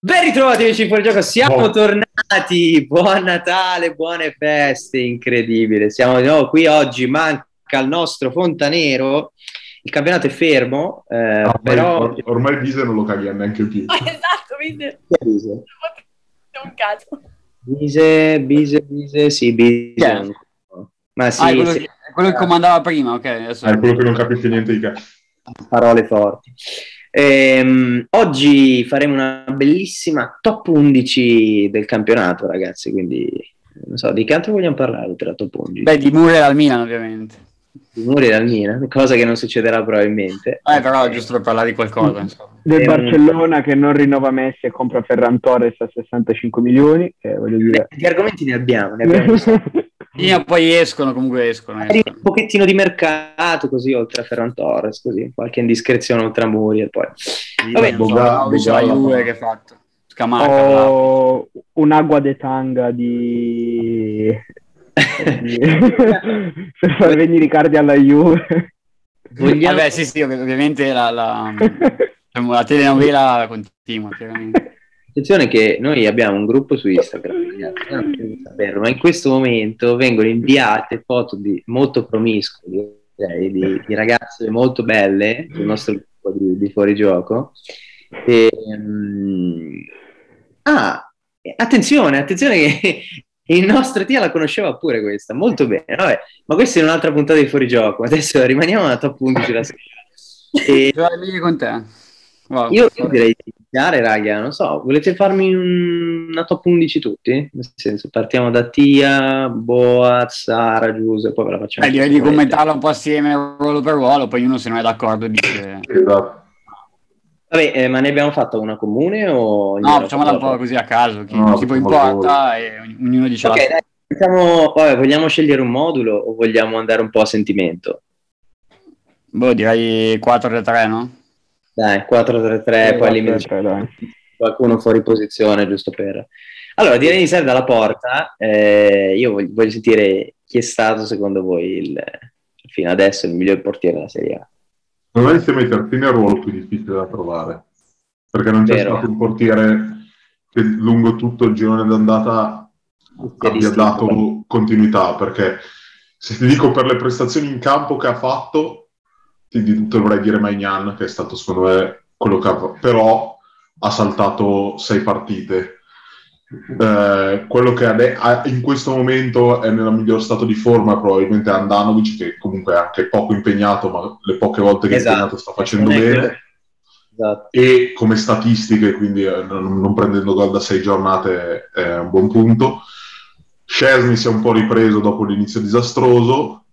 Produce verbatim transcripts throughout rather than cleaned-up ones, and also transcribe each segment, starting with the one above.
Ben ritrovati amici di Fuori Gioco, siamo Oh. tornati, buon Natale, buone feste, incredibile, siamo di nuovo qui oggi, manca il nostro Fontanero, il campionato è fermo, eh, Ormai, però... or- ormai Bise non lo caghiamo neanche più. Ah, esatto, Bise. Bise, È un caso. Bise, Bise, Bise, sì, Bise, Chi è? non- ma sì, Ah, è quello, sì, che, è quello che comandava prima, ok. Adesso Ah, è quello che non capisce niente di cazzo. parole forti. Ehm, oggi faremo una bellissima top undici del campionato, ragazzi, quindi non so, di che altro vogliamo parlare tra top undici? Beh, di Muriel al Milan, ovviamente. Di Muriel al Milan, cosa che non succederà probabilmente. Eh, però giusto per parlare di qualcosa, insomma. Del È un- Barcellona che non rinnova Messi e compra Ferran Torres a sessantacinque milioni, che voglio dire... Di argomenti ne abbiamo, ne abbiamo Sì, ma poi escono, comunque escono. magari escono. un pochettino di mercato, così oltre a Ferran Torres, così qualche indiscrezione oltre a Muriel, poi. Vabbè, non so, Boga- ho visto la Boga- Juve che ha fatto. Scamacca. Ho un'acqua de tanga di... di- per far venire i cardi alla Juve. vogliamo... Vabbè, sì, sì, ov- ovviamente la, la, diciamo, la telenovela continua, chiaramente. Attenzione che noi abbiamo un gruppo su Instagram, ragazzi, non dovete saperlo, ma in questo momento vengono inviate foto di molto promiscue, direi, di, di ragazze molto belle sul nostro gruppo di, di fuorigioco. E, mm, ah, attenzione, attenzione che il nostro Tia la conosceva pure questa, molto bene. Vabbè, ma questa è un'altra puntata di fuorigioco. Adesso rimaniamo alla top undici la sera. E Ce l'hai lì con te. Wow. io, io direi di iniziare, raga, non so, volete farmi un- una top undici tutti? Nel senso, partiamo da Tia, Boaz, Sara, Giuse, poi ve la facciamo. Beh, direi di commentarla un po' assieme ruolo per ruolo, poi uno se non è d'accordo dice... Esatto. Vabbè, eh, ma ne abbiamo fatta una comune o... No, facciamola un po' così a caso, chi, No, chi poi facciamola importa e ogn- ognuno dice Ok, la sua. dai, iniziamo- vabbè, vogliamo scegliere un modulo o vogliamo andare un po' a sentimento? Boh, direi quattro tre tre, no? Dai, quattro tre tre, poi al limite quattro tre, dai. qualcuno fuori posizione, giusto per... Allora, direi di iniziare dalla porta. Eh, io voglio, voglio sentire chi è stato, secondo voi, il, fino adesso il miglior portiere della Serie A. Non è insieme ai terzini è il ruolo più difficile da trovare, perché non c'è Vero. stato un portiere che lungo tutto il girone d'andata Sia abbia distinto. dato continuità, perché se ti dico per le prestazioni in campo che ha fatto, ti di- dovrei dire Maignan, che è stato secondo me quello che ha, però ha saltato sei partite. Eh, quello che ade- ha- in questo momento è nel miglior stato di forma probabilmente è Andanovic, che comunque è anche poco impegnato, ma le poche volte che Esatto. è impegnato sta facendo Non è bene. quello- Esatto. E come statistiche, quindi eh, non, non prendendo gol da sei giornate è un buon punto. Szczesny si è un po' ripreso dopo l'inizio disastroso.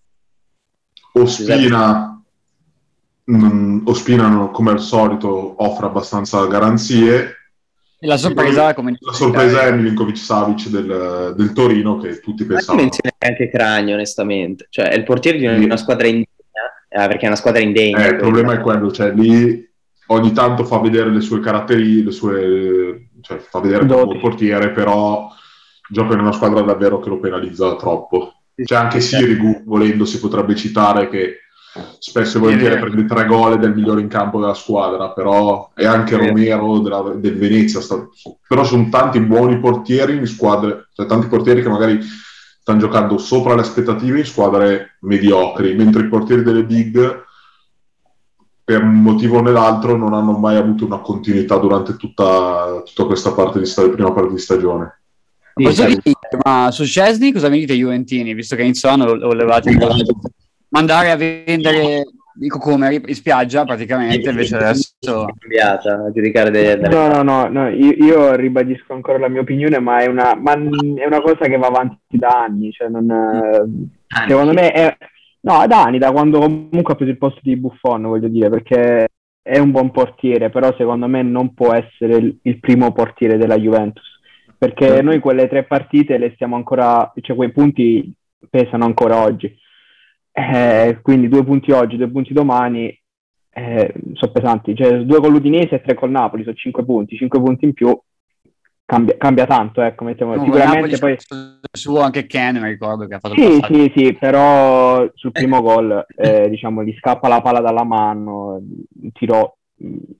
Ospina, mh, Ospina non- come al solito offre abbastanza garanzie. E la sorpresa, come La sorpresa è Milinkovic-Savic del, del Torino, che tutti Ma io pensavano. menzionerei anche Cragno, onestamente. Cioè, è il portiere di una, Sì. di una squadra indegna, eh, perché è una squadra indegna. Eh, il problema è quello, cioè lì ogni tanto fa vedere le sue caratteristiche, le sue, cioè fa vedere che è un buon portiere, però gioca in una squadra davvero che lo penalizza troppo. C'è anche Sirigu, volendo, si potrebbe citare, che spesso e volentieri prende tre gol ed è il migliore in campo della squadra, però è anche Romero della- del Venezia, sta- però sono tanti buoni portieri in squadre, cioè tanti portieri che magari stanno giocando sopra le aspettative in squadre mediocri, mentre i portieri delle big per un motivo o nell'altro non hanno mai avuto una continuità durante tutta, tutta questa parte di sta- prima parte di stagione. Sì, Posso sai- dire, ma su Szczesny cosa mi dite Juventini, visto che inizio anno lo, lo levate in mandare a vendere i cocomeri in spiaggia praticamente, invece adesso è cambiata a giudicare delle, delle- No, no, no, no, io, io ribadisco ancora la mia opinione, ma è una, ma è una cosa che va avanti da anni, cioè non, eh, secondo me è, no, da anni, da quando comunque ha preso il posto di Buffon, voglio dire, perché è un buon portiere, però secondo me non può essere il, il primo portiere della Juventus, perché noi quelle tre partite le stiamo ancora, cioè quei punti pesano ancora oggi. Eh, quindi due punti oggi, due punti domani, eh, sono pesanti, cioè due con l'Udinese e tre col Napoli, sono cinque punti, cinque punti in più, cambia, cambia tanto, ecco, mettiamo, no, sicuramente poi... suo anche Ken, mi ricordo che ha fatto il Sì, passaggio. sì, sì, però sul primo gol, eh, diciamo, gli scappa la palla dalla mano, un tiro mh,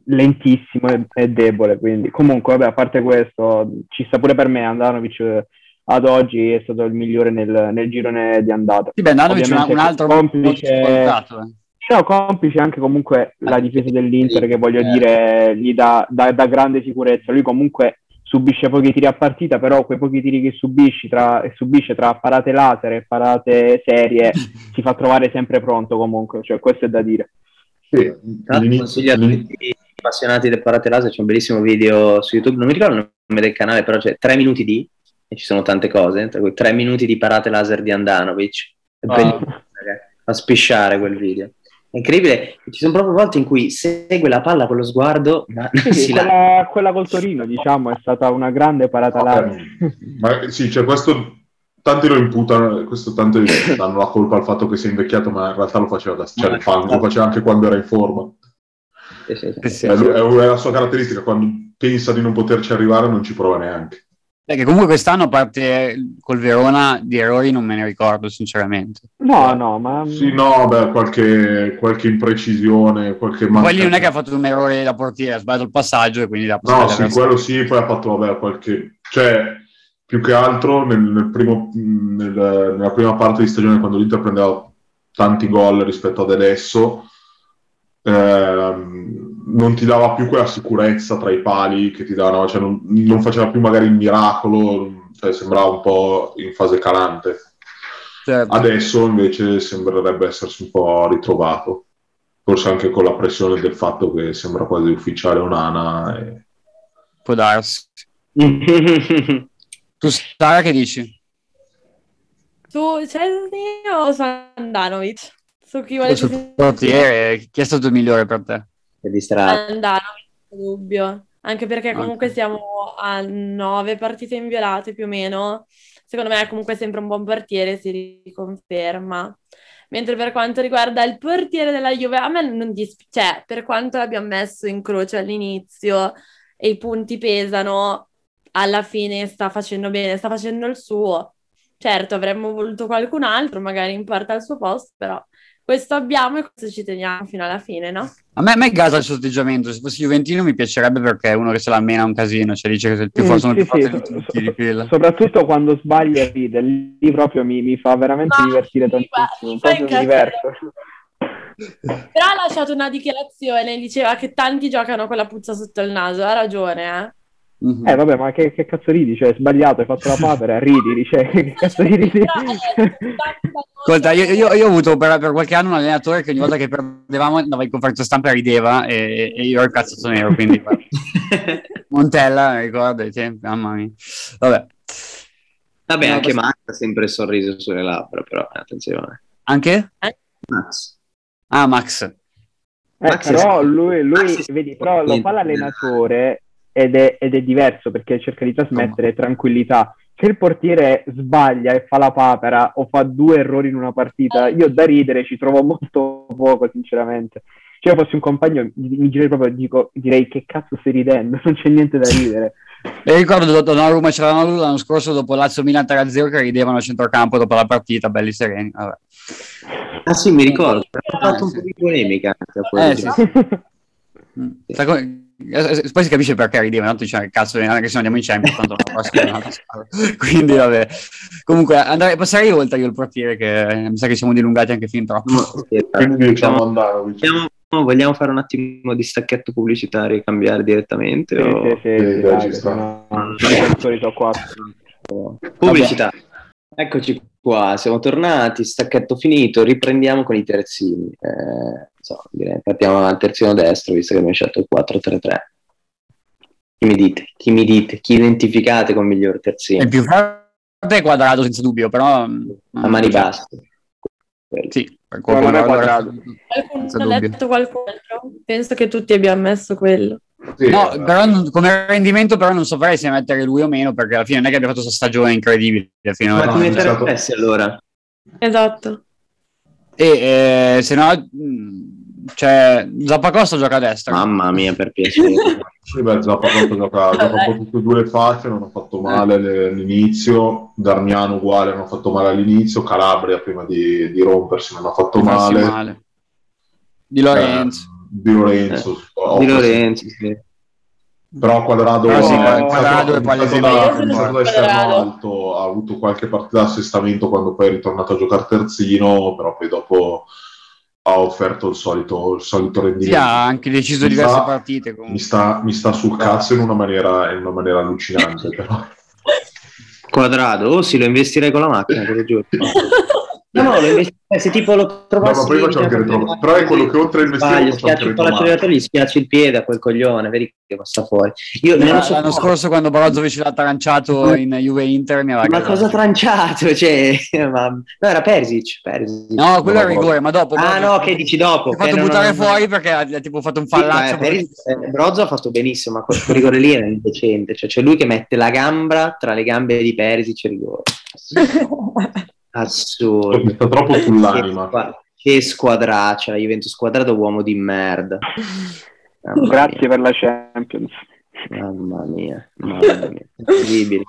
lentissimo e, e debole, quindi comunque vabbè, a parte questo ci sta pure per me Handanovic ad oggi è stato il migliore nel, nel girone di andata. Sì, beh, Handanovic è un altro complice, scontato, eh. no, complice anche comunque la difesa dell'Inter, che voglio dire gli dà, dà, dà grande sicurezza. Lui comunque subisce pochi tiri a partita, però quei pochi tiri che subisci tra, subisce tra parate laser e parate serie si fa trovare sempre pronto comunque, cioè questo è da dire. Sì, consiglio a tutti i appassionati del parate laser, c'è un bellissimo video su YouTube, non mi ricordo il nome del canale, però c'è tre minuti di, e ci sono tante cose, tra cui tre minuti di parate laser di Handanovic, è wow. bellissimo, fa spisciare quel video. È incredibile, ci sono proprio volte in cui segue la palla con lo sguardo, ma sì, sì, quella, quella col Torino, diciamo, è stata una grande parata laser. Ma sì, cioè questo tanti lo imputano, questo tanti danno la colpa al fatto che sia invecchiato, ma in realtà lo faceva da cioè, il fan, lo faceva anche quando era in forma. Sì, sì, sì. È, sì, è, sì. È la sua caratteristica, quando pensa di non poterci arrivare non ci prova neanche. Perché comunque quest'anno, a parte col Verona, di errori non me ne ricordo sinceramente. No, no, ma... Sì, no, beh, qualche, qualche imprecisione, qualche mancanza. Poi non è che ha fatto un errore da portiere, ha sbagliato il passaggio e quindi l'ha passato. No, sì, quello sì, poi ha fatto, vabbè, qualche... Cioè, più che altro nel, nel primo, nel, nella prima parte di stagione, quando l'Inter prendeva tanti gol rispetto ad adesso, ehm, non ti dava più quella sicurezza tra i pali che ti davano, cioè non, non faceva più magari il miracolo, cioè sembrava un po' in fase calante. Certo. Adesso invece sembrerebbe essersi un po' ritrovato, forse anche con la pressione del fatto che sembra quasi ufficiale Onana. E... Può darsi. Tu Sara che dici? Tu Szczęsny o Handanovic? Su chi vuole sul portiere, chi è stato il migliore per te? Handanovic, dubbio. Anche perché comunque okay. siamo a nove partite inviolate più o meno. Secondo me è comunque sempre un buon portiere, si riconferma. Mentre per quanto riguarda il portiere della Juve, a me non dispiace, cioè, per quanto l'abbiamo messo in croce all'inizio e i punti pesano, alla fine sta facendo bene, sta facendo il suo. Certo, avremmo voluto qualcun altro, magari in parte al suo posto, però questo abbiamo e questo ci teniamo fino alla fine, no? A me, a me gasa il suo atteggiamento. Se fossi juventino mi piacerebbe, perché è uno che se la mena un casino, cioè dice che è il più forte, mm, sono sì, più sì, forte di tutti, di fila. Soprattutto quando sbaglia e ride, lì proprio mi, mi fa veramente no, divertire tantissimo, un po' diverso. Però ha lasciato una dichiarazione, diceva che tanti giocano con la puzza sotto il naso, ha ragione, eh? Mm-hmm. Eh vabbè, ma che, che cazzo ridi? Cioè, hai sbagliato, hai fatto la papera, ridi, dice, che cazzo ridi? Ascolta, io, io, io ho avuto per, per qualche anno un allenatore che ogni volta che perdevamo andava in conferenza stampa e rideva, e, e io ero il cazzo nero, quindi Montella, ricordo i tempi, mamma mia. Vabbè, vabbè no, anche questo... Max ha sempre il sorriso sulle labbra, però attenzione. Anche? Max. Ah, Max. Eh, Max però è... lui, lui Max vedi, però lo fa l'allenatore ed è, ed è diverso, perché cerca di trasmettere tranquillità. Se il portiere sbaglia e fa la papera o fa due errori in una partita, io da ridere ci trovo molto poco, sinceramente. Se io fossi un compagno mi girerei proprio e dico, direi che cazzo stai ridendo, non c'è niente da ridere. E ricordo Donnarumma, c'era l'anno scorso dopo Lazio Milan tre a zero che ridevano a centrocampo dopo la partita, belli sereni. Vabbè. Ah sì, mi ricordo, ha fatto un po' di polemica anche eh, sì, sì. Poi si capisce perché rideva, tanto diciamo che cazzo, anche se non andiamo in Champions, tanto la prossima. Quindi vabbè, comunque andare, passerei oltre io il portiere, che mi sa che siamo dilungati anche fin troppo. Quindi diciamo andare, vogliamo, vogliamo fare un attimo di stacchetto pubblicitario e cambiare direttamente? Sì, o... sì, sì, sì, dai, sono... il solito qua. Pubblicità. Eccoci qua, siamo tornati, stacchetto finito, riprendiamo con i terzini. Eh, so, direi, partiamo dal terzino destro, visto che abbiamo scelto il quattro tre tre. Chi mi dite? Chi mi dite? Chi identificate come miglior terzino? Il più forte è Quadrato, senza dubbio, però... A mani basse. Sì, per non è Quadrato. Qualcuno ha detto qualcuno altro? Penso che tutti abbiamo messo quello. Sì, no, eh. però come rendimento però non saprei se mettere lui o meno, perché alla fine non è che abbia fatto questa stagione incredibile. Fino ma ti mettere stato... Messi allora? Esatto. E eh, se no, cioè Zappacosta gioca a destra. Mamma mia, per piacere. Sì, beh, Zappacosta gioca, gioca un po' tutte e due le facce, non ha fatto male all'inizio. Darmiano uguale, non ha fatto male all'inizio. Calabria prima di, di rompersi non ha fatto male. male. Di Lorenzo. Eh, Di Lorenzo. Eh, di Lorenzo, sì. Però Quadrado, Però sì, è Quadrado è palesemente da da esterno alto, ha avuto qualche partita d'assestamento quando poi è ritornato a giocare terzino, però poi dopo ha offerto il solito, il solito rendimento. Sì, ha anche deciso mi diverse sta, partite comunque. Mi sta, mi sta sul cazzo in una maniera, in una maniera allucinante, però. Quadrado, oh sì, lo investirei con la macchina, te lo giuro. No, no, lo investirei, se tipo lo trovassi... No, ma poi faccio anche retro... Però è quello che oltre a investire faccio anche schiacci un po' l'acceleratore, gli schiacci il piede a quel coglione, vedi che passa fuori. Io non lo so. L'anno scorso quando Brozovic l'ha tranciato in Juve Inter mi aveva ma casato. cosa tranciato? Cioè, ma... no, era Perisic, Perisic. No, quello no, è il rigore, ma dopo ah no, che dici dopo? Si è fatto non, buttare non, fuori non... perché ha tipo fatto un fallaccio. Sì, Perisic, eh, Brozo ha fatto benissimo, ma quel rigore lì era indecente, cioè c'è lui che mette la gamba tra le gambe di Perisic e rigore. Assurdo. Mi sta troppo sull'anima. Che, che squadraccia, la Juventus squadrato, uomo di merda. Mamma Grazie mia. Per la Champions. Mamma mia, mamma mia. Incredibile.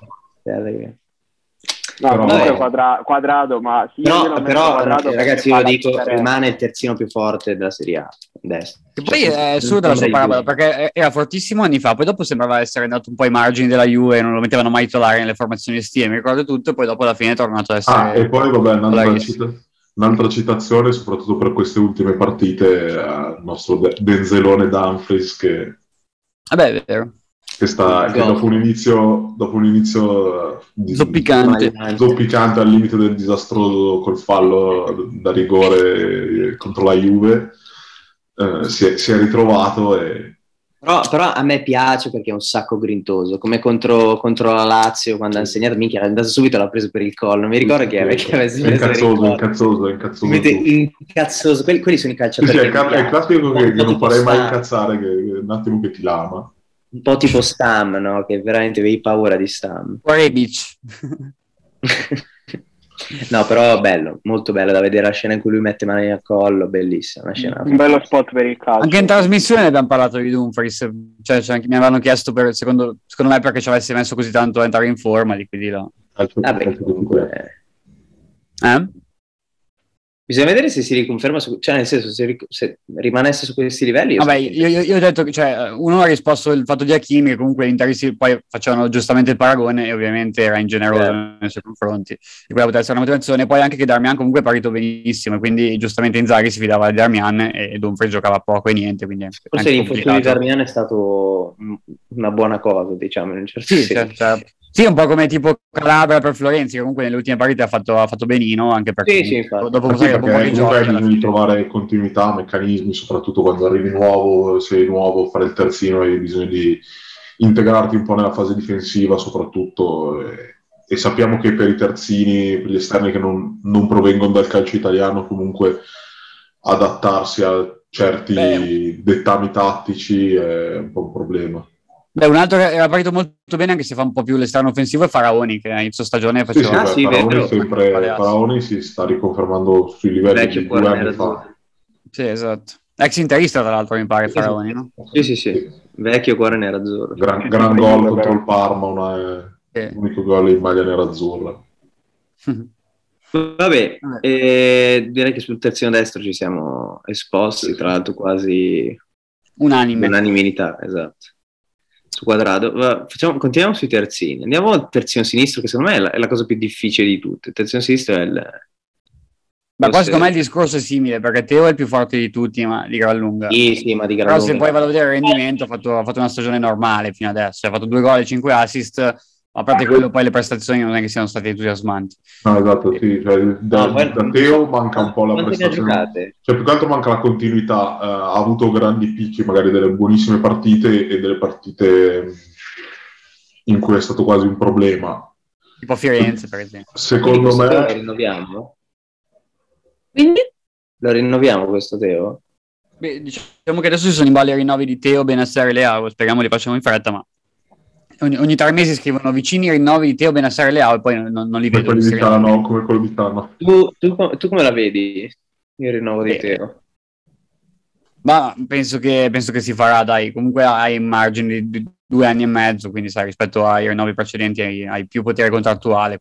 No, però, comunque quadra- quadrato, ma sì, no, però quadrato, ragazzi, io lo dico, differenza. Rimane il terzino più forte della Serie A. Destra. Che poi cioè, è assurda la sua parabola, perché era fortissimo anni fa, poi dopo sembrava essere andato un po' ai margini della Juve, non lo mettevano mai titolare nelle formazioni estive, mi ricordo tutto, e poi dopo alla fine è tornato a essere... Ah, e poi vabbè, un'altra, cita- un'altra citazione, soprattutto per queste ultime partite, al nostro Denzelone Dumfries, che... Vabbè, è vero. Che, sta, che dopo un inizio, dopo un inizio di, zoppicante. zoppicante al limite del disastroso col fallo da rigore contro la Juve, eh, si, è, si è ritrovato e... Però, però a me piace perché è un sacco grintoso, come contro, contro la Lazio quando ha insegnato, minchia, è andato subito, l'ha preso per il collo, non mi ricordo chi aveva preso per il collo. Incazzoso, incazzoso, incazzoso. Quelli, quelli sono i calciatori. Sì, sì, è, ca- è classico che, che non farei mai incazzare, che, che un attimo che ti lama. Un po' tipo Stam, no? Che veramente avevi paura di Stam. Rebic. No, però bello, molto bello da vedere la scena in cui lui mette mani al collo, bellissima una scena. Un bello spot per il calcio. Anche in trasmissione abbiamo parlato di Dumfries, cioè, cioè anche, mi avevano chiesto per, secondo, secondo me perché ci avessi messo così tanto a entrare in forma, di quindi no. Vabbè, comunque... Eh? Bisogna vedere se si riconferma, su, cioè nel senso se, ric- se rimanesse su questi livelli. Io Vabbè, io, io, io ho detto che cioè, uno ha risposto il fatto di Hakimi, che comunque gli interisti poi facevano giustamente il paragone e ovviamente era ingeneroso yeah. nei suoi confronti. E quella poteva essere una motivazione. Poi anche che Darmian comunque è partito benissimo, e quindi giustamente Inzaghi si fidava di Darmian e Dumfries giocava poco e niente. Quindi forse l'infortunio di Darmian è stato una buona cosa, diciamo, in un certo sì, senso. Cioè, cioè, sì, un po' come tipo Calabria per Florenzi, che comunque nelle ultime partite ha fatto, ha fatto benino, anche perché sì, sì, dopo, dopo, sì, dopo perché giochi hai bisogno di trovare continuità, meccanismi, soprattutto quando arrivi nuovo, sei nuovo, fare il terzino, hai bisogno di integrarti un po' nella fase difensiva soprattutto, e, e sappiamo che per i terzini, per gli esterni che non, non provengono dal calcio italiano, comunque adattarsi a certi Beh. dettami tattici è un po' un problema. Beh, un altro che era partito molto bene, anche se fa un po' più l'esterno offensivo, è Faraoni, che a inizio stagione faceva... Sì, sì, ah, beh, sì, Faraoni, sempre, Faraoni si sta riconfermando sui livelli di due anni fa. Sì, esatto. Ex interista, tra l'altro, mi pare, sì, Faraoni, no? Sì, sì, sì. sì. Vecchio cuore nerazzurro. Gran, gran gol contro il Parma, una, sì. l'unico gol in maglia nerazzurra. Vabbè, eh, direi che sul terzino destro ci siamo esposti, sì, tra l'altro quasi... Unanime. Unanimità, esatto. Su Quadrado, facciamo, continuiamo sui terzini, andiamo al terzino sinistro, che secondo me è la, è la cosa più difficile di tutte. Il terzino sinistro è il... Ma qua secondo me il discorso è simile, perché Teo è il più forte di tutti, ma di gran lunga. Sì, sì, ma di gran Però lunga. se poi vado a vedere il rendimento, ha fatto, ha fatto una stagione normale fino adesso, ha fatto due gol e cinque assist, a parte quello poi le prestazioni non è che siano state entusiasmanti. No, esatto, sì, cioè, da, no, poi, da Teo manca un po' la prestazione, cioè più che altro manca la continuità, uh, ha avuto grandi picchi, magari delle buonissime partite e delle partite in cui è stato quasi un problema. Tipo Firenze, per esempio. Secondo me... Lo rinnoviamo? Quindi? Lo rinnoviamo questo Teo? Beh, diciamo che adesso ci sono in ballo i rinnovi di Teo, Benassere e Leao, speriamo li facciamo in fretta, ma... Ogni, ogni tre mesi scrivono vicini rinnovi di Teo, Benassere e Leao e poi non, non li come vedo. Quelli di Tano, come quello di Tano. Tu, tu, tu come la vedi il rinnovo di Teo? Ma penso che, penso che si farà, dai, comunque hai margini di due anni e mezzo, quindi sai, rispetto ai rinnovi precedenti hai, hai più potere contrattuale, quindi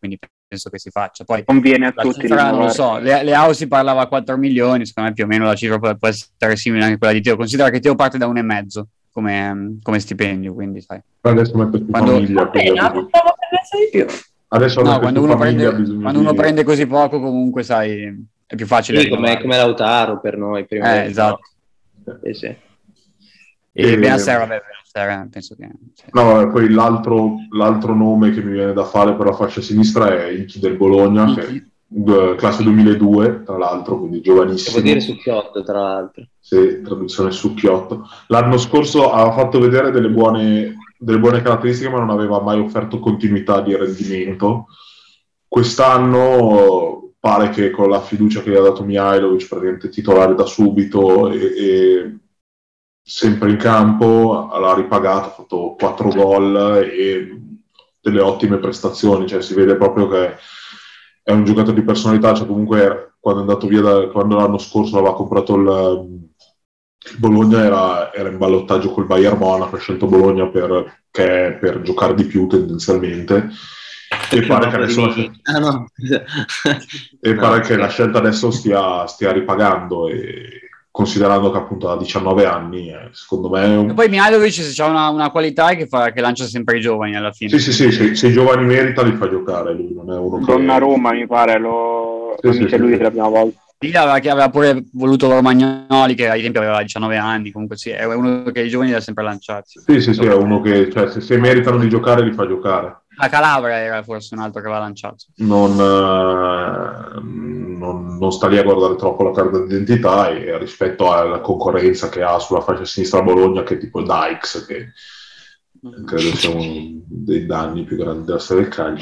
penso che si faccia. Poi conviene a la tutti cifra, non lo so, le, le si parlava a quattro milioni, secondo me più o meno la cifra può, può essere simile anche a quella di Teo. Considera che Teo parte da un e mezzo come, come stipendio, quindi sai. Adesso metto più Quando... famiglia. Bene, pensavo che di più. Adesso no, quando, uno famiglia, prende, quando di... uno prende così poco, comunque sai, è più facile. Sì, come, come Lautaro per noi. Prima eh, esatto. Eh, sì. E E... Benasser, vabbè, Benasser, penso che... Sì. No, poi l'altro, l'alro nome che mi viene da fare per la fascia sinistra è Inchi del Bologna, Inchi. Che è classe duemiladue, tra l'altro, quindi giovanissimo. Che vuol dire succhiotto, tra l'altro. Sì, traduzione succhiotto. L'anno scorso aveva fatto vedere delle buone, delle buone caratteristiche, ma non aveva mai offerto continuità di rendimento. Quest'anno pare che con la fiducia che gli ha dato Mihajlovic, praticamente titolare da subito e, e sempre in campo, l'ha ripagato, ha fatto quattro gol e delle ottime prestazioni, cioè si vede proprio che è un giocatore di personalità, cioè comunque quando è andato via, da, quando l'anno scorso aveva comprato il, il Bologna era, era in ballottaggio col Bayern Monaco, ha scelto Bologna per, che, per giocare di più tendenzialmente. E pare, che adesso la, scelta... ah, no. e pare no, che no. la scelta adesso stia, stia ripagando, e considerando che appunto ha diciannove anni, eh, secondo me... Un... E poi Mihajlovic se c'ha una, una qualità che, fa, che lancia sempre i giovani alla fine. Sì, sì, sì, se, se i giovani merita li fa giocare, lui non è uno che... Donnarumma mi pare, lo, sì, lo sì, dice sì, lui sì. la prima volta. Sì, aveva, che aveva pure voluto Romagnoli, che ai tempi aveva diciannove anni, comunque sì, è uno che i giovani li ha sempre lanciati. Sì, sì, sì, è uno che, cioè, se, se meritano di giocare li fa giocare. A Calabria era forse un altro che aveva lanciato. Non, eh, non, non sta lì a guardare troppo la carta d'identità, e rispetto alla concorrenza che ha sulla fascia sinistra a Bologna, che è tipo Dykes, che credo sia uno dei danni più grandi della storia del calcio.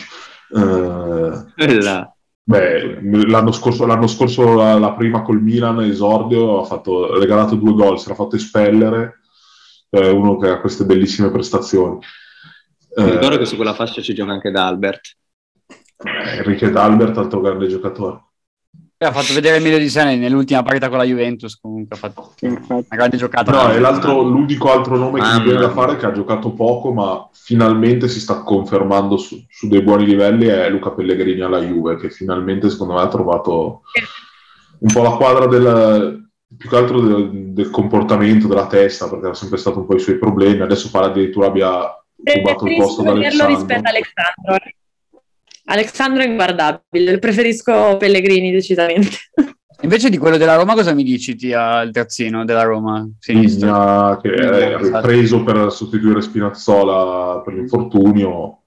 Eh, beh, l'anno scorso, l'anno scorso la, la prima col Milan, esordio, ha fatto, ha regalato due gol, si era fatto espellere, è uno che ha queste bellissime prestazioni. Mi ricordo eh, che su quella fascia ci gioca anche D'Albert. Enrique D'Albert, altro grande giocatore. E ha fatto vedere meglio di sé nell'ultima partita con la Juventus, comunque ha fatto una grande giocata. No, è l'altro, l'unico altro nome che ah, mi viene da fare, che ha giocato poco ma finalmente si sta confermando su, su dei buoni livelli, è Luca Pellegrini alla Juve, che finalmente secondo me ha trovato un po' la quadra del, più che altro del, del comportamento, della testa, perché era sempre stato un po' i suoi problemi. Adesso pare addirittura abbia rubato il posto da Alexandro. Rispetto a Alexandro. Alexandro è inguardabile, preferisco Pellegrini decisamente. Invece di quello della Roma, cosa mi dici, Tia, il terzino della Roma sinistra? Che è ripreso per sostituire Spinazzola per l'infortunio.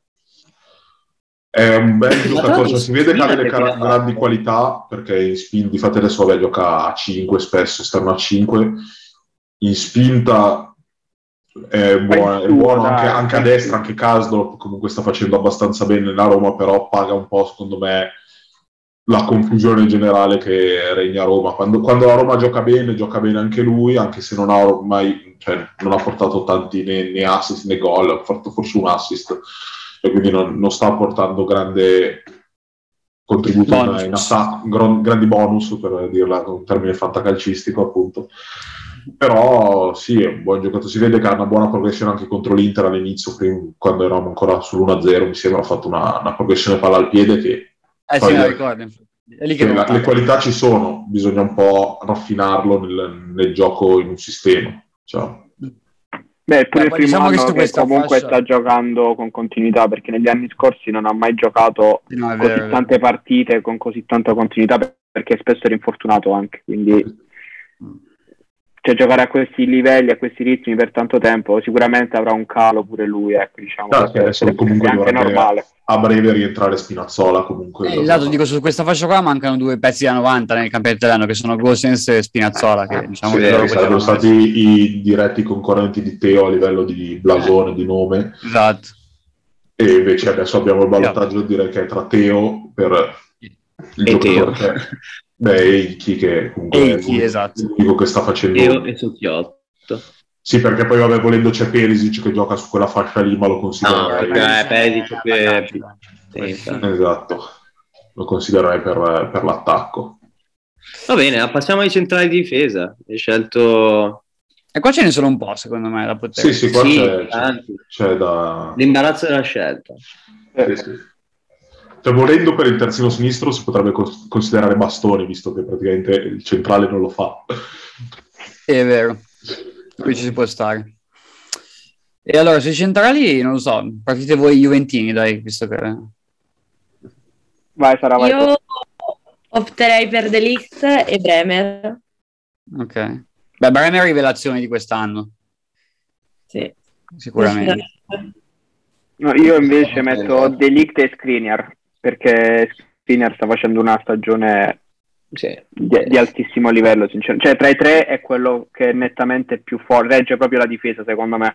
È un bel giocatore, cioè, si vede che ha delle car- grandi qualità, perché in spin, difatti adesso vabbè, gioca a cinque spesso, esterno a cinque, in spinta è buono, è buono anche, anche a destra, anche Kasdorp comunque sta facendo abbastanza bene la Roma, però paga un po' secondo me la confusione generale che regna a Roma. Quando, quando la Roma gioca bene, gioca bene anche lui, anche se non ha ormai, cioè, non ha portato tanti né, né assist né gol, ha fatto forse un assist, e quindi non, non sta portando grande contributo in, in attacco, gran, grandi bonus, per dirla con un termine fantacalcistico appunto. Però sì, è un buon giocatore, si vede che ha una buona progressione anche contro l'Inter all'inizio, prima, quando eravamo ancora sull'uno a zero, mi sembra ha fatto una, una progressione palla al piede che eh sì, la ricordo. È lì che la, le qualità ci sono, bisogna un po' raffinarlo nel, nel gioco in un sistema, cioè. Beh, pure Beh, il primo diciamo anno che, che comunque fascia... sta giocando con continuità, perché negli anni scorsi non ha mai giocato no, così vero, tante vero. partite con così tanta continuità, perché spesso era infortunato anche, quindi cioè giocare a questi livelli, a questi ritmi per tanto tempo sicuramente avrà un calo pure lui, ecco, diciamo, no, che adesso comunque è anche normale. A breve rientrare Spinazzola comunque. Eh, esatto, dico, su questa fascia qua mancano due pezzi da novanta nel campionato italiano, che sono Gosens e Spinazzola, che diciamo sì, che loro sarebbero stati i diretti concorrenti di Teo a livello di blasone, eh. di nome. Esatto. E invece adesso abbiamo il ballottaggio, direi che è tra Teo per il e Teo. Che... Beh, Eiki che comunque Eiki, è esatto. l'unico che sta facendo. Teo e Succhiotto. Sì, perché poi vabbè, volendo c'è Perisic che gioca su quella fascia lì, ma lo considererei. No, eh, Perisic è... Sì, esatto, lo considererei per, per l'attacco. Va bene, passiamo ai centrali di difesa. Hai scelto... E qua ce ne sono un po', secondo me, da poter... Sì, sì, qua sì, c'è, c'è, c'è da... L'imbarazzo della scelta. Sì, sì. Cioè, volendo per il terzino sinistro si potrebbe cos- considerare Bastoni, visto che praticamente il centrale non lo fa. È vero, qui ci si può stare. E allora, sui centrali, non lo so, partite voi Juventini, dai, visto che... Vai, Sara, vai. Io opterei per De Ligt e Bremer. Ok. Beh, Bremer è rivelazione di quest'anno. Sì. Sicuramente. No, io invece metto De Ligt e Skriniar, perché Skriniar sta facendo una stagione sì. di, di altissimo livello, sinceramente. Cioè, tra i tre è quello che è nettamente più forte, regge proprio la difesa, secondo me.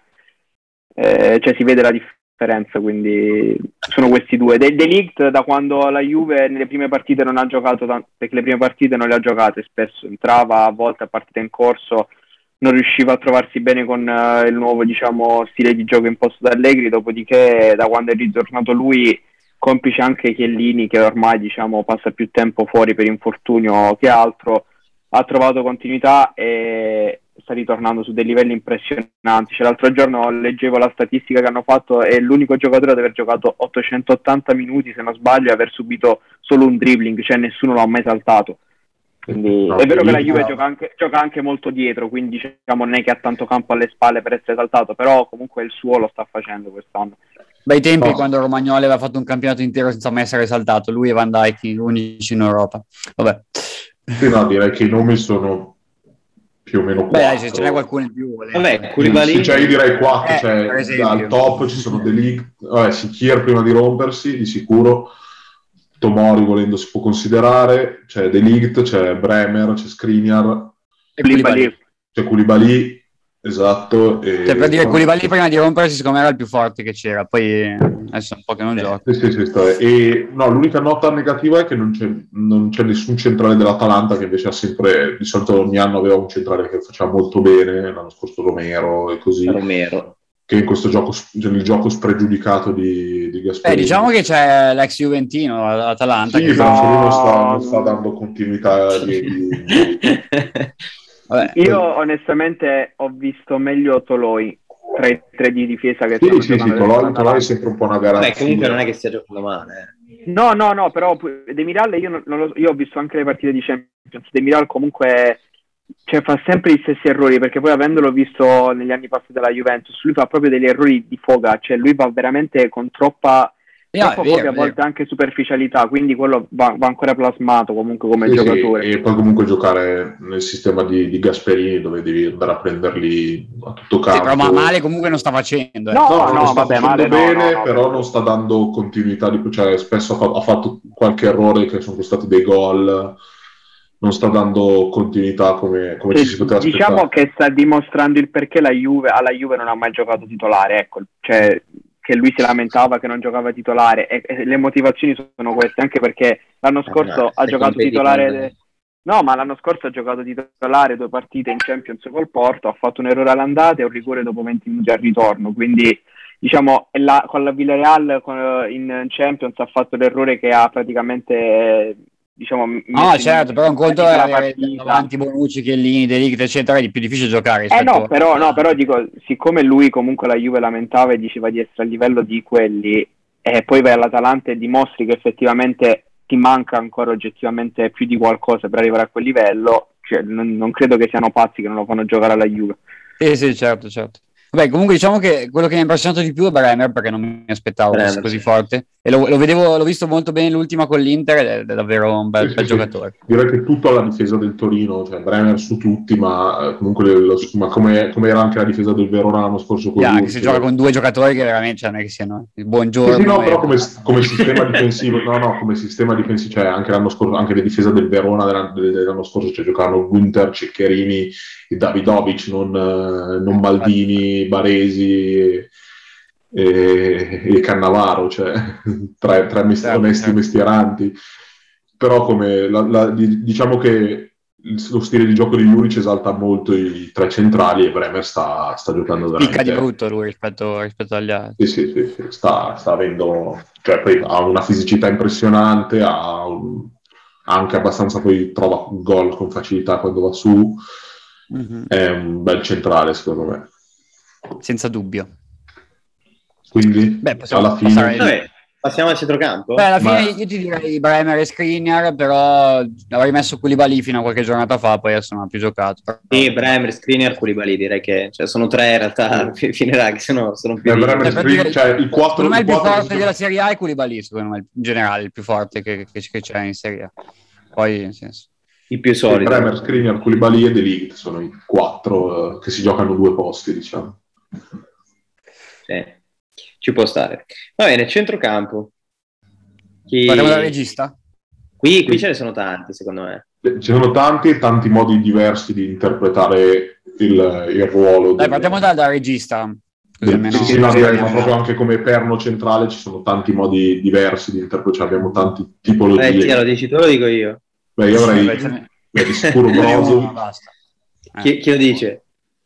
Eh, cioè, si vede la differenza, quindi sono questi due. De, De Ligt, da quando la Juve nelle prime partite non ha giocato, tanto, perché le prime partite non le ha giocate, spesso entrava a volte a partita in corso, non riusciva a trovarsi bene con uh, il nuovo, diciamo, stile di gioco imposto da Allegri. Dopodiché, da quando è ritornato lui, complice anche Chiellini, che ormai, diciamo, passa più tempo fuori per infortunio che altro, ha trovato continuità e sta ritornando su dei livelli impressionanti. Cioè, l'altro giorno leggevo la statistica che hanno fatto, è l'unico giocatore ad aver giocato ottocentottanta minuti, se non sbaglio, e aver subito solo un dribbling, cioè nessuno l'ha mai saltato. Quindi no, è vero che la Juve no. gioca, anche, gioca anche molto dietro, quindi diciamo non è che ha tanto campo alle spalle per essere saltato, però comunque il suo lo sta facendo quest'anno. Bei tempi no. quando Romagnoli aveva fatto un campionato intero senza mai essere saltato, lui e Van Dijk, gli unici in Europa. Vabbè. Sì, no, direi che i nomi sono più o meno quattro. Beh, se ce n'è qualcuno in più. Volendo. Vabbè, Koulibaly... Sì, cioè io direi quattro, eh, cioè al top ci sono De Ligt, vabbè, Sikier prima di rompersi, di sicuro. Tomori volendo si può considerare, c'è De Ligt, c'è Bremer, c'è Skriniar, e Koulibaly. C'è Koulibaly, esatto. E... Cioè, per dire, Koulibaly prima di rompersi secondo me era il più forte che c'era, poi adesso è un po' che non eh, gioca. Sì, sì, sì, sta. E no, l'unica nota negativa è che non c'è, non c'è nessun centrale dell'Atalanta, che invece ha sempre, di solito ogni anno aveva un centrale che faceva molto bene, l'anno scorso Romero e così. Romero. Che in questo gioco, nel gioco spregiudicato di, di Gasperini. Eh, diciamo che c'è l'ex Juventino all'Atalanta. Sì, che però no... non sta, non sta dando continuità di... di... Vabbè. Io onestamente ho visto meglio Toloi tra i tre di difesa che sì, stanno sì, sì, Toloi, Toloi è sempre un po' una garanzia. Beh, comunque non è che stia giocando male. Eh. No, no, no, però Demiral io, non, non lo, io ho visto anche le partite di Champions. Demiral comunque... Cioè, fa sempre gli stessi errori, perché poi avendolo visto negli anni passati dalla Juventus, lui fa proprio degli errori di foga, cioè lui va veramente con troppa, yeah, troppa foga, a volte anche superficialità, quindi quello va, va ancora plasmato comunque come sì, giocatore. Sì, e poi comunque giocare nel sistema di, di Gasperini, dove devi andare a prenderli a tutto campo. Sì, però ma male comunque non sta facendo. Eh. No, no, no, sta vabbè, male bene, no, no, però no. non sta dando continuità, di, cioè spesso ha, ha fatto qualche errore che sono stati dei gol. Non sta dando continuità come, come ci si poteva aspettare. Diciamo che sta dimostrando il perché la Juve, alla Juve non ha mai giocato titolare, ecco, cioè che lui si lamentava che non giocava titolare e, e le motivazioni sono queste, anche perché l'anno scorso no, ha giocato titolare, no, ma l'anno scorso ha giocato titolare due partite in Champions col Porto, ha fatto un errore all'andata e un rigore dopo venti minuti al ritorno, quindi diciamo la, con la Villarreal con, in Champions ha fatto l'errore che ha praticamente... Diciamo, no, certo, però un conto è avere davanti Bonucci, Chiellini, De Ligt, eccetera, è più difficile giocare. Eh no, però, no, però dico, siccome lui comunque la Juve lamentava e diceva di essere a livello di quelli, e poi vai all'Atalanta e dimostri che effettivamente ti manca ancora oggettivamente più di qualcosa per arrivare a quel livello, cioè, non, non credo che siano pazzi che non lo fanno giocare alla Juve. Sì, sì, certo, certo. Beh, comunque diciamo che quello che mi ha impressionato di più è Bremer, perché non mi aspettavo Bremer, fosse così forte, e lo, lo vedevo, l'ho visto molto bene l'ultima con l'Inter ed è davvero un bel, sì, bel sì, giocatore. Sì. Direi che tutto alla difesa del Torino, cioè Bremer su tutti, ma comunque lo, ma come, come era anche la difesa del Verona l'anno scorso con yeah, che si gioca con due giocatori che veramente cioè, non è che siano il buongiorno. Sì, sì, no, e... però come, come sistema difensivo, no, no, come sistema difensivo, cioè anche l'anno scorso, anche le difese del Verona dell'anno, dell'anno scorso, cioè giocavano Gunther, Ceccherini, Davidovic, non, non Maldini, Baresi e, e, e Cannavaro, cioè tre, tre mesti- certo, onesti certo. mestieranti. Però come la, la, diciamo che lo stile di gioco di Juric esalta molto i tre centrali e Bremer sta, sta giocando veramente... Picca di brutto lui rispetto, rispetto agli altri. Sì, sì, sì, sì. Sta, sta avendo... Cioè, poi ha una fisicità impressionante, ha un, anche abbastanza, poi trova un gol con facilità quando va su. Mm-hmm. È un bel centrale, secondo me. Senza dubbio. Quindi, beh, alla fine... Vabbè, Passiamo al centrocampo? Beh, alla fine Ma- io ti direi Bremer e Skriniar, però avrei messo Koulibaly fino a qualche giornata fa, poi adesso non ha più giocato. Sì, Bremer, Skriniar, Koulibaly, direi che cioè, sono tre in realtà, fi- finirà che sono, sono più Eh, di... Bremer, Cioè, per Skriniar, dire- cioè, i quattro, secondo me i il più quattro che forte si della Serie A è Koulibaly, secondo me, in generale, il più forte che, che- che c'è in Serie A. Poi, nel senso... i più Sì, solidi. Bremer, Skriniar, Koulibaly e De Ligt sono i quattro eh, che si giocano due posti, diciamo. Sì, ci può stare. Va bene, centrocampo. Chi- Parliamo dal regista? Qui, qui ce ne sono tanti, secondo me. Ci sono tanti e tanti modi diversi di interpretare il, il ruolo. Dai, del- partiamo dal, dal regista. Così del- almeno... sì, sì, no, direi, ma proprio anche come perno centrale ci sono tanti modi diversi di interpretare, cioè abbiamo tante tipologie. Beh, Tia, lo dici tu o lo dico io? Beh, io avrei Beh, ce ne- beh, di sicuro ce n'è uno, Brozovic. basta. Eh. Chi, chi lo dice?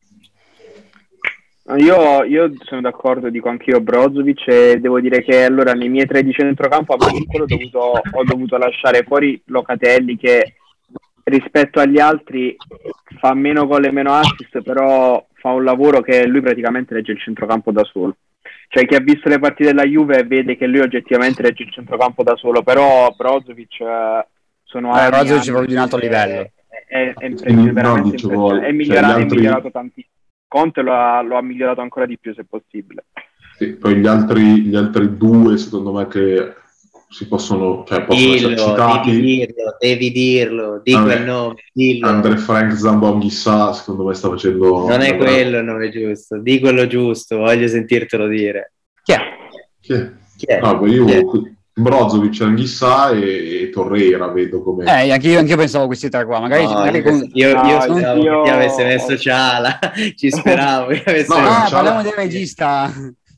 Io, io sono d'accordo, dico anch'io Brozovic, e devo dire che allora nei miei tre di centrocampo a Piccolo ho dovuto, ho dovuto lasciare fuori Locatelli, che rispetto agli altri fa meno gol e meno assist, però fa un lavoro che lui praticamente regge il centrocampo da solo. Cioè, chi ha visto le partite della Juve vede che lui oggettivamente regge il centrocampo da solo, però Brozovic eh, sono Eh, anni, Brozovic è anni proprio di un alto che livello. È, è, è No, impressionante, veramente dicevo, impressionante. È, cioè, migliora- gli è altri- migliorato tantissimo. Conte lo ha, lo ha migliorato ancora di più, se possibile. Sì, poi gli altri, gli altri due, secondo me, che si possono, cioè, possono essere Dillo, citati. devi dirlo, devi dirlo, di Vabbè, quel nome, dillo. Andre Frank Zambonghissà, secondo me, sta facendo. Non è una quello gran- il nome giusto, di quello giusto, voglio sentirtelo dire. Chi è? Chi è? Chi è? No, poi io Chi è? Brozovic, Anghissà e, e Torreira vedo come. Eh, anche io, anche io pensavo questi tre qua. Magari, No, magari io, con... io, No, io speravo io- che ti avesse messo Ciala, ci speravo che avesse No, messo... Ah, Ciala- parliamo del regista.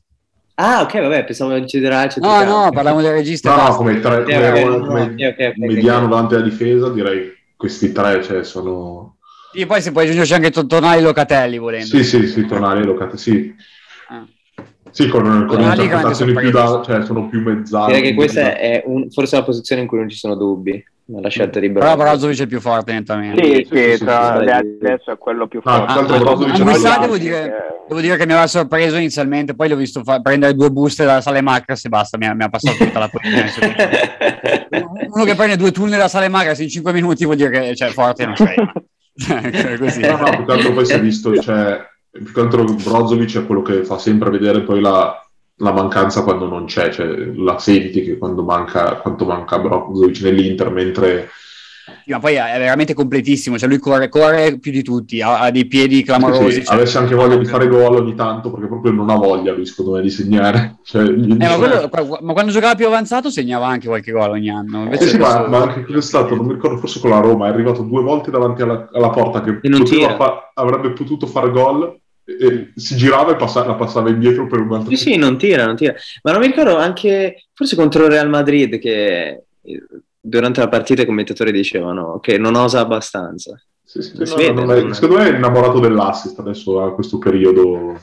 Ah, ok, vabbè, pensavo in generale al No, centrocampo. no, parliamo del regista. No, e no, basta. come, tre, Ok, come, ok, ruolo- no, come ok, ok, ok, mediano ok. davanti alla difesa, direi questi tre, cioè, sono. Sì, poi se puoi aggiungerci anche to- Tonali e Locatelli, volendo. Sì, sì, sì, Tonali, Locatelli, sì. Ah. Sì, con, con Tonali interpretazioni grande più da, sorpresa. cioè sono più mezzali. Direi che questa è un- forse la posizione in cui non ci sono dubbi, nella scelta di Però Brozovic. Brozovic è il più forte, nettamente. Sì, Sì, sì, sì, sì, tra sì. le adesso è quello più No, forte. tra l'altro Poi dopo Brozovic ci sono non gli sa, Anguissa, devo altri dire, che- devo dire che mi aveva sorpreso inizialmente, poi l'ho visto fa- prendere due buste dalla Sale Macras e basta, mi ha, mi ha passato tutta la posizione. Uno che prende due tunnel da Sale Macras in cinque minuti vuol dire che cioè, forte non sei. Ecco, così. No, no, più che altro poi si è visto, cioè, più che altro Brozovic è quello che fa sempre vedere poi la, la mancanza quando non c'è, cioè la senti che quando manca, quanto manca Brozovic nell'Inter, mentre Sì, ma poi è veramente completissimo, cioè lui corre, corre più di tutti, ha, ha dei piedi clamorosi. sì, sì, cioè- avesse anche voglia di fare gol ogni tanto, perché proprio non ha voglia lui, secondo me, di segnare. Cioè, gli- Eh, ma, quello- ma quando giocava più avanzato segnava anche qualche gol ogni anno. Invece Sì, sì, ma, adesso- ma anche quello è stato, non mi ricordo, forse con la Roma, è arrivato due volte davanti alla, alla porta che E non poteva tira. fa- avrebbe potuto fare gol, e, e si girava e passa- la passava indietro per un altro. Sì, sì, non tira, non tira. Ma non mi ricordo anche, forse contro il Real Madrid, che eh, durante la partita i commentatori dicevano che non osa abbastanza. Sì, sì, Non no, si vede, non è- non- secondo me è innamorato dell'assist adesso a questo periodo.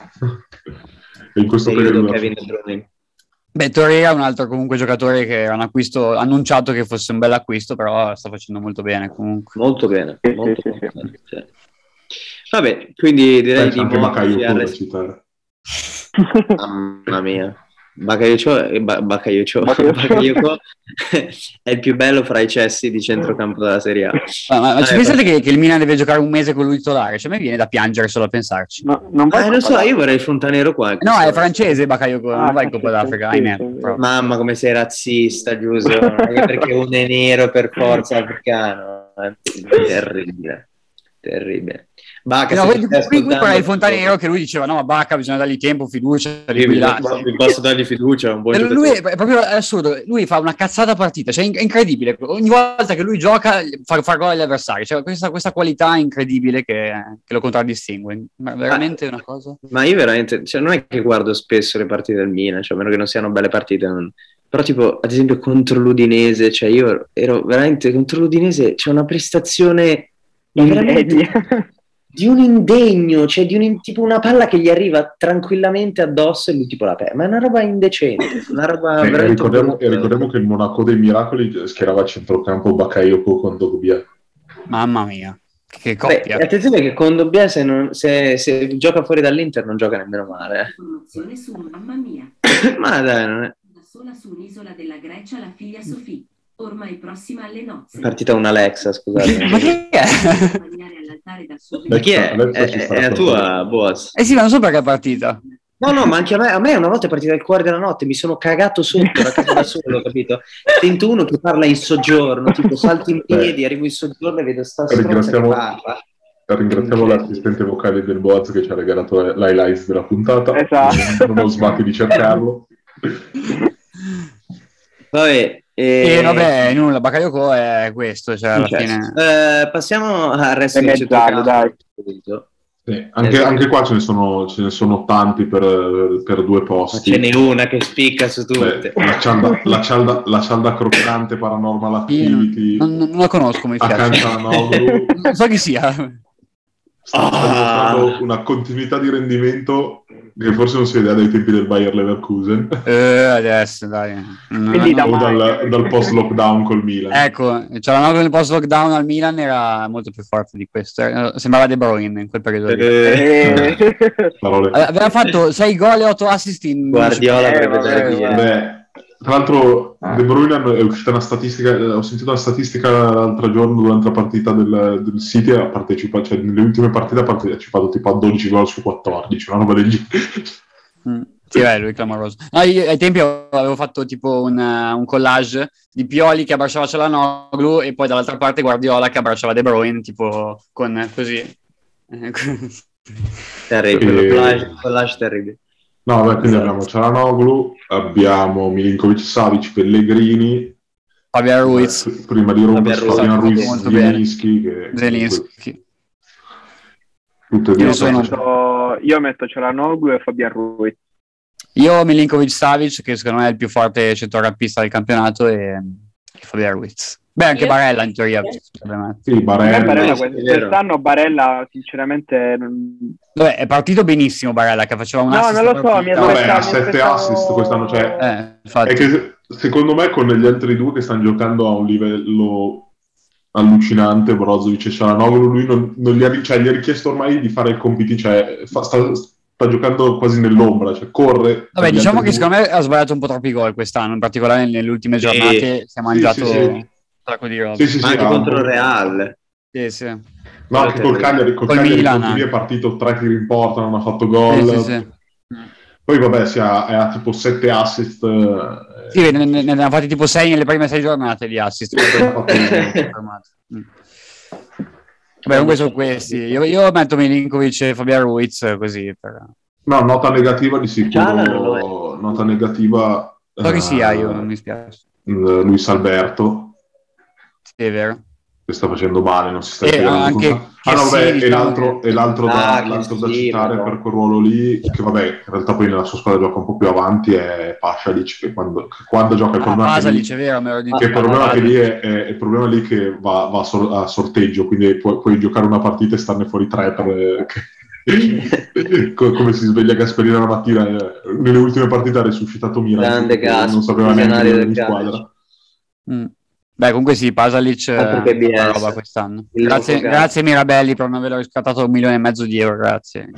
E in questo Periodo periodo, Kevin De Bruyne. Beh, Torreira è un altro comunque giocatore che era un acquisto annunciato che fosse un bel acquisto, però sta facendo molto bene comunque. Molto bene, Sì, molto, sì, molto sì, bene, sì. Vabbè, quindi direi Beh, di c'è anche muoverci Bakayoko al da res- citare. Mamma mia. Bakayoko, eh, Ba- Bakayoko, Bakayoko. Bakayoko è il più bello fra i cessi di centrocampo della Serie A. Ma, ma- ma ci Vabbè, pensate che, che il Milan deve giocare un mese con lui titolare? Cioè a me viene da piangere solo a pensarci. No, non va Eh, in non Coppa so, io d'Africa. vorrei il Fontanero qua. in No, questo- è francese Bakayoko, non Ah, va in sì, Coppa sì, d'Africa, sì, ahimè. sì, sì. Però- Mamma, come sei razzista, Giuseppe. Non è che perché uno è nero per forza africano. Eh. Terribile, terribile. Bacca, No, se qui, ci qui, stai qui parla il ascoltando, Fontanero che lui diceva no ma Bacca bisogna dargli tempo, fiducia, di Io qui vi, là. vi posso dargli fiducia, è un buon E lui giocatore. è, è proprio assurdo, lui fa una cazzata partita, cioè è incredibile, ogni volta che lui gioca fa, fa gol agli avversari, cioè questa, questa qualità incredibile che, che lo contraddistingue, ma veramente una cosa. Ma io veramente, cioè, non è che guardo spesso le partite del Milan, cioè, a meno che non siano belle partite, non- però tipo, ad esempio, contro l'Udinese, cioè io ero veramente, contro l'Udinese c'è una prestazione ma veramente Indegni. di un indegno, cioè di un in- tipo una palla che gli arriva tranquillamente addosso e lui tipo la perde, ma è una roba indecente, una roba E veramente ricordiamo, brutta. e ricordiamo che il Monaco dei Miracoli schierava a centrocampo Bakayoko con Dogbia. Mamma mia, che Beh, coppia. attenzione che con Dobbia se, non- se, se gioca fuori dall'Inter non gioca nemmeno male. Informazione su mamma mia. Ma dai, non è... sola su un'isola della Grecia la figlia Sofì, ormai prossima alle nozze. È partita un Alexa, scusate. Ma chi è? Ma chi è? È, è, è la tua, Boaz? Eh sì, ma non so perché è partita. No, no, ma anche a me, a me una volta è partita il cuore della notte, mi sono cagato sotto da casa da solo, capito? Sento uno che parla in soggiorno, tipo salto in piedi, arrivo in soggiorno e vedo sta stronza che parla. Ringraziamo l'assistente vocale del Boaz che ci ha regalato l'highlights della puntata. Esatto. Non ho sbatti di cercarlo. Vabbè, e... e vabbè, nulla, Bakayoko è questo, cioè alla cioè, fine... Eh, passiamo al resto del centrocampo, dai. Sì, anche, anche qua ce ne sono, ce ne sono tanti per, per due posti. Ma ce n'è una che spicca su tutte. Beh, la, cialda, la, cialda, la cialda croccante Paranormal Activity. Non, non, non la conosco, mi piace. Non so chi sia. Sta dimostrando ah. una continuità di rendimento che forse non si vede dai tempi del Bayer Leverkusen. Eh, adesso, dai. Quindi da o dal, dal post-lockdown col Milan. Ecco, c'era nel post-lockdown al Milan, era molto più forte di questo. Sembrava De Bruyne in quel periodo lì. Eh. Aveva fatto sei gol e otto assist in... Guardiola per vedere via. Beh, tra l'altro De Bruyne è uscita una statistica, ho sentito una statistica l'altro giorno durante la partita del, del City, ha partecipato, cioè nelle ultime partite ha partecipato tipo a dodici gol su quattordici, una roba del genere. Mm. Sì, beh, lui è clamoroso. No, io ai tempi avevo fatto tipo un, un collage di Pioli che abbracciava Çalhanoğlu e poi dall'altra parte Guardiola che abbracciava De Bruyne, tipo con così. Terribile, e... collage, collage terribile. No, beh, quindi abbiamo Çalhanoğlu, abbiamo Milinkovic, Savic, Pellegrini, Fabian Ruiz, eh, prima di Roma, Fabian Ruiz, Zielinski, che Zielinski. Tutte io, metto, io metto Çalhanoğlu e Fabian Ruiz. Io Milinkovic, Savic, che secondo me è il più forte centrocampista del campionato, e Fabian Ruiz. Beh, anche io... Barella in teoria. Sì, Barella. Barella quest'anno Barella sinceramente non... Vabbè, è partito benissimo Barella, che faceva un no, assist. No, non lo so, mi Vabbè, ha sette assist quest'anno, cioè eh, è che secondo me con gli altri due che stanno giocando a un livello allucinante, Brozovic e Çalhanoğlu, lui non, non gli, ha, cioè, gli ha richiesto ormai di fare il compiti, cioè fa, sta, sta giocando quasi nell'ombra, cioè corre. Vabbè, diciamo che secondo me ha sbagliato un po' troppi gol quest'anno, in particolare nelle ultime giornate, si è mangiato sì, sì, sì. un sacco di roba. Sì, sì, ma sì, anche ah, contro il Real. Sì, sì. No, anche col Cagliari, col, col Cagliari Milan, è partito tre tiri in porta, non ha fatto gol. Sì, sì, sì. Poi vabbè, si ha, ha tipo sette assist. Eh... Sì, ne, ne, ne ha fatti tipo sei nelle prime sei giornate di assist. mm. Beh, comunque sono questi. Io, io metto Milinkovic e Fabian Ruiz così. Per... No, nota negativa di sicuro. Nota negativa. So chi sia, io non mi spiace. Luis Alberto. Sì, è vero. Che sta facendo male, non si sta spiegando. Anche ah no, beh, sì, e l'altro, e l'altro, ah, da, l'altro sì, da citare no. per quel ruolo lì, che vabbè, in realtà poi nella sua squadra gioca un po' più avanti, è Pasalic, che quando, che quando gioca il ah, problema Pasalic, che, è vero, me lo dico. che il problema che lì è, è, è il problema lì che va, va a, sor, a sorteggio, quindi puoi, puoi giocare una partita e starne fuori tre per... come si sveglia Gasperini la mattina, nelle ultime partite ha resuscitato Milan, grande gas, non sapeva neanche in squadra. Mm. Beh, comunque sì, Pasalic è una roba quest'anno. Grazie, grazie Mirabelli per non aver riscattato un milione e mezzo di euro, grazie.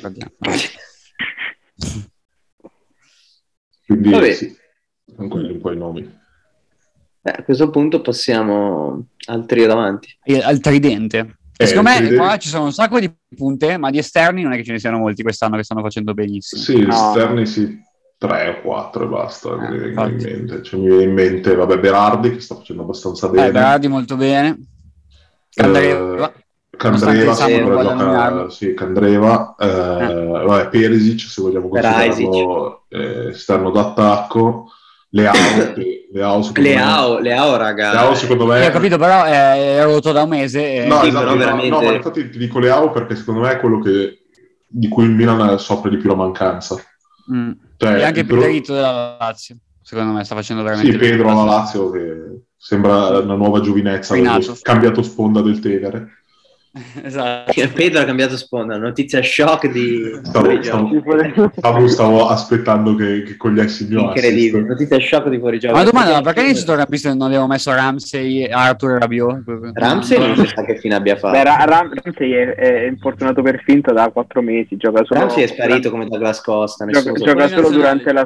Quindi vabbè. Sì, sono quelli un po' i nomi. Beh, a questo punto passiamo al trio davanti. E, al tridente. Eh, secondo me tridente. Qua ci sono un sacco di punte, ma di esterni non è che ce ne siano molti quest'anno che stanno facendo benissimo. Sì, no. Esterni sì. tre o quattro e basta, eh, mi viene in mente. Cioè, mi viene in mente, vabbè, Berardi che sta facendo abbastanza bene. Eh, Berardi molto bene. Candreva. Eh, Candreva, sì, gioca, sì, Candreva. Eh, eh. Vabbè, Perisic, se vogliamo considerarlo eh, esterno d'attacco. Leao, Leao, Leao, me... Leao, raga. Leao, secondo me... Io ho capito, però è, è rotto da un mese. E... No, sì, esatto, però no, veramente... no, ma infatti ti dico Leao perché secondo me è quello che di cui il Milan soffre di più la mancanza. Mm. Cioè, e anche Pedrito della Lazio secondo me sta facendo veramente sì, Pedro alla Lazio che sembra una nuova giovinezza, cambiato sponda del Tevere. Esatto. Pedro ha cambiato sponda, notizia shock di stavo, stavo, stavo, stavo aspettando che, che cogliessi il mio incredibile assist. Notizia shock di fuorigioco. Ma domanda, ma perché nei centrocampisti non abbiamo messo Ramsey, Arthur e Rabiot? Ramsey non si sa che fine abbia fatto. Beh, Ramsey è, è infortunato per finta da quattro mesi, gioca solo. Ramsey è sparito come Douglas Costa, gioca, gioca solo durante la sosta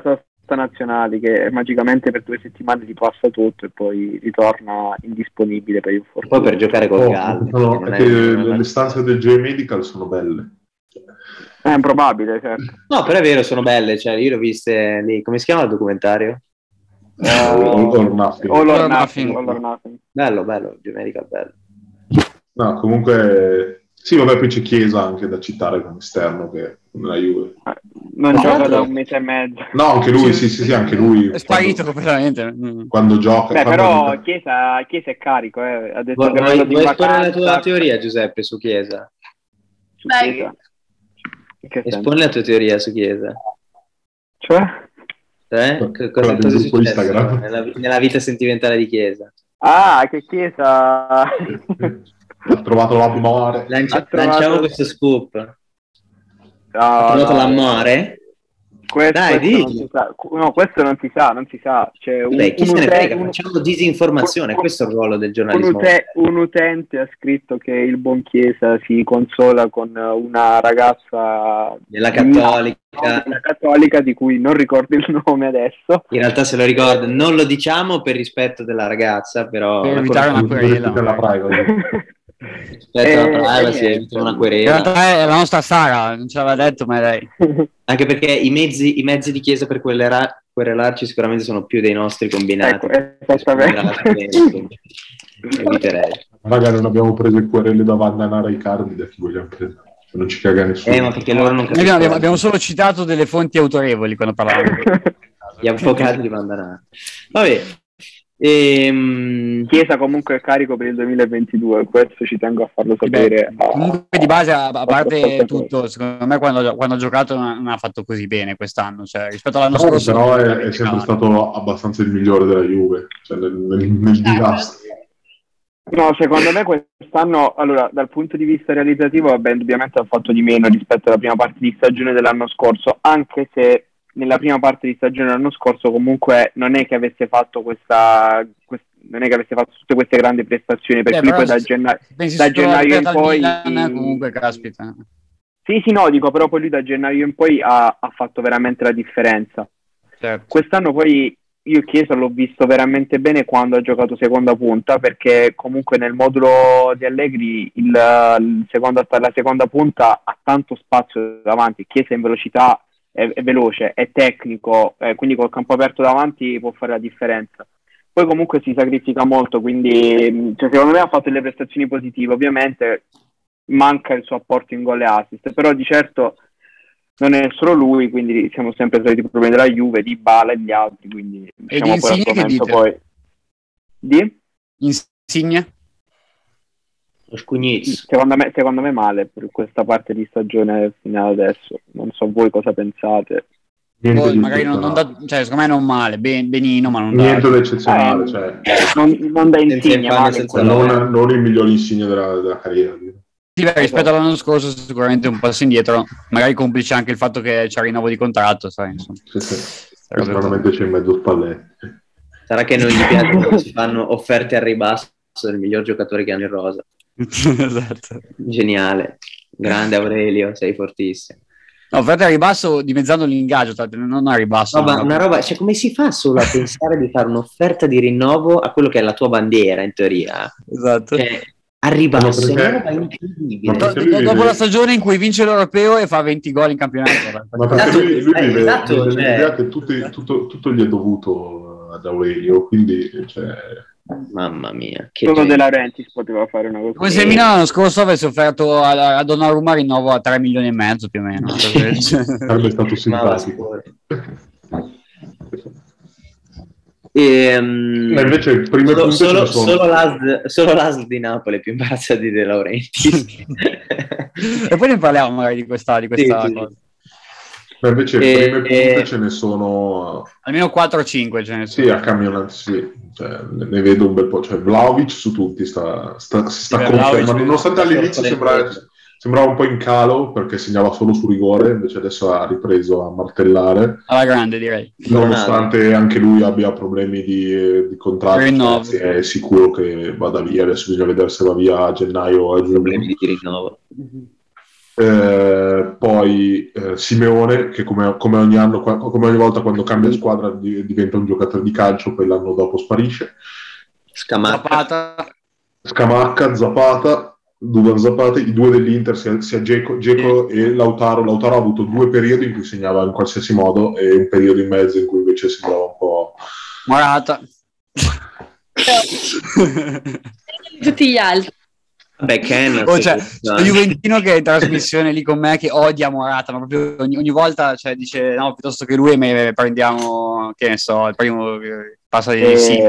nazionali che magicamente per due settimane ripassa tutto e poi ritorna indisponibile per il E poi fortuna. per giocare col Oh, Galles. sono- che non è è- che non è- le, le stanze del J-Medical sono belle. È improbabile, certo. No, però è vero, sono belle. Cioè, io l'ho viste lì. Come si chiama il documentario? Eh, All or Nothing. All or All or Nothing, Nothing. All or Nothing. Bello, bello. Generica, bello. No, comunque sì, vabbè, poi c'è Chiesa anche da citare come esterno che nella Juve. Eh, Non Ma gioca tra da l'altro- un mese e mezzo. No, anche lui, sì, sì, sì, anche lui. È sparito Quando, completamente. Mm. quando gioca. Beh, quando però gioca- Chiesa, Chiesa è carico, eh. Ha detto Vuoi, che è vuoi, andato in vuoi esporre la tua vacanza teoria, Giuseppe, su Chiesa? su Beh, Chiesa. In che senso? Esponi la tua teoria su Chiesa. Cioè? Cioè, Quella che cosa, del cosa è gruppo successo Instagram. nella, nella vita sentimentale di Chiesa? Ah, che Chiesa... Ha trovato l'amore. Lancia- Ha trovato- Lanciamo questo scoop. Ha No, trovato no, l'amore? questo, Dai, questo non dillo. si sa. No, questo non si sa, non si sa. C'è un, Beh, chi un se ne uten- frega? un- Facciamo disinformazione, un- questo è il ruolo del un, giornalismo. ute- un utente ha scritto che il buon Chiesa si consola con una ragazza Della di Milano, cattolica. della cattolica di cui non ricordo il nome adesso. In realtà se lo ricorda, non lo diciamo per rispetto della ragazza, però Per una evitare cosa- una querela. Per la privacy. rispetto alla Eh, privacy, eh, evita una In querela. realtà è la nostra Sara, non ce l'aveva detto, ma è lei. Anche perché i mezzi, i mezzi di chiesa per querela- querelarci sicuramente sono più dei nostri combinati. Ecco, esattamente. Eviterei. Raga, non abbiamo preso i querele da Vandanara e Icardi, da chi vogliamo prendere? Non ci caga nessuno. Eh, ma perché loro non Noi abbiamo, capiscono. abbiamo solo citato delle fonti autorevoli quando parlavamo. Gli avvocati di Vandanara. Vabbè. Ehm, Chiesa comunque è carico per il duemilaventidue, questo ci tengo a farlo Beh, sapere. a- comunque di base, a, a parte ascoltatori. tutto, secondo me quando, quando ha giocato non, non ha fatto così bene quest'anno, cioè rispetto all'anno No, scorso. però non è, è veramente sempre calato. stato abbastanza il migliore della Juve, cioè nel, nel, nel disastro. No, secondo me quest'anno, allora, dal punto di vista realizzativo, vabbè, indubbiamente ha fatto di meno rispetto alla prima parte di stagione dell'anno scorso, anche se nella prima parte di stagione dell'anno scorso comunque non è che avesse fatto questa, quest- non è che avesse fatto tutte queste grandi prestazioni, perché Beh, lui però poi da, se- genna- se pensi da solo alla gennaio in partita al poi... Milan, comunque caspita. Sì, sì, no, dico, però poi lui da gennaio in poi ha, ha fatto veramente la differenza. Certo. Quest'anno poi io Chiesa l'ho visto veramente bene quando ha giocato seconda punta, perché comunque nel modulo di Allegri il, il secondo, la seconda punta ha tanto spazio davanti. Chiesa in velocità è, è veloce, è tecnico, eh, quindi col campo aperto davanti può fare la differenza. Poi comunque si sacrifica molto, quindi cioè, secondo me ha fatto delle prestazioni positive. Ovviamente manca il suo apporto in gol e assist, però di certo non è solo lui, quindi siamo sempre soliti problemi della Juve, di Bala e gli altri, quindi E diciamo di poi Insigne che l'argomento dite? poi di? Insigne? lo Scugnizzo. Secondo me, secondo me male per questa parte di stagione fino ad adesso, non so voi cosa pensate. Niente Poi di magari non, non da, eccezionale. cioè secondo me non male, ben- benino, ma non da... Niente di eccezionale, Eh, cioè, non, non da Senza Insigne, infamia, male senza quello. non, non il miglior insigne della, della carriera. Sì, beh, rispetto all'anno scorso sicuramente un passo indietro, magari complice anche il fatto che c'è il rinnovo di contratto, sai, insomma. Sì, sì. Sarebbe Sicuramente c'è in mezzo Spalletti. Sarà che non gli piace quando si fanno offerte al ribasso del miglior giocatore che hanno in rosa. Esatto. Geniale. Grande Aurelio, sei fortissimo. No, offerte a ribasso dimezzando l'ingaggio, tra l'altro, non a ribasso. No, ma no. una roba, cioè come si fa solo a pensare di fare un'offerta di rinnovo a quello che è la tua bandiera, in teoria? Esatto. Cioè, a ribasso, Ma è perché- una roba incredibile. ma Do- perché lui dopo vive- la stagione in cui vince l'Europeo e fa venti gol in campionato. Ma perché Esatto, lui, lui eh, vive, esatto, vive cioè- nell'idea che tutti- tutto, tutto gli è dovuto ad Aurelio, quindi cioè, Mamma mia, che Solo genio. De Laurentiis poteva fare una cosa. Come se il Milan l'anno scorso avesse offerto a, a Donnarumma rinnovo a tre milioni e mezzo più o meno. sarebbe stato Ma simpatico. Ehm, Ma invece prime solo, punte ce solo, ne sono. solo l'A S D, solo l'A S D di Napoli è più imbarazzata di De Laurentiis. E poi ne parliamo magari di questa, di questa Sì, sì, cosa. sì. Ma invece E- prime punte e- ce ne sono. Almeno quattro o cinque ce ne sono. Sì, a campionato, sì. Cioè, ne ne vedo un bel po'. Cioè, Vlahovic su tutti sta, sta, si sta Sì, beh, confermando. Vlahovic- Nonostante sta all'inizio sembrava, sorprendendo. sembrava un po' in calo perché segnava solo su rigore, invece adesso ha ripreso a martellare. Alla grande, direi. Nonostante anche lui abbia problemi di, di contratto, Rinnovo. anzi, è sicuro che vada via. Adesso bisogna vedere se va via a gennaio o a giugno. Problemi di rinnovo. Eh, poi eh, Simeone, che come, come ogni anno, come ogni volta quando cambia squadra di, diventa un giocatore di calcio, poi l'anno dopo sparisce. Scamacca. Zapata. Scamacca, Zapata, Duvan Zapata, i due dell'Inter, sia, sia Dzeko, Dzeko e Lautaro. Lautaro ha avuto due periodi in cui segnava in qualsiasi modo e un periodo in mezzo in cui invece sembrava un po'... Morata. Tutti gli altri. Beh, Ken, oh, cioè, lo Juventino che è in trasmissione lì con me che odia Morata, ma proprio ogni, ogni volta cioè, dice no, piuttosto che lui me prendiamo, che ne so, il primo che passa di Eh, Simi.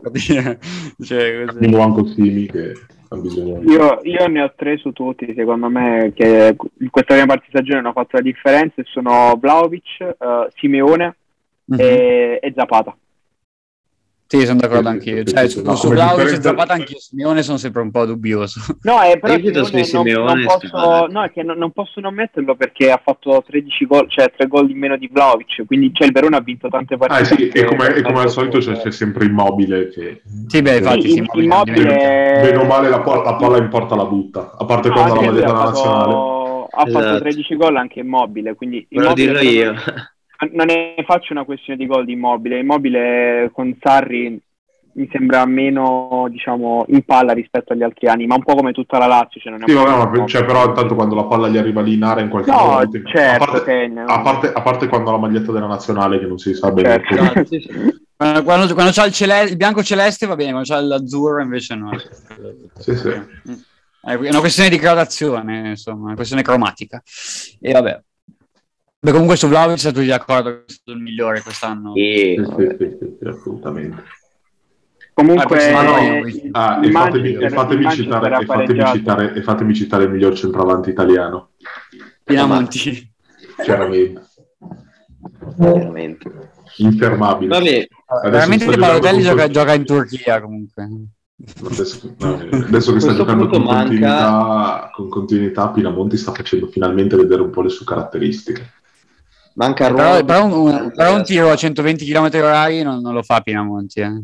Cioè, Abbiamo anche Simi che ha bisogno. Io, io ne ho tre su tutti, secondo me, che in questa prima parte di stagione hanno fatto la differenza e sono Vlahovic, uh, Simeone mm-hmm. e, e Zapata. Sì, sono d'accordo anch'io. Cioè, su, no, su Vlahovic e Zapata anch'io Simeone sono sempre un po' dubbioso. No, è però io Simeone Simeone non, non posso, no, è che non, non posso non metterlo perché ha fatto tredici gol, cioè tre gol in meno di Vlahovic, quindi cioè, il Verona ha vinto tante partite. Ah, sì, e come, e come al solito c'è, c'è sempre Immobile che... Sì, beh, infatti sì, sì, Immobile... Immobile... Bene o male la, la palla in porta la butta, a parte no, quando la maglietta ha nazionale. fatto, ha Esatto. fatto tredici gol anche Immobile, quindi Volevo dirlo io. Non, non ne faccio una questione di gol di Immobile. Immobile con Sarri mi sembra meno, diciamo, in palla rispetto agli altri anni, ma un po' come tutta la Lazio. Cioè non è sì, vabbè, ma cioè, però intanto quando la palla gli arriva lì in area in qualche no, modo... certo, a, parte, segna, a, parte, a parte quando la maglietta della nazionale che non si sa bene... certo. Sì, sì. Quando, quando, quando c'ha il, cele- il bianco celeste va bene, quando c'ha l'azzurro invece no. Sì, sì. È una questione di gradazione, insomma, una questione cromatica. E vabbè. Beh, comunque su Vlahovic siamo tutti d'accordo che è stato il migliore quest'anno. Sì, sì, sì, sì, sì, sì, assolutamente. Comunque ah, eh, ah, e fatemi, e fatemi citare, e fatemi citare, e fatemi citare il miglior centravanti italiano. Pinamonti. Chiaramente. Chiaramente. Infermabile. Vabbè, veramente Balotelli gioca, con... gioca in Turchia comunque. Adesso, no, adesso che sta giocando con continuità, manca... con continuità, Pinamonti sta facendo finalmente vedere un po' le sue caratteristiche. Manca eh, però, però, un, un, però un tiro a centoventi chilometri orari non, non lo fa Pinamonti. Eh.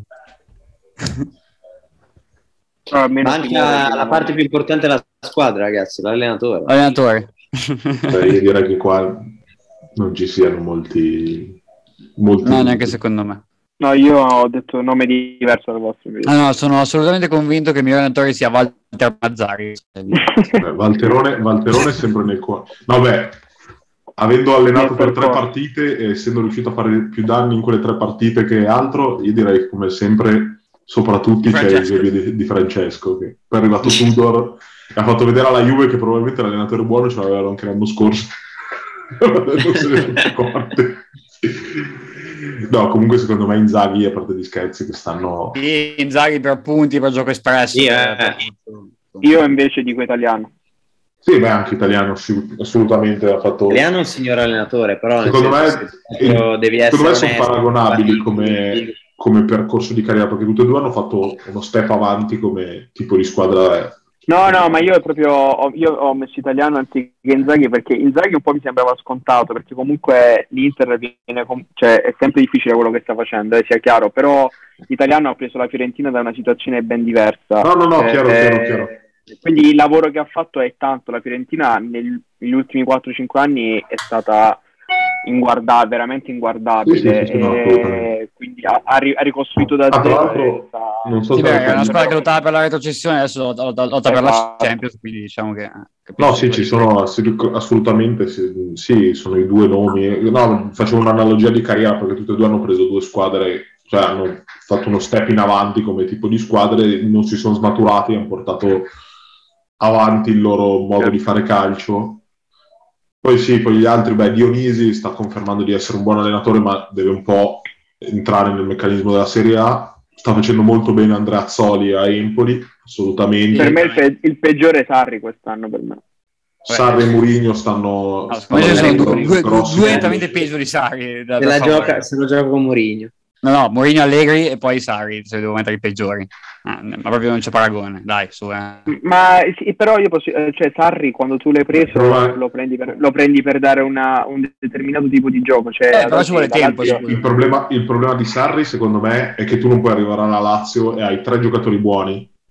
No, manca la parte più importante della squadra, ragazzi, l'allenatore. L'allenatore. Beh, io direi che qua non ci siano molti... molti no, neanche secondo me. No, io ho detto un nome diverso dal vostro. Ah, no, sono assolutamente convinto che il mio allenatore sia Walter Mazzari. Beh, Valterone, Valterone è sempre nel cuore. Vabbè, avendo allenato per tre partite e essendo riuscito a fare più danni in quelle tre partite che altro, io direi che come sempre sopra tutti c'è il G di, di Francesco, che poi è arrivato Tudor e ha fatto vedere alla Juve che probabilmente l'allenatore buono ce l'aveva anche l'anno scorso. Non se ne sono accorti. No, comunque secondo me Inzaghi, a parte di scherzi, che stanno... Sì, Inzaghi per punti, per gioco espresso. Sì, eh. Io invece dico italiano. Sì, beh, anche italiano assolutamente ha fatto... Italiano è un signor allenatore, però secondo me, il, devi secondo me sono paragonabili come, come percorso di carriera, perché tutti e due hanno fatto uno step avanti come tipo di squadra. No, no, ma io proprio io ho messo italiano anziché Inzaghi perché Inzaghi un po' mi sembrava scontato, perché comunque l'Inter viene com- cioè è sempre difficile quello che sta facendo, eh, sia chiaro, però l'italiano ha preso la Fiorentina da una situazione ben diversa. No, no, no, eh, chiaro, chiaro, chiaro. Quindi il lavoro che ha fatto è tanto. La Fiorentina nel, negli ultimi quattro cinque anni è stata inguardabile, veramente inguardabile, sì, sì, sì, no, e quindi ha, ha ricostruito da ah, zero. Non so sì, se beh, è una squadra che lottava per la retrocessione, adesso lotta, lotta, lotta per la Champions, quindi diciamo che... No, sì, ci sono assolutamente, sì, sì, sono i due nomi. No, facevo un'analogia di carriera perché tutti e due hanno preso due squadre, cioè hanno fatto uno step in avanti come tipo di squadre, non si sono snaturati, hanno portato avanti il loro modo di fare calcio. Poi sì, poi gli altri, beh, Dionisi sta confermando di essere un buon allenatore, ma deve un po' entrare nel meccanismo della Serie A. Sta facendo molto bene Andrea Azzoli a Empoli, assolutamente. Per me il, pe- il peggiore è Sarri quest'anno per me. Sarri e Mourinho stanno... No, stanno sono due, due, due nettamente peggio di Sarri. Da, se, da la gioca, se lo gioca con Mourinho. No, no, Mourinho, Allegri e poi Sarri, se devo mettere i peggiori. Ah, ma proprio non c'è paragone, dai, su. Eh. Ma sì, però io posso... Cioè, Sarri, quando tu l'hai preso, lo, lo, prendi, per, lo prendi per dare una, un determinato tipo di gioco. Cioè, eh, però ci vuole tempo. Il, il, problema, il problema di Sarri, secondo me, è che tu non puoi arrivare alla Lazio e hai tre giocatori buoni,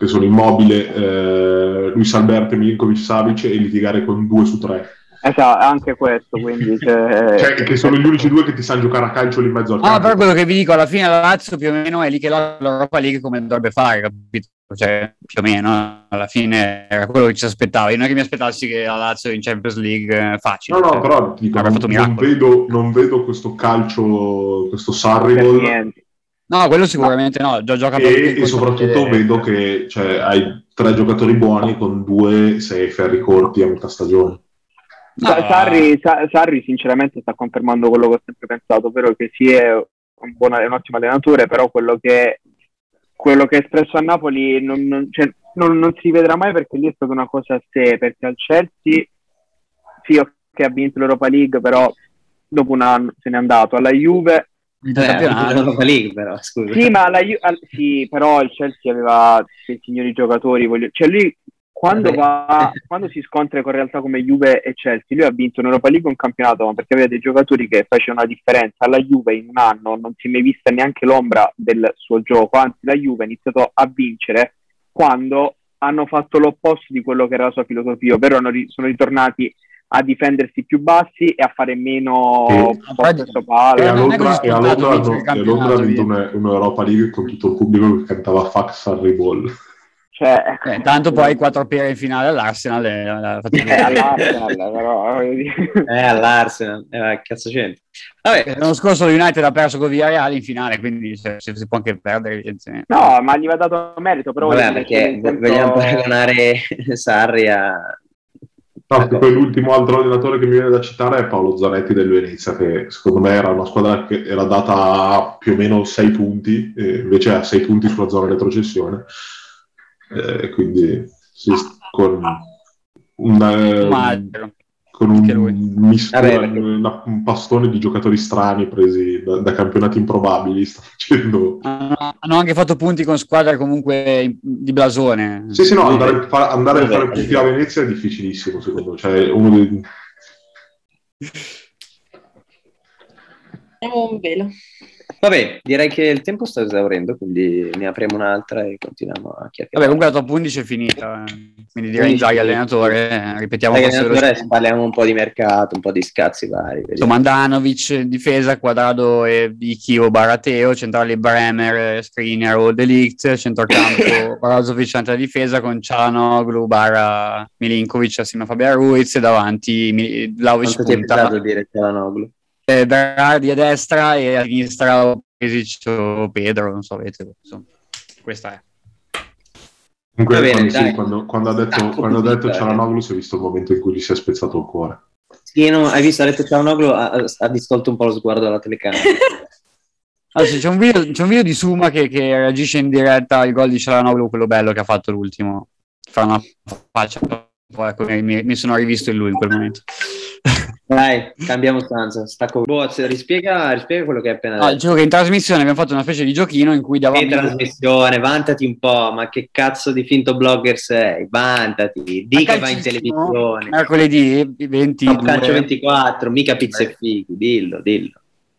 che sono Immobile, eh, Luis Alberto, Milinkovic-Savic, e litigare con due su tre. Esatto, anche questo, quindi cioè, cioè, che sono gli unici due che ti sanno giocare a calcio lì in mezzo al No, campo. però quello che vi dico, alla fine la Lazio più o meno è lì che l'Europa League come dovrebbe fare, capito? Cioè, più o meno, alla fine era quello che ci aspettava. Io non è che mi aspettassi che la Lazio in Champions League eh, facile. No, no, cioè, però ti dico, non, fatto non, vedo, non vedo questo calcio, questo Sarri ball. No, quello sicuramente no, già gioca e, e soprattutto vedo che cioè, hai tre giocatori buoni con due sei ferri corti a metà stagione. No. Sarri, Sarri sinceramente sta confermando quello che ho sempre pensato, ovvero che sì, è un, buon, è un ottimo allenatore, però quello che quello che ha espresso a Napoli non, non, cioè, non, non si vedrà mai, perché lì è stata una cosa a sé, perché al Chelsea sì, ok, ha vinto l'Europa League, però dopo un anno se n'è andato. Alla Juve l'Europa League, però scusa. Sì, ma alla Ju- al, sì, però il Chelsea aveva dei signori giocatori, voglio, cioè lui quando va quando si scontra con realtà come Juve e Chelsea, lui ha vinto un'Europa League e un campionato perché aveva dei giocatori che facevano la differenza. Alla Juve in un anno non si è mai vista neanche l'ombra del suo gioco, anzi la Juve ha iniziato a vincere quando hanno fatto l'opposto di quello che era la sua filosofia, ovvero hanno ri- sono ritornati a difendersi più bassi e a fare meno possesso palla. E a Londra, e a Londra, hanno, e Londra ha vinto una, un'Europa League con tutto il pubblico che cantava Fax Sarri Ball. Cioè, eh, tanto poi quattro pere in finale all'Arsenal e, eh, all'Arsenal però eh, all'Arsenal eh, cazzo c'entra. Vabbè. L'anno scorso l'United ha perso con Villarreal in finale, quindi cioè, si, si può anche perdere. No, ma gli va dato merito, però vabbè, perché senso... vogliamo paragonare Sarri a no, poi l'ultimo altro allenatore che mi viene da citare è Paolo Zanetti del Venezia, che secondo me era una squadra che era data a più o meno sei punti, e invece ha sei punti sulla zona retrocessione. Eh, quindi sì, con un, con un mistura, una, un pastone di giocatori strani presi da, da campionati improbabili sta facendo. Ah, hanno anche fatto punti con squadre comunque di blasone. Sì, sì, no, andare, fa, andare a fare punti a Venezia è difficilissimo, secondo me. Cioè, uno dei... Abbiamo un velo. Vabbè, direi che il tempo sta esaurendo, quindi ne apriamo un'altra e continuiamo a chiacchierare. Vabbè, comunque la top undici è finita, quindi direi già allenatore, eh, ripetiamo allenatore, parliamo un po' di mercato, un po' di scazzi vari. Insomma, Mandanovic, difesa, Quadrado e Ichio Barateo, centrali Bremer, Skriniar o De Ligt, centrocampo Brozovic centro difesa con Çalhanoğlu barra Milinkovic assieme a Fabian Ruiz e davanti Vlahovic punta. Quanto ti è pesato dire Çalhanoğlu? Eh, Berardi a destra e a sinistra Pesic o Pedro, non so, avete, insomma, questa è. Comunque, bene, sì, quando, quando ha detto, quando ha detto Çalhanoğlu si è visto il momento in cui gli si è spezzato il cuore. Sì, no, hai visto, ha detto Çalhanoğlu, ha, ha distolto un po' lo sguardo dalla telecamera. Allora, c'è, un video, c'è un video di Suma che, che reagisce in diretta al gol di Çalhanoğlu, quello bello che ha fatto l'ultimo. Fa una faccia, poi ecco, mi, mi sono rivisto in lui in quel momento. Dai, cambiamo stanza. Stacco. Boz, rispiega, rispiega quello che hai appena detto. Ah, dicevo che in trasmissione abbiamo fatto una specie di giochino in cui davamo. In trasmissione, vantati un po', ma che cazzo di finto blogger sei? Vantati, di che vai in televisione. Mercoledì ventidue. No, calcio ventiquattro, mica pizza e fighi, dillo, dillo.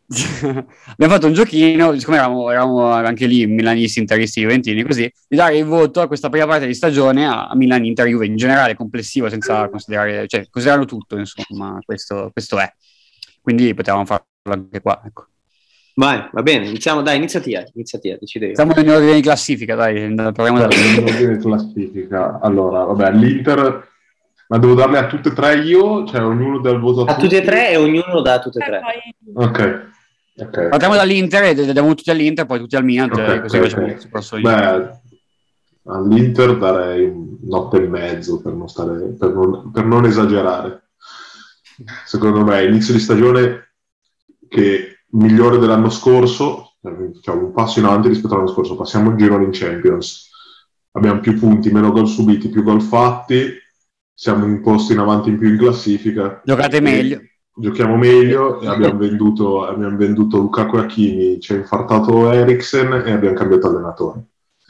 Abbiamo fatto un giochino, siccome eravamo, eravamo anche lì milanisti, interisti, juventini, così, di dare il voto a questa prima parte di stagione a, a Milan, Inter, Juve in generale, complessivo, senza considerare, cioè considerando tutto, insomma, questo, questo è. Quindi potevamo farlo anche qua, ecco. Vai, va bene, iniziamo, dai, inizia Tia, inizia Tia, decide io. Siamo in ordine di classifica, dai, proviamo da in ordine di classifica. Allora, vabbè, l'Inter, ma devo darle a tutte e tre io? Cioè ognuno dà il voto a, a tutti e tre e ognuno dà a tutte e tre. Ok. Okay. Partiamo dall'Inter e diamo tutti all'Inter, poi tutti al Milan, okay, così okay, okay. Beh, all'Inter darei un otto e mezzo per non, stare, per, non, per non esagerare. Secondo me inizio di stagione che migliore dell'anno scorso, diciamo un passo in avanti rispetto all'anno scorso, passiamo il girone in Champions, abbiamo più punti, meno gol subiti, più gol fatti, siamo un posto in avanti in più in classifica. Giocate meglio. Giochiamo meglio e abbiamo venduto, abbiamo venduto Lukaku e Hakimi, ci ha infartato Eriksen e abbiamo cambiato allenatore.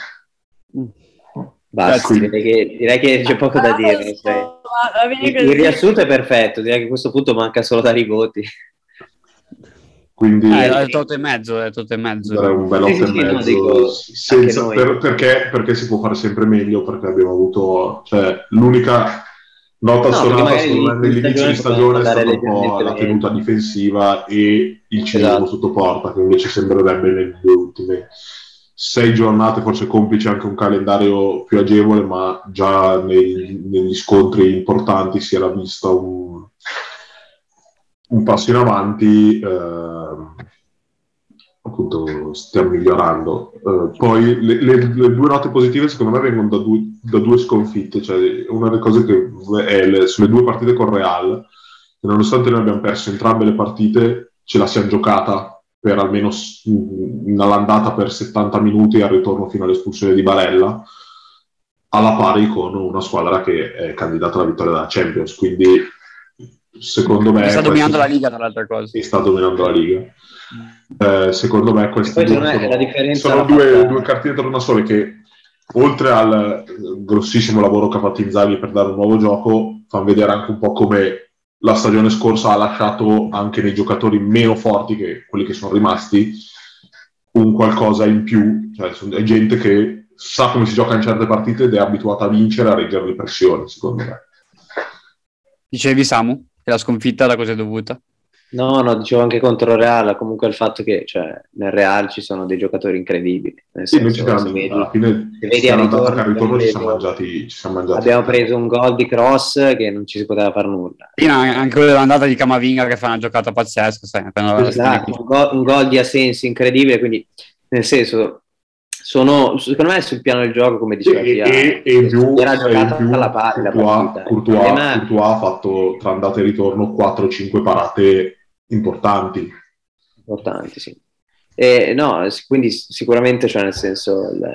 Basta, direi che, direi che c'è poco da dire. Cioè, il, il riassunto è perfetto, direi che a questo punto manca solo dare i voti. Quindi eh, è otto e mezzo, è otto e mezzo. È un bel otto e mezzo, senza, per, perché, perché si può fare sempre meglio, perché abbiamo avuto, cioè, l'unica nota No, sonata secondo me nell'inizio di stagione è stata un po' la bene. tenuta difensiva e il cinismo Esatto. sotto porta, che invece sembrerebbe nelle ultime sei giornate, forse complice anche un calendario più agevole, ma già nei, negli scontri importanti si era vista un, un passo in avanti. Eh, appunto stiamo migliorando. Uh, poi le, le, le due note positive secondo me vengono da due, da due sconfitte, cioè una delle cose che è le, sulle due partite con Real, che nonostante noi abbiamo perso entrambe le partite, ce la siamo giocata per almeno all'andata per settanta minuti e al ritorno fino all'espulsione di Barella, alla pari con una squadra che è candidata alla vittoria della Champions, quindi secondo me sta dominando questo... la Liga, tra le altre cose. Sta dominando la Liga. Eh, secondo me queste due sono, la differenza sono la due, fatta... due cartine tornasole che, oltre al grossissimo lavoro che ha fatto Inzaghi per dare un nuovo gioco, fanno vedere anche un po' come la stagione scorsa ha lasciato anche nei giocatori meno forti, che quelli che sono rimasti, un qualcosa in più. Cioè, è gente che sa come si gioca in certe partite ed è abituata a vincere, a reggere le pressioni, secondo me. Dicevi, Samu, che la sconfitta da cosa è dovuta? No, no, dicevo anche contro Real, comunque il fatto che, cioè, nel Real ci sono dei giocatori incredibili. Nel sì, senso, noi ci siamo, se vedi, alla fine se vedi a ritorno, al ritorno ci siamo preso, mangiati, ci siamo mangiati. Abbiamo preso un gol di cross che non ci si poteva far nulla. Sì, no, anche quello dell'andata di Camavinga che fa una giocata pazzesca. Sai, esatto, un gol, un gol di Asensi incredibile, quindi nel senso, sono, secondo me sul piano del gioco, come diceva e, Pia, e, e più, era giocata più alla pari la partita. Courtois, Problema... Courtois ha fatto tra andata e ritorno quattro cinque parate importanti. Importanti, sì. E, no, quindi sicuramente, cioè, nel senso, il,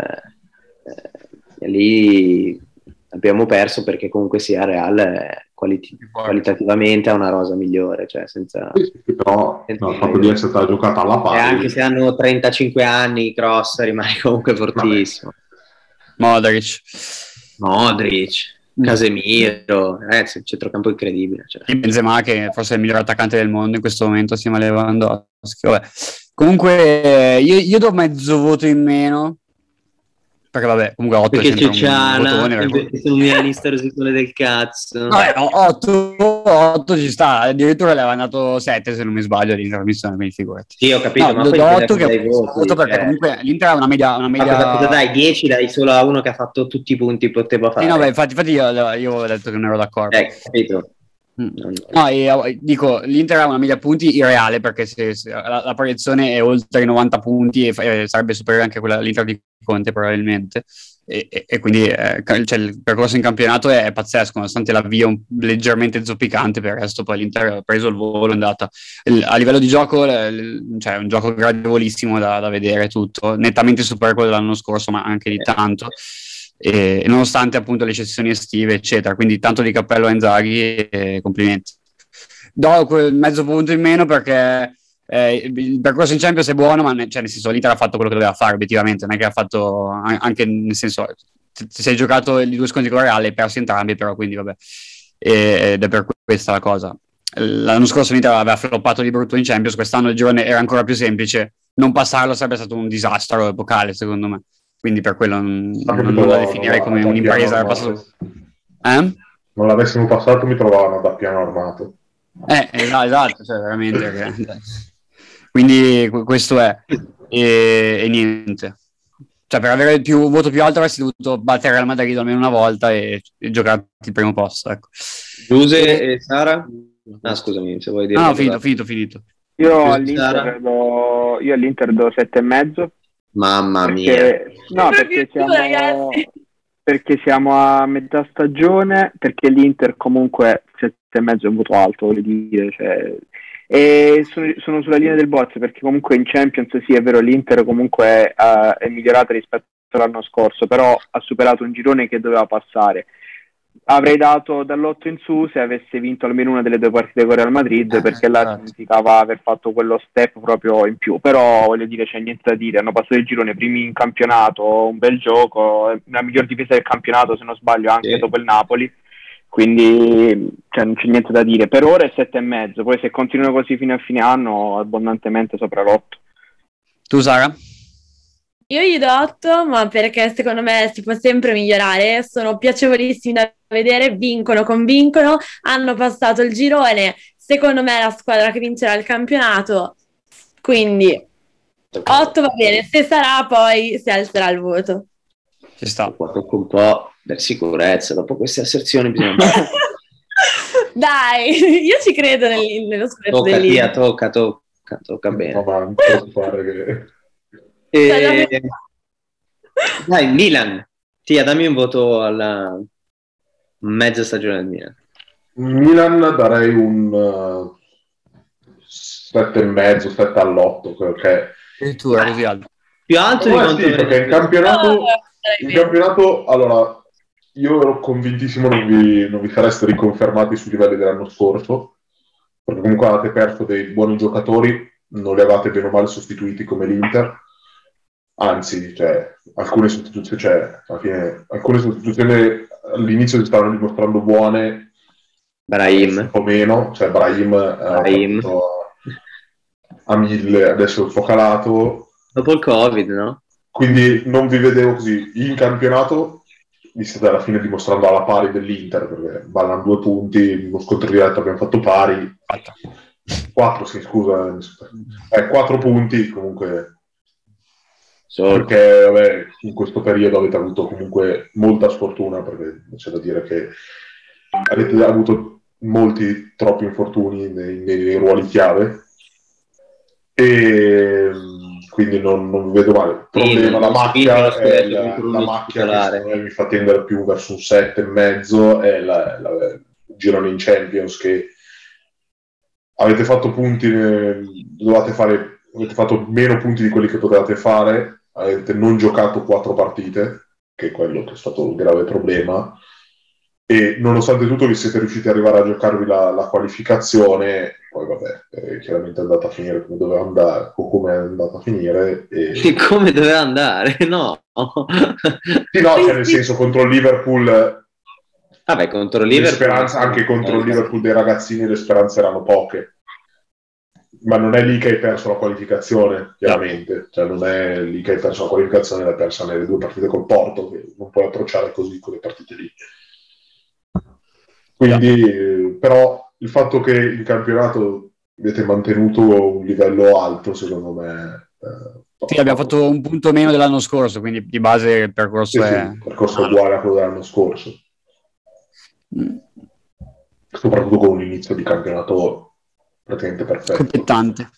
eh, lì abbiamo perso perché comunque sia Real qualit- qualitativamente ha una rosa migliore, cioè senza... Sì, sì, però senza no, il fatto di essere stata giocata alla pari... E anche se hanno trentacinque anni, Cross rimane comunque fortissimo. Modric. Modric. Casemiro, ragazzi, un centrocampo incredibile. Cioè. E Benzema, che forse è il miglior attaccante del mondo in questo momento, assieme a Lewandowski. Vabbè. Comunque, io, io do mezzo voto in meno, perché vabbè, comunque otto perché è sempre c'è un votone. Perché sono un milanista rosicone del cazzo. Vabbè, otto ci sta, addirittura le aveva dato sette se non mi sbaglio all'intermissione, quindi figurati. Sì, ho capito, no, ma do, poi do otto che dai voti, voto perché cioè... comunque l'Inter ha una media... Una media... Ma cosa dai? dieci dai solo a uno che ha fatto tutti i punti poteva fare. Sì, no, beh, infatti, infatti io, io ho detto che non ero d'accordo. Eh, capito. Mm. No, e, dico, l'Inter ha una media punti irreale perché se, se la, la proiezione è oltre i novanta punti e, e sarebbe superiore anche a quella dell'Inter di Conte probabilmente e, e, e quindi eh, cioè, il percorso in campionato è, è pazzesco, nonostante l'avvio un, leggermente zoppicante. Per il resto poi l'Inter ha preso il volo, è andata il, a livello di gioco il, cioè un gioco gradevolissimo da, da vedere, tutto nettamente superiore a quello dell'anno scorso, ma anche di tanto. E nonostante appunto le cessioni estive eccetera, quindi tanto di cappello a Inzaghi e complimenti. Do quel mezzo punto in meno perché eh, il percorso in Champions è buono, ma ne, cioè, nel senso l'Inter ha fatto quello che doveva fare obiettivamente, non è che ha fatto anche nel senso ti sei giocato i due scontri con Real e hai perso entrambi, però quindi vabbè, e, ed è per questa la cosa. L'anno scorso l'Inter aveva floppato di brutto in Champions, quest'anno il girone era ancora più semplice, non passarlo sarebbe stato un disastro epocale secondo me. Quindi per quello non, non, non la definirei come un'impresa. Eh? Non l'avessimo passato mi trovavano da piano armato. Eh, esatto, cioè veramente. Quindi questo è. E, e niente. Cioè per avere il più, voto più alto avresti dovuto battere Real Madrid almeno una volta e, e giocare il primo posto. Ecco. Giuse e Sara? Ah, scusami, se vuoi dire. No, no, finito, finito, finito. Io all'Inter do, io all'Inter do sette e mezzo. Mamma perché, mia. No, perché siamo, perché siamo a metà stagione, perché l'Inter comunque sette e mezzo è un voto alto, voglio dire, cioè, e sono, sono sulla linea del bozzo, perché comunque in Champions sì è vero, l'Inter comunque uh, è migliorata rispetto all'anno scorso, però ha superato un girone che doveva passare. Avrei dato dall'otto in su se avesse vinto almeno una delle due partite con Real Madrid, eh, perché là significava aver fatto quello step proprio in più. Però voglio dire, c'è niente da dire, hanno passato il girone primi in campionato, un bel gioco, la miglior difesa del campionato se non sbaglio anche sì. dopo il Napoli, quindi cioè, non c'è niente da dire. Per ora è sette e mezzo, poi se continuano così fino a fine anno abbondantemente sopra l'otto. Tu Sara? Io gli do otto, ma perché secondo me si può sempre migliorare, sono piacevolissimi da vedere, vincono, convincono, hanno passato il girone, secondo me è la squadra che vincerà il campionato, quindi otto va bene, se sarà poi si alzerà il voto. Ci sta. Tocca un po' per sicurezza, dopo queste asserzioni bisogna... Dai, io ci credo nel, nello scudetto Tocca, del tia, Liverpool. tocca, tocca, tocca bene. No, ma non posso fare che... E... Dai, Milan. Tia, dammi un voto alla mezza stagione del Milan. Milan darei un uh, sette e mezzo, sette all'otto, perché Addirittura così alto. Più alto di eh, quanto sì, perché in campionato, Oh, in campionato, allora, io ero convintissimo non vi, non vi sareste riconfermati sui livelli dell'anno scorso, perché comunque avete perso dei buoni giocatori, non li avete bene o male sostituiti come l'Inter, anzi, cioè, alcune sostituzioni, cioè, alla fine, alcune sostituzioni all'inizio si stavano dimostrando buone, Brahim. un po' meno, cioè Brahim, Brahim. Eh, a mille, adesso è un po' calato. Dopo il Covid, no? Quindi non vi vedevo così. In campionato vi state alla fine dimostrando alla pari dell'Inter, perché ballano due punti, lo scontro diretto abbiamo fatto pari. Quattro, sì, scusa. Eh, quattro punti, comunque... Solo. Perché vabbè, in questo periodo avete avuto comunque molta sfortuna, perché c'è da dire che avete avuto molti, troppi infortuni nei, nei, nei ruoli chiave, e quindi non, non vedo male. Il problema, sì, la macchia è la, la macchia che titolare. secondo me mi fa tendere più verso un sette e mezzo, è la, la, il girone in Champions, che avete fatto punti, dovete fare, avete fatto meno punti di quelli che potevate fare, avete non giocato quattro partite, che è quello che è stato il grave problema, e nonostante tutto vi siete riusciti ad arrivare a giocarvi la, la qualificazione. Poi vabbè, è chiaramente è andata a finire come doveva andare, o come è andata a finire. E... come doveva andare? No. Sì, no, cioè nel senso, contro il Liverpool... Vabbè, contro il le Liverpool... speranze, anche contro il Liverpool dei ragazzini le speranze erano poche. Ma non è lì che hai perso la qualificazione, chiaramente. Cioè non è lì che hai perso la qualificazione, l'hai persa nelle due partite col Porto, che non puoi approcciare così con le partite lì. Quindi, eh, però, il fatto che in campionato avete mantenuto un livello alto, secondo me... Eh, sì, abbiamo fatto un punto meno dell'anno scorso, quindi di base il percorso sì, è... sì, il percorso è uguale a quello dell'anno scorso. Mm. Soprattutto con un inizio di campionato praticamente perfetto. Complettante.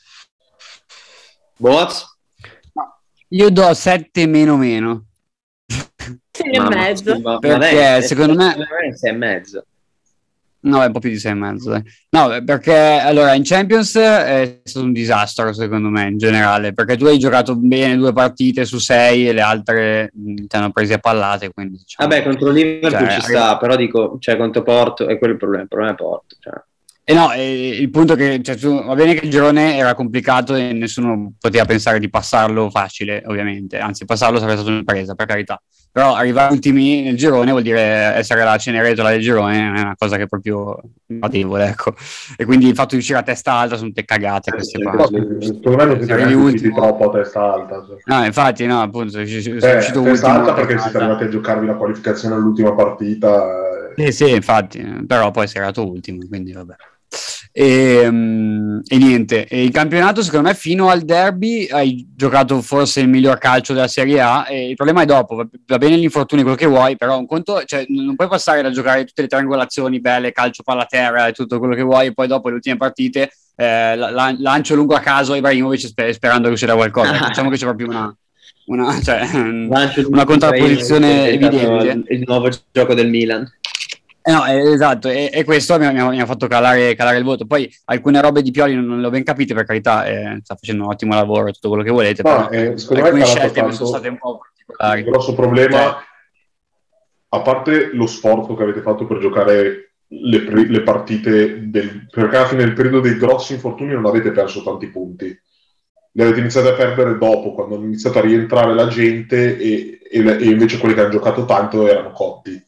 Boaz? Io do sette meno meno. sei e mezzo. Ma, perché dai, secondo me... sei e mezzo. No, è un po' più di sei e mezzo, dai. No, perché allora in Champions è stato un disastro secondo me in generale, perché tu hai giocato bene due partite su sei e le altre mh, ti hanno presi a pallate, quindi diciamo, vabbè, contro Liverpool cioè, ci sta, però dico, cioè contro Porto è quello il problema, il problema è Porto, cioè. E no, e il punto è che cioè, tu, va bene che il girone era complicato e nessuno poteva pensare di passarlo facile, ovviamente, anzi passarlo sarebbe stata un'impresa, per carità. Però arrivare ultimi nel girone vuol dire essere la cenerentola del girone, è una cosa che è proprio notevole, ecco. E quindi il fatto di uscire a testa alta sono tutte cagate queste sì, qua. Secondo me non siete neanche usciti troppo a testa alta. Cioè. No, infatti, no, appunto, sono uscito eh, ultimo. Testa alta perché siete arrivati a giocarvi la qualificazione all'ultima partita. Eh, sì, infatti, però poi sei arrivato ultimo, quindi vabbè. E, um, e niente, e il campionato secondo me fino al derby hai giocato forse il miglior calcio della Serie A, e il problema è dopo, va, va bene gli infortuni, quello che vuoi, però un conto, cioè, non puoi passare da giocare tutte le triangolazioni belle, calcio palla terra e tutto quello che vuoi, e poi dopo le ultime partite eh, la, lancio lungo a caso a Ibrahimovic sper- sperando che uscirà qualcosa. Diciamo che c'è proprio una una, cioè, una contrapposizione evidente, il nuovo gioco del Milan. Eh no, eh, esatto, e, e questo mi ha, mi ha fatto calare, calare il voto. Poi alcune robe di Pioli non, non le ho ben capite, per carità, eh, sta facendo un ottimo lavoro, tutto quello che volete, no, però eh, secondo alcune me scelte tanto, sono state un po' particolari. Il grosso problema, cioè, a parte lo sforzo che avete fatto per giocare le, le partite, del, perché alla fine nel periodo dei grossi infortuni non avete perso tanti punti. Li avete iniziati a perdere dopo, quando è iniziato a rientrare la gente, e, e, e invece quelli che hanno giocato tanto erano cotti.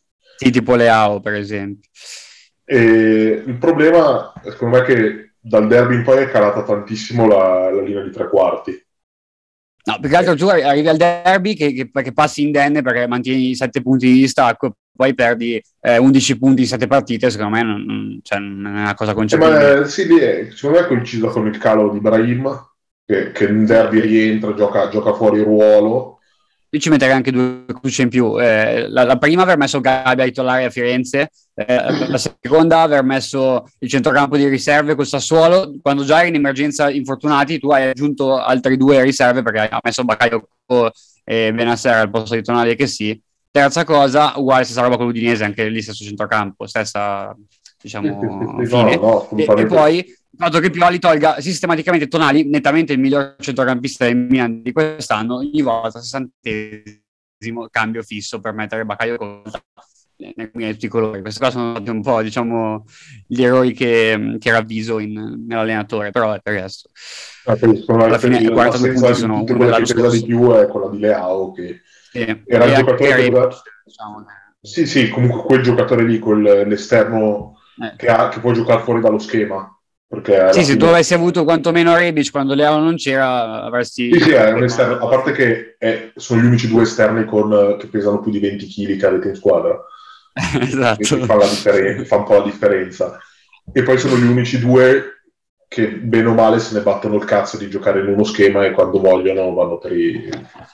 Sì, tipo Leao, per esempio. E il problema, secondo me, è che dal derby in poi è calata tantissimo la, la linea di tre quarti. No, più che altro tu arrivi al derby che, che, che passi indenne perché mantieni i sette punti di distacco, poi perdi eh, undici punti in sette partite, secondo me non, non, cioè, non è una cosa concepibile. Eh, ma sì, lì è, secondo me è coinciso con il calo di Brahim, che, che in derby rientra, gioca, gioca fuori ruolo. Io ci metterei anche due cruci in più. Eh, la, la prima aver messo Gabbia titolare a Firenze, eh, la seconda aver messo il centrocampo di riserve col Sassuolo. Quando già eri in emergenza infortunati, tu hai aggiunto altri due riserve perché hai messo Bakayoko e Benasser al posto di Tonali che sì. Terza cosa, uguale stessa roba con l'Udinese, anche lì stesso centrocampo, stessa diciamo fine. No, no, e, e poi il fatto che Pioli tolga sistematicamente Tonali, nettamente il miglior centrocampista del Milan di quest'anno, ogni volta sessantesimo cambio fisso per mettere Bakayoko nel Milan di tutti i colori. Questi qua sono stati un po', diciamo, gli errori che, che ravviso in, nell'allenatore, però per il resto alla fine quarantadue punti sono tutte quelle che pesa di più è quella di Leao, che sì, era il giocatore che doveva... diciamo. Sì, sì, comunque quel giocatore lì, quell'esterno eh. che, ha, che può giocare fuori dallo schema. Perché sì, se tu avessi avuto quantomeno Rebic quando Leao non c'era, avresti... Sì, sì, è un esterno, a parte che è, sono gli unici due esterni con, che pesano più di venti chili che avete in squadra. Esatto. Fa, la differen- fa un po' la differenza. E poi sono gli unici due che bene o male se ne battono il cazzo di giocare in uno schema e quando vogliono vanno per i...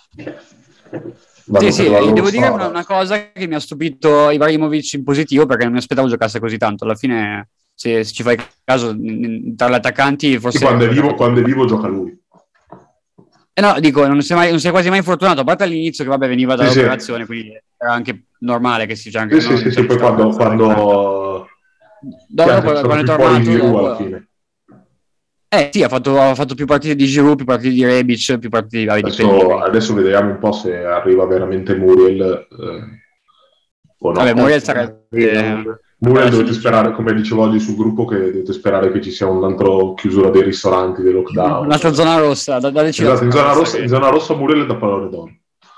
Sì, sì, devo dire una, una cosa che mi ha stupito Ibrahimovic in positivo, perché non mi aspettavo giocasse così tanto. Alla fine, se, se ci fai caso, tra gli attaccanti forse... Sì, quando, è vivo, quando è vivo gioca lui. Eh no, dico, non si è, mai, non si è quasi mai infortunato, a parte all'inizio che vabbè veniva dall'operazione, sì, quindi era anche normale che si... Cioè, anche sì, sì, sì, poi quando... quando... Dopo, quando, quando è tornato... Dopo, alla fine. Eh sì, ha fatto, ha fatto più partite di Giroud, più partite di Rebic, più partite di adesso, adesso vediamo un po' se arriva veramente Muriel eh, o no. Vabbè, Muriel sarebbe... Eh, Muriel dovete sperare, come dicevo oggi sul gruppo, che dovete sperare che ci sia un'altra chiusura dei ristoranti, del lockdown. Un'altra zona rossa, da, da esatto, in zona rossa, che... in zona rossa Muriel è da pallone d'oro.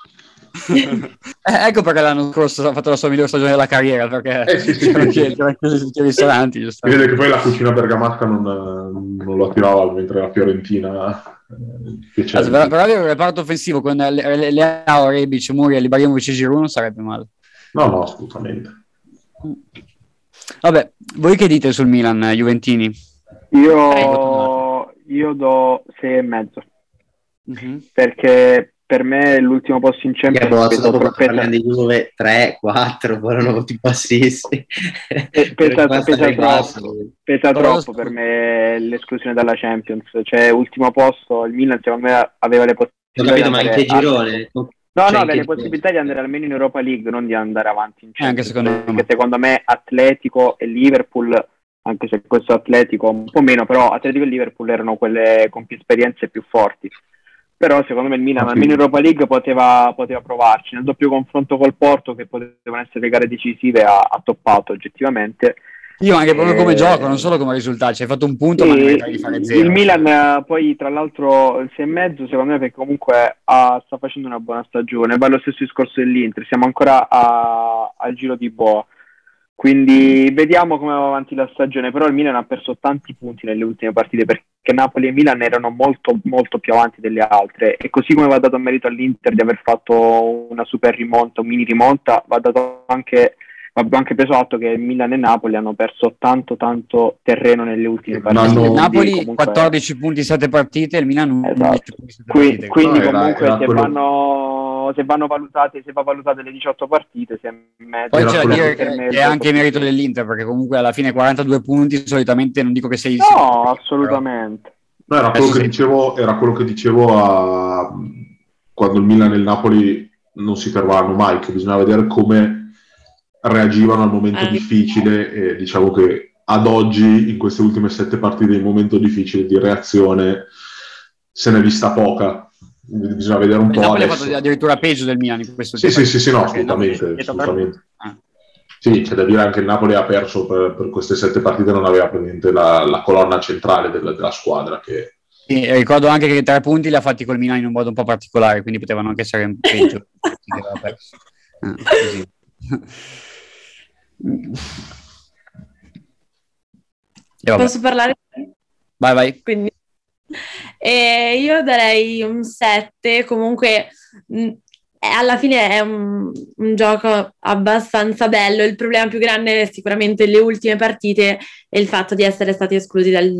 eh, ecco perché l'anno scorso ha fatto la sua migliore stagione della carriera, perché eh, sì, sì, sì, sì. c'erano chiusi tutti i ristoranti. Si vede che poi la cucina bergamasca non, non lo attirava, mentre la Fiorentina eh, allora, per, per avere un reparto offensivo con Leao, Rebic, Muriel, Ibrahimovic e Giroud non sarebbe male. No, no, assolutamente. Vabbè, voi che dite sul Milan, Juventini? Io, io do sei e mezzo. Mm-hmm. Perché per me l'ultimo posto in Champions pesa dopo pesa... di Juve tre, quattro, erano voti bassissimi. Pesa, pesa, pesa troppo, pesa troppo per me l'esclusione dalla Champions. Cioè, ultimo posto, il Milan secondo me aveva le possibilità. Ho capito, ma in che girone? No, cioè, no, aveva le possibilità di andare almeno in Europa League, non di andare avanti in Champions. Anche secondo perché me. secondo me Atletico e Liverpool, anche se questo Atletico un po' meno, però Atletico e Liverpool erano quelle con più esperienze e più forti. Però secondo me il Milan ah, almeno in Europa League poteva, poteva provarci. Nel doppio confronto col Porto, che potevano essere le gare decisive, ha, ha toppato oggettivamente. Io anche proprio come gioco, non solo come risultato. Ci hai fatto un punto, sì, ma non hai di fare zero. Il Milan poi tra l'altro il sei e mezzo secondo me, perché comunque ha, sta facendo una buona stagione. Va lo stesso discorso dell'Inter, siamo ancora a, al giro di boa. Quindi vediamo come va avanti la stagione, però il Milan ha perso tanti punti nelle ultime partite perché Napoli e Milan erano molto molto più avanti delle altre, e così come va dato merito all'Inter di aver fatto una super rimonta, un mini rimonta, va dato anche, va anche preso atto che Milan e Napoli hanno perso tanto tanto terreno nelle ultime partite. Il Napoli comunque... quattordici punti, sette partite, il Milan esatto. undici punti, sette Qui, partite. Quindi no, comunque era, era se quello... vanno se vanno valutate se va valutate le diciotto partite, se mezzo, poi c'è da dire che è anche merito dell'Inter, perché comunque alla fine quarantadue punti solitamente non dico che sei no assolutamente no, era quello che dicevo era quello che dicevo a... quando il Milan e il Napoli non si fermavano mai, che bisognava vedere come reagivano al momento eh. difficile, e diciamo che ad oggi in queste ultime sette partite il momento difficile di reazione se ne è vista poca. Bisogna vedere un il po' Napoli adesso. ha fatto addirittura peggio del Milan in questo sì sì sì sì no assolutamente, assolutamente. Ah. Sì, c'è da dire anche il Napoli ha perso per, per queste sette partite, non aveva praticamente la, la colonna centrale della, della squadra che... Sì, ricordo anche che i tre punti li ha fatti col Milan in un modo un po' particolare, quindi potevano anche essere peggio. ah, Posso parlare? Vai, vai. Quindi, eh, io darei un sette, comunque mh, alla fine è un, un gioco abbastanza bello. Il problema più grande è sicuramente le ultime partite e il fatto di essere stati esclusi dal,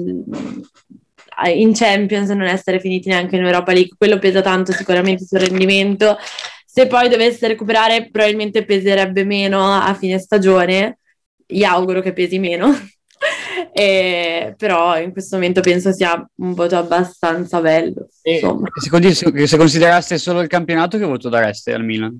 in Champions e non essere finiti neanche in Europa League. Quello pesa tanto sicuramente sul rendimento. Se poi dovesse recuperare probabilmente peserebbe meno a fine stagione, gli auguro che pesi meno. Eh, però in questo momento penso sia un voto abbastanza bello. E, se, se consideraste solo il campionato, che voto dareste al Milan?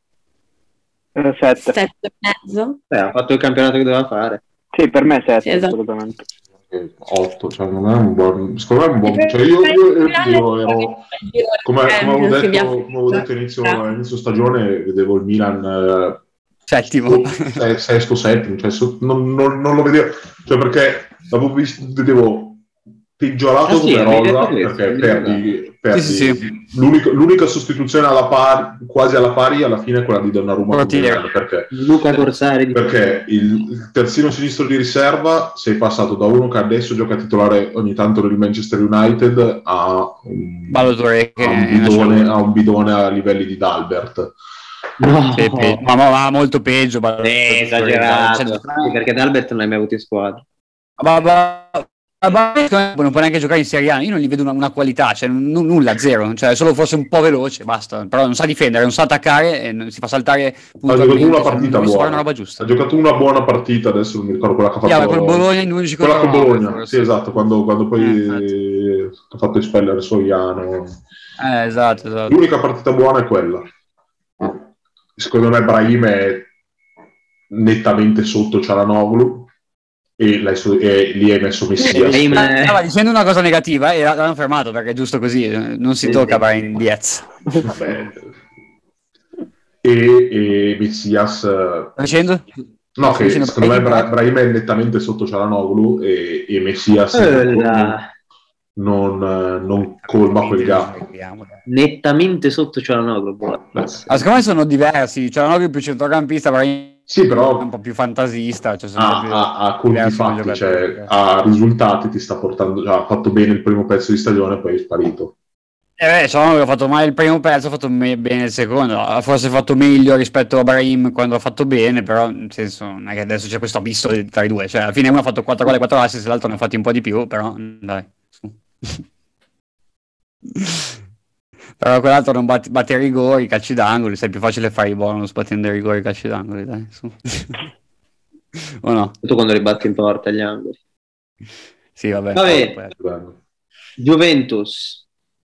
Uh, sette. Sette e mezzo? Beh, ha fatto il campionato che doveva fare. Sì, per me sette, sì, esatto. Assolutamente. otto, cioè non è un buon, secondo me è un buon, cioè io, io, io, io ero come, come avevo detto, come avevo detto inizio, inizio stagione, vedevo il Milan eh, settimo, sesto, sesto settimo, cioè so, non, non, non lo vedevo, cioè perché l'avevo visto, vedevo peggiorato ah, sì, come rosa, perché perdi, perdi sì, sì, sì. L'unica, l'unica sostituzione alla pari, quasi alla pari alla fine è quella di Donnarumma, perché Luca Corsari di... perché il, il terzino sinistro di riserva sei passato da uno che adesso gioca titolare ogni tanto nel Manchester United a un, a un, bidone, a un bidone a livelli di D'Albert. No. Sì, pe- ma, ma molto peggio, eh, esagerato, sì, perché D'Albert non l'hai mai avuto in squadra. Ma, ma, ma non può neanche giocare in Serie A, io non gli vedo una, una qualità, cioè n- nulla, zero, cioè solo forse un po' veloce, basta, però non sa difendere, non sa attaccare e non, si fa saltare puntualmente. Ha giocato una partita cioè, buona, una roba giusta. Ha giocato una buona partita, adesso non mi ricordo quella che ha fatto. Yeah, col Bologna in undici quella con Bologna, forse. Sì, esatto, quando, quando poi eh, ha fatto espellere Soriano. Eh, esatto, esatto. L'unica partita buona è quella. Secondo me Brahim è nettamente sotto Çalhanoğlu. E, e lì hai messo Messias. Eh, stava dicendo una cosa negativa e l'hanno fermato perché è giusto così, non si tocca per in Diez. Vabbè. E, e Messias sta dicendo? No, che secondo me Bra- Brahim è nettamente sotto Çalhanoğlu e, e Messias eh, non, non, non colma quel gap. Nettamente sotto Çalhanoğlu. Ah, secondo me sono diversi. Çalhanoğlu è più centrocampista, Brahim sì, però è un po' più fantasista, cioè a, più a, a conti fatti, cioè, a risultati ti sta portando, cioè, ha fatto bene il primo pezzo di stagione e poi è sparito. Eh beh, Çalhanoğlu ha fatto male il primo pezzo, ha fatto me- bene il secondo, ha forse fatto meglio rispetto a Brahim quando ha fatto bene, però nel senso non è che adesso c'è questo abisso tra i due, cioè alla fine uno ha fatto quattro gol e quattro assist, l'altro ne ha fatti un po' di più, però dai. Però quell'altro non batte, batte i rigori, i calci d'angolo, è più facile fare i bonus battendo i rigori, i calci d'angolo, dai, su. O no? Tutto quando li batti in porta gli angoli. Sì, vabbè. Vabbè. Juventus.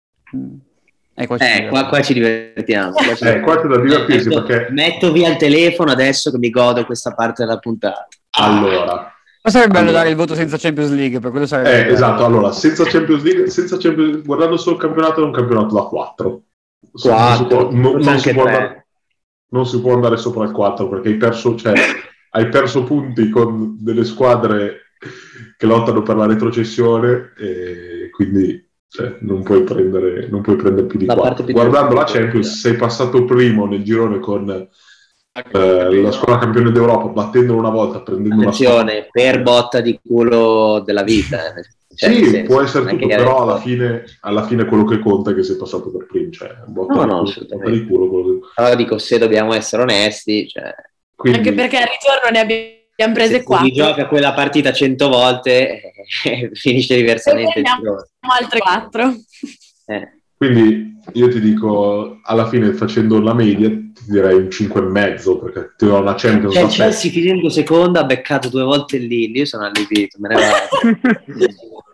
Eh, qua ci, eh, qua, qua ci divertiamo. Qua, ci eh, qua c'è da divertirsi metto, perché... metto via il telefono adesso che mi godo questa parte della puntata. Allora... Ma sarebbe bello allora. dare il voto senza Champions League, per quello sarebbe eh, bello. Esatto, allora, senza Champions League, senza Champions, guardando solo il campionato è un campionato da quattro. quattro Non, non, non, si può andare, non si può andare sopra il quattro perché hai perso, cioè, hai perso punti con delle squadre che lottano per la retrocessione e quindi cioè, non puoi prendere non puoi prendere più di quattro. Guardando la Champions sei passato primo nel girone con Eh, la squadra campione d'Europa battendolo una volta, prendendo attenzione una per botta di culo della vita, cioè, sì, senso, può essere tutto, però alla fine, alla fine quello che conta è che sei passato per primo, cioè botta no, di no, culo, botta di culo quello che... Allora dico, se dobbiamo essere onesti, cioè... Quindi, anche perché al ritorno ne abbiamo prese quattro. Se gioca quella partita cento volte eh, finisce diversamente, abbiamo altre quattro. Eh. Quindi io ti dico, alla fine facendo la media ti direi un cinque e mezzo perché ti do una Champions. Cioè, Chelsea finendo seconda ha beccato due volte lì, io sono allibito, me ne vado.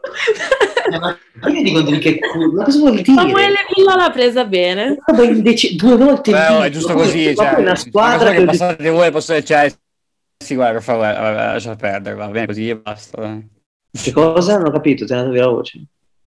Ma io dico che culo, ma cosa vuol dire? Samuele Villa l'ha presa bene. Due volte Beh, lì. È giusto così, cioè, una squadra che passate voi al posto del Chelsea, guarda, per favore, lascia perdere, va bene così e basta. Dai. Che cosa? Non ho capito, ti è andato via la voce.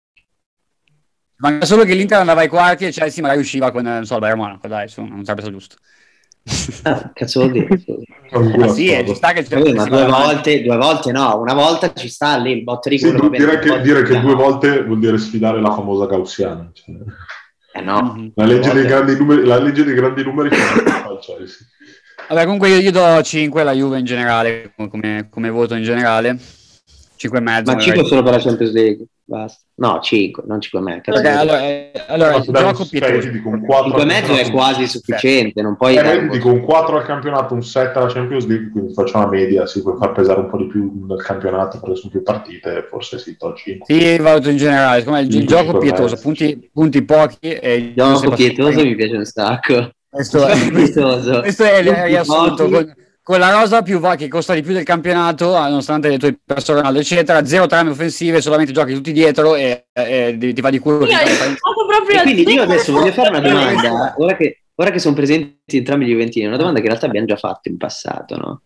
Manca solo che l'Inter andava ai quarti e Chelsea magari usciva con, non so, il Bayern Monaco, dai, su, non sarebbe stato giusto. Ah, cazzo vuol dire? Ah, sì, eh, ci sta che c'è ma due volte, due volte no, una volta ci sta lì il botto di sì, culo. Dire che, dire che due volte vuol dire sfidare la famosa gaussiana. Cioè. Eh no. La legge, dei grandi numeri, la legge dei grandi numeri fa il Chelsea. Vabbè, comunque io, io do cinque alla Juve in generale, come, come voto in generale. cinque e mezzo. Ma cinque solo per la Champions League, basta. No, cinque, non cinque e mezzo. Perché allora, eh, allora il gioco pietoso. cinque e mezzo è quasi sufficiente, non puoi eh, dare vedi, dico un quattro al campionato, un sette alla Champions League, quindi facciamo una media, si può far pesare un po' di più nel campionato perché sono più partite, forse si to cinque. Sì, valuto in generale, secondo me il, il gioco pietoso, punti, punti pochi e il gioco pietoso mi piace un sacco. Questo è, questo, questo è il riassunto con, con la rosa più va, che costa di più del campionato, nonostante le tue personali eccetera, zero trame offensive, solamente giochi tutti dietro e, e ti va di culo. Io e quindi io adesso voglio fare una domanda, ora che, ora che sono presenti entrambi gli Juventini, una domanda che in realtà abbiamo già fatto in passato, no?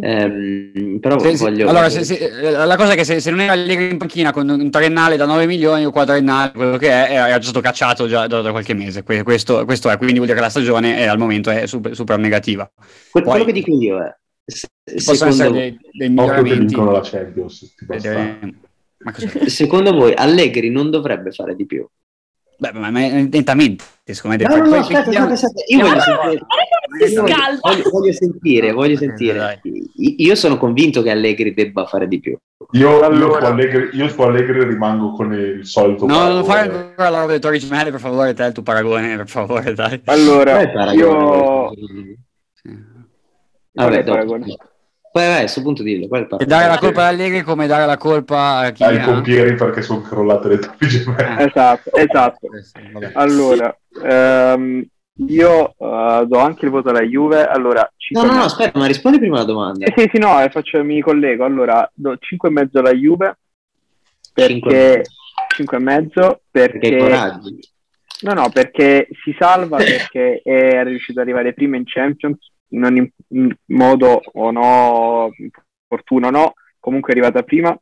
Ehm, però se, voglio allora se, se, la cosa è che se, se non era Allegri in panchina con un triennale da nove milioni o quadriennale, quello che è, era già stato cacciato già da, da qualche mese. Questo, questo è, quindi vuol dire che la stagione è, al momento è super, super negativa. Poi, quello che dico io è se, possono essere dei, dei miglioramenti la Champions, vedere, ma secondo voi Allegri non dovrebbe fare di più? Beh, ma, ma lentamente, secondo me. No, no, no, aspetta, aspetta, aspetta. Io voglio sentire, voglio, voglio sentire, voglio sentire. Io sono convinto che Allegri debba fare di più. Io, allora... io, su, Allegri, io su Allegri rimango con il solito no, paragone. Non fare ancora la roba del Torre Gemelle, per favore, te il tuo paragone, per favore, dai. Allora, paragone, io... Sì. Vabbè, dopo. Poi vai, a questo punto dillo. E dare la colpa ad Allegri come dare la colpa a chi ai pompieri perché sono crollate le Torri Gemelle. Esatto, esatto. Allora, ehm, io uh, do anche il voto alla Juve. Allora, no, no, no, aspetta, ma rispondi prima alla domanda. Eh, sì, sì, no, faccio, mi collego. Allora, do cinque e mezzo alla Juve perché cinque e mezzo perché coraggio. No, no, perché si salva perché è riuscito ad arrivare prima in Champions, non in, in modo o no, fortuna o no, comunque è arrivata prima,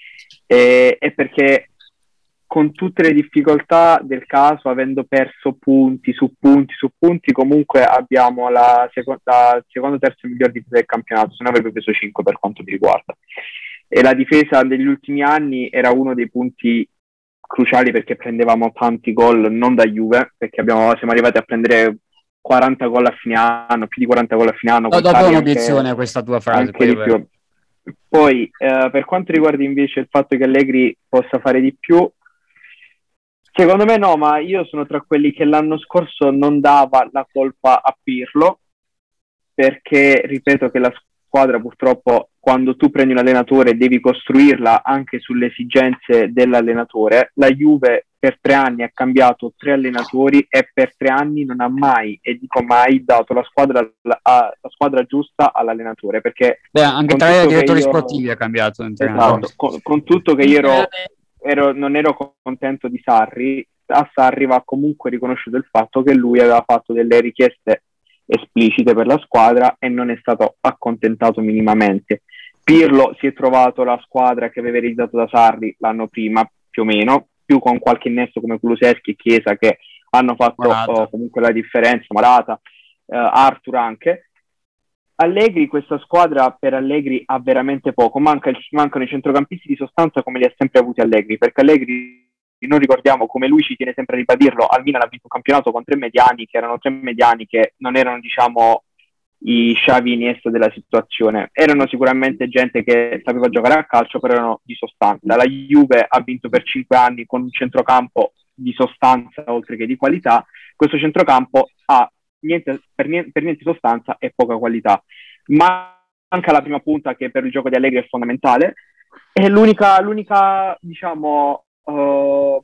e, e perché con tutte le difficoltà del caso, avendo perso punti su punti su punti, comunque abbiamo la seconda, secondo terzo miglior difesa del campionato, se no avrebbe preso cinque per quanto mi riguarda. E la difesa degli ultimi anni era uno dei punti cruciali perché prendevamo tanti gol, non da Juve, perché abbiamo, siamo arrivati a prendere quaranta gol a fine anno, più di quaranta gol a fine anno. No, dopo un'obiezione a questa tua frase. Anche di più. Poi, eh, per quanto riguarda invece il fatto che Allegri possa fare di più, secondo me no, ma io sono tra quelli che l'anno scorso non dava la colpa a Pirlo, perché ripeto che la squadra purtroppo, quando tu prendi un allenatore devi costruirla anche sulle esigenze dell'allenatore. La Juve per tre anni ha cambiato tre allenatori e per tre anni non ha mai, e dico mai, dato la squadra, la, la squadra giusta all'allenatore, perché beh, anche tre direttori io... sportivi ha cambiato in tre esatto, anni. Con, con tutto che io ero, ero, non ero contento di Sarri, a Sarri va comunque riconosciuto il fatto che lui aveva fatto delle richieste esplicite per la squadra e non è stato accontentato minimamente. Pirlo si è trovato la squadra che aveva ereditato da Sarri l'anno prima, più o meno, più con qualche innesto come Kulusevski e Chiesa che hanno fatto oh, comunque la differenza, Morata, eh, Arthur anche. Allegri, questa squadra per Allegri ha veramente poco, Manca il, mancano i centrocampisti di sostanza come li ha sempre avuti Allegri, perché Allegri, non ricordiamo, come lui ci tiene sempre a ribadirlo, al Milan ha vinto un campionato con tre mediani che erano tre mediani che non erano, diciamo, i Xavi Iniesta della situazione, erano sicuramente gente che sapeva giocare a calcio, però erano di sostanza. La Juve ha vinto per cinque anni con un centrocampo di sostanza oltre che di qualità. Questo centrocampo ha niente, per, niente, per niente sostanza e poca qualità. Manca la prima punta che per il gioco di Allegri è fondamentale, e l'unica, l'unica diciamo uh,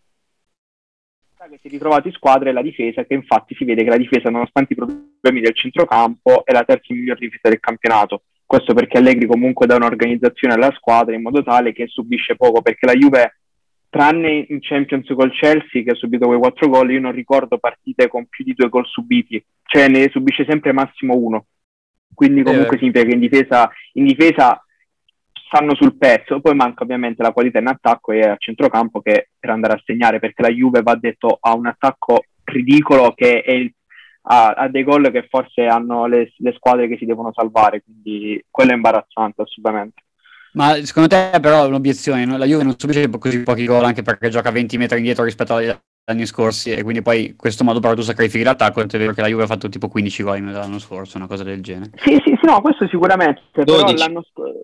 che si è ritrovato in squadra è la difesa, che infatti si vede che la difesa, nonostante i problemi del centrocampo, è la terza miglior difesa del campionato. Questo perché Allegri comunque dà un'organizzazione alla squadra in modo tale che subisce poco, perché la Juve, tranne in Champions col Chelsea che ha subito quei quattro gol, io non ricordo partite con più di due gol subiti, cioè ne subisce sempre massimo uno, quindi comunque eh. significa che in difesa, in difesa stanno sul pezzo. Poi manca ovviamente la qualità in attacco e a centrocampo, che per andare a segnare, perché la Juve, va detto, ha un attacco ridicolo che è il, ha, ha dei gol che forse hanno le, le squadre che si devono salvare, quindi quello è imbarazzante assolutamente. Ma secondo te però è un'obiezione, no? La Juve non subisce così pochi gol anche perché gioca venti metri indietro rispetto anni scorsi, e quindi poi questo modo però tu sacrifichi l'attacco. È vero che la Juve ha fatto tipo quindici gol l'anno scorso, una cosa del genere. Sì, sì, sì, no, questo sicuramente, però l'anno scorso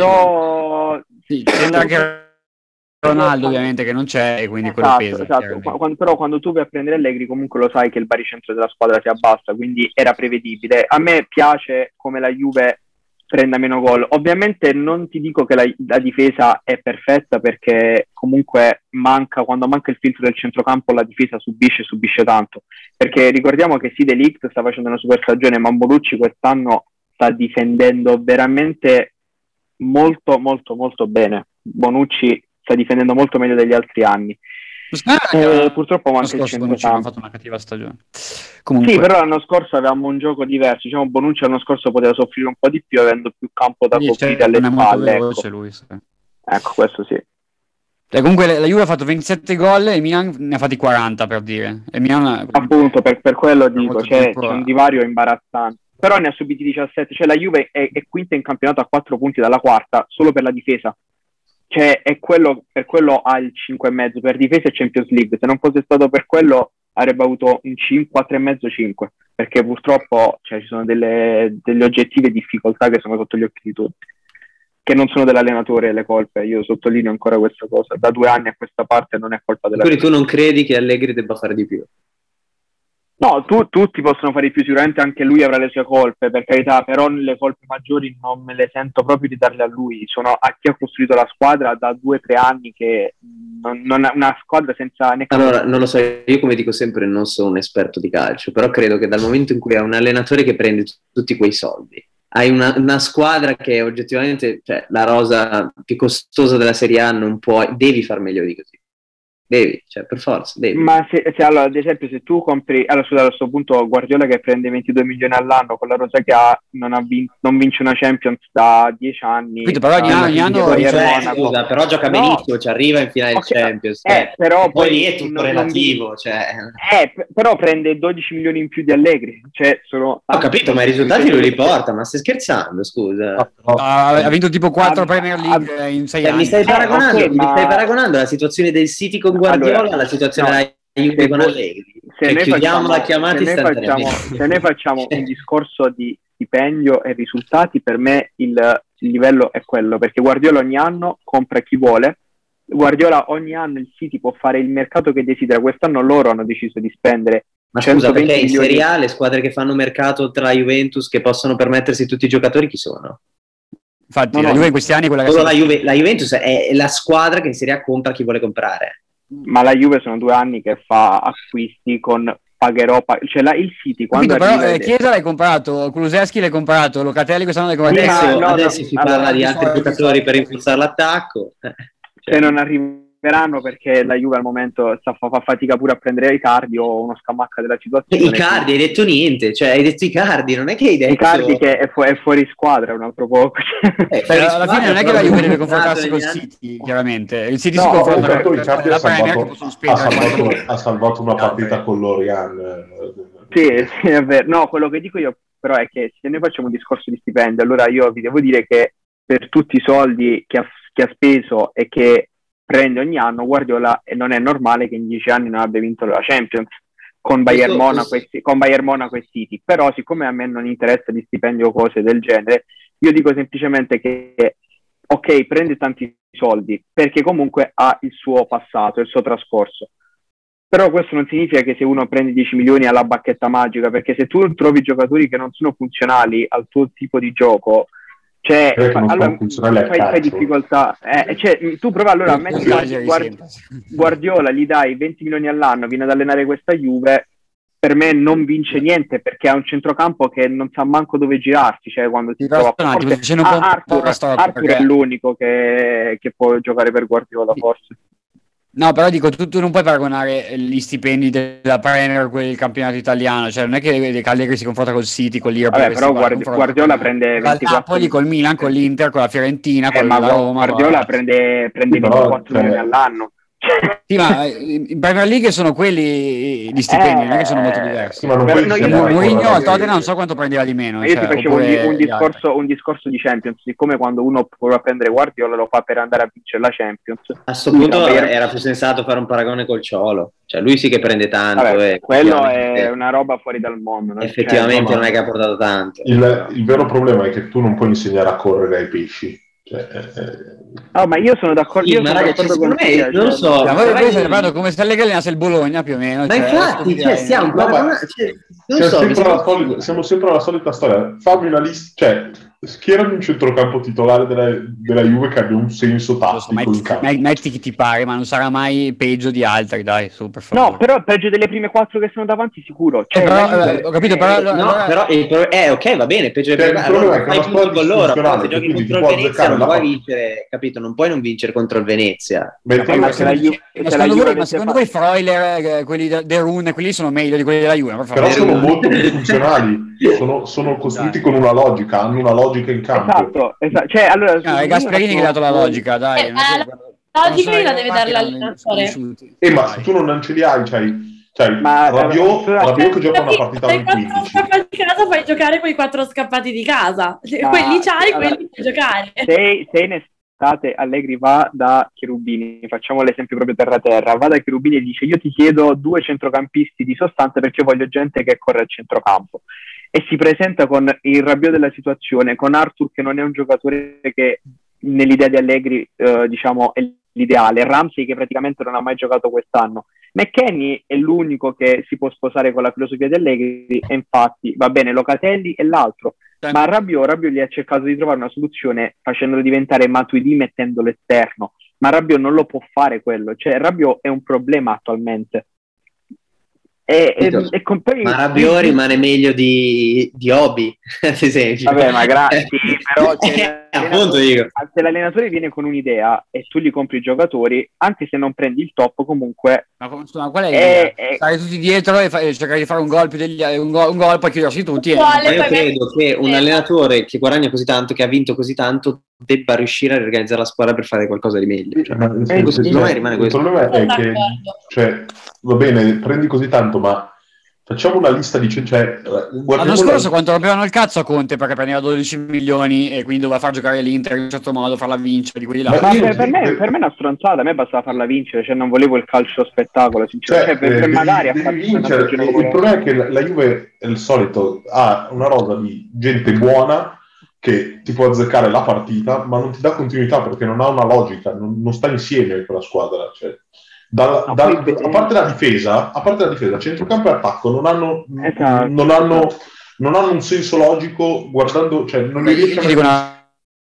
però sì, c'entra anche Ronaldo ovviamente che non c'è, e quindi esatto, quello pesa. Esatto. Quando, però quando tu vai a prendere Allegri comunque lo sai che il baricentro della squadra si abbassa, quindi era prevedibile. A me piace come la Juve prenda meno gol. Ovviamente non ti dico che la, la difesa è perfetta, perché comunque manca, quando manca il filtro del centrocampo la difesa subisce, subisce tanto, perché ricordiamo che sì, De Ligt sta facendo una super stagione, ma Bonucci quest'anno sta difendendo veramente molto molto molto bene. Bonucci sta difendendo molto meglio degli altri anni. Eh, purtroppo manca il centrocampo. Ha fatto una cattiva stagione. Comunque... Sì, però l'anno scorso avevamo un gioco diverso. Diciamo, Bonucci l'anno scorso poteva soffrire un po' di più, avendo più campo da coprire alle spalle. Ecco. Lui, sì. ecco, questo sì. E comunque la Juve ha fatto ventisette gol e il Milan ne ha fatti quaranta, per dire. E Milan... Appunto, per, per quello dico, c'è, c'è un divario imbarazzante. Però ne ha subiti diciassette. Cioè la Juve è, è quinta in campionato a quattro punti dalla quarta, solo per la difesa. Cioè, è quello, per quello ha il cinque e mezzo per difesa e Champions League. Se non fosse stato per quello avrebbe avuto un cinque, quattro e mezzo, cinque, perché purtroppo cioè, ci sono delle, delle oggettive difficoltà che sono sotto gli occhi di tutti, che non sono dell'allenatore le colpe. Io sottolineo ancora questa cosa, da due anni a questa parte non è colpa della. Quindi tu non credi che Allegri debba fare di più? No, tu, tutti possono fare di più, sicuramente anche lui avrà le sue colpe, per carità, però le colpe maggiori non me le sento proprio di darle a lui. Sono a chi ha costruito la squadra da due o tre anni, che non, non è una squadra senza... Ne- allora, non lo so, io come dico sempre non sono un esperto di calcio, però credo che dal momento in cui hai un allenatore che prende t- tutti quei soldi, hai una, una squadra che oggettivamente, cioè la rosa più costosa della Serie A, non puoi, devi far meglio di così. Devi, cioè per forza, devi. Ma se, se allora, ad esempio, se tu compri, allora scusa, a questo punto Guardiola che prende ventidue milioni all'anno con la rosa che ha, non, ha vin- non vince una Champions da dieci anni. Quindi, però ogni anno, ogni anno eh, scusa, però gioca benissimo, no. Ci arriva in finale okay. Champions. Eh, eh, però poi, poi lì è tutto non, relativo. Non cioè. eh, p- però prende dodici milioni in più di Allegri. Cioè, sono ho capito, ma i risultati lui li porta, ma stai scherzando, scusa. No, no. Ha, ha vinto tipo quattro ah, Premier League ah, in sei cioè, anni. Mi stai, paragonando, eh, okay, mi ma... stai paragonando la situazione del City con Guardiola alla situazione situazione no, Juve con Allegri. Se cioè, noi chiudiamo facciamo, la chiamata se noi facciamo, se noi facciamo un discorso di stipendio e risultati, per me il, il livello è quello, perché Guardiola ogni anno compra chi vuole. Guardiola ogni anno il City può fare il mercato che desidera. Quest'anno loro hanno deciso di spendere ma scusa, perché in Serie A le squadre che fanno mercato tra Juventus, che possono permettersi tutti i giocatori, chi sono? Infatti no, la no, Juve in questi anni quella che la, Juve, la Juventus è la squadra che in Serie A compra chi vuole comprare. Ma la Juve sono due anni che fa acquisti con pagherò, pag- cioè la, il City quando capito, però eh, de- Chiesa l'hai comprato, Kulusevski l'hai comprato, Locatelli quest'anno l'hai comprato. Adesso, no, adesso no, si allora, parla di altri giocatori per rinforzare l'attacco. Eh, cioè. Se non arriveranno, perché la Juve al momento sta, fa, fa fatica pure a prendere Icardi o uno Scamacca della situazione. Icardi, hai detto niente, cioè hai detto Icardi, non è che hai detto Icardi che è, fu- è fuori squadra, un altro poco. Eh, Beh, alla fine non è che la Juve deve confrontarsi col City, chiaramente. Il City no, si confronta con Icardi ha salvato, ha, salvato, ha salvato una partita con l'Orient. Sì, sì, è vero. No, quello che dico io però è che se noi facciamo un discorso di stipendio, allora io vi devo dire che per tutti i soldi che ha, che ha speso e che prende ogni anno, Guardiola, e non è normale che in dieci anni non abbia vinto la Champions con Bayern Monaco e, con Bayern Monaco e City. Però siccome a me non interessa di stipendio o cose del genere, io dico semplicemente che ok, prende tanti soldi perché comunque ha il suo passato, il suo trascorso, però questo non significa che se uno prende dieci milioni ha la bacchetta magica, perché se tu trovi giocatori che non sono funzionali al tuo tipo di gioco, cioè fa, allora, fai, fai difficoltà eh, cioè, tu prova allora a mettere Guard- Guardiola, gli dai venti milioni all'anno, viene ad allenare questa Juve, per me non vince niente perché ha un centrocampo che non sa manco dove girarsi, cioè quando si trova forse, ah, Arthur, Arthur perché... è l'unico che, che può giocare per Guardiola forse. No, però dico, tu, tu non puoi paragonare gli stipendi della Premier con il campionato italiano, cioè non è che Allegri si confronta col City, con l'Irpol. Vabbè, però Guardi- Guardiola prende ventiquattro Napoli, col Milan, con l'Inter, con la Fiorentina, eh, con ma la Roma. Guardiola ma... prende, prende ventiquattro milioni all'anno. Sì, ma in Premier League sono quelli gli stipendi, Eh, non è che sono molto diversi. Ma non Per- puoi no, io- insegnare Mourinho ancora al Tottenham da- non so quanto prendeva di meno. io cioè, ti facevo un, di- oppure un gli altri. discorso, un discorso di Champions, siccome quando uno prova a prendere Guardiola lo fa per andare a vincere la Champions. A questo Lui punto da Bayern- era più sensato fare un paragone col Ciolo, cioè lui sì che prende tanto Vabbè, e quello effettivamente- è una roba fuori dal mondo. no? effettivamente Cioè, non è che ha portato tanto. Il, il vero problema è che tu non puoi insegnare a correre ai pesci. Cioè, eh, Oh, ma io sono d'accordo, Sì, io ma sono ragazzi, d'accordo secondo con me, te, non lo cioè, so, Ma voi, però voi io- state parlando come se Allegri allenasse il Bologna più o meno. Ma cioè, infatti, cioè, stiamo No, paragonando- ma- cioè, non Cioè, so, mi sempre sembra- la solita- siamo sempre alla solita storia. Fammi una lista, cioè, schierami un centrocampo titolare della, della Juve che abbia un senso Lo so, tattico in metti, campo. met- metti chi ti pare, ma non sarà mai peggio di altri, dai, su, per favore. No, però peggio delle prime quattro che sono davanti sicuro. Cioè, Eh, però, la Juve- eh, ho capito, però- eh, allora- No, però il pro- eh, ok, va bene, peggio Cioè, del il allora problema non è che fai una punti squadra con loro, però disfunzionale, se giochi quindi contro ti il può Venezia azzeccare non la puoi pa- vincere, capito? Non puoi non vincere contro il Venezia. Metti- Ma metti- se la Ju- Ma se la secondo, Juve voi, ma avesse secondo fatto- voi Freuler, eh, quelli de- De Rune, quelli sono meglio di quelli della Juve? Per favore. Però sono Vero. molto più funzionali, sono, sono costruiti con una logica, hanno una logica in campo. Esatto, esatto. Cioè, allora, No, è io Gasperini che ha dato la faccio- logica, dai. Eh, non è che- la quando logica sono gliela deve arrivati dare erano l'allenatore. sconosciuti. Eh, ma Dai. se tu non, non ce li hai, c'hai, c'hai Ma- Rabiot, ma- Rabiot che gioca una partita Dai in quattro quindici. scappati di casa fai giocare quei quattro scappati di casa. Se Ma- quelli c'hai, allora, quelli puoi giocare. Se, se in estate Allegri va da Cherubini, facciamo l'esempio proprio terra-terra, va da Cherubini e dice: io ti chiedo due centrocampisti di sostanza perché io voglio gente che corre al centrocampo. E si presenta con il Rabiot della situazione, con Arthur che non è un giocatore che nell'idea di Allegri eh, diciamo è l'ideale, Ramsey che praticamente non ha mai giocato quest'anno, McKennie è l'unico che si può sposare con la filosofia di Allegri e infatti va bene Locatelli e l'altro, ma Rabiot, Rabiot gli ha cercato di trovare una soluzione facendolo diventare Matuidi mettendolo esterno, ma Rabiot non lo può fare quello, cioè Rabiot è un problema attualmente. E, e, e con poi, Ma Rabiot rimane meglio di, di Obi, ad esempio. Vabbè, ma grazie, però se Eh, appunto dico. se l'allenatore viene con un'idea e tu gli compri i giocatori, anche se non prendi il top, comunque Ma com- insomma, qual è Eh, l'idea? eh. Stare tutti dietro e, fa- e cercare di fare un gol più degli un gol, un gol poi chiudersi tutti. E... Quale? Ma io poi credo metti- che un allenatore che guadagna così tanto, che ha vinto così tanto, debba riuscire a riorganizzare la squadra per fare qualcosa di meglio. Cioè, Ma- secondo sì, me sì, rimane il questo. problema è Sono che, d'accordo. cioè, va bene, prendi così tanto, ma facciamo una lista di... Cioè, L'anno guardiamo scorso la- quanto rompevano il cazzo a Conte perché prendeva dodici milioni e quindi doveva far giocare l'Inter in un certo modo, farla vincere di quelli là. Ma- ma io- per, per me, per- per me è una stronzata, a me bastava farla vincere, cioè non volevo il calcio spettacolo, Cioè, sinceramente, cioè, per, eh, per devi, magari a devi fare una vincere. stagione Il come- problema è che la, la Juve è il solito, ha una rosa di gente buona che ti può azzeccare la partita, ma non ti dà continuità perché non ha una logica, non, non sta insieme quella squadra. Cioè, dalla- No, dal- poi- a parte la difesa, a parte la difesa, centrocampo e attacco non hanno, Esatto. non hanno, non hanno un senso logico guardando, cioè non li Io riesci ti a dico una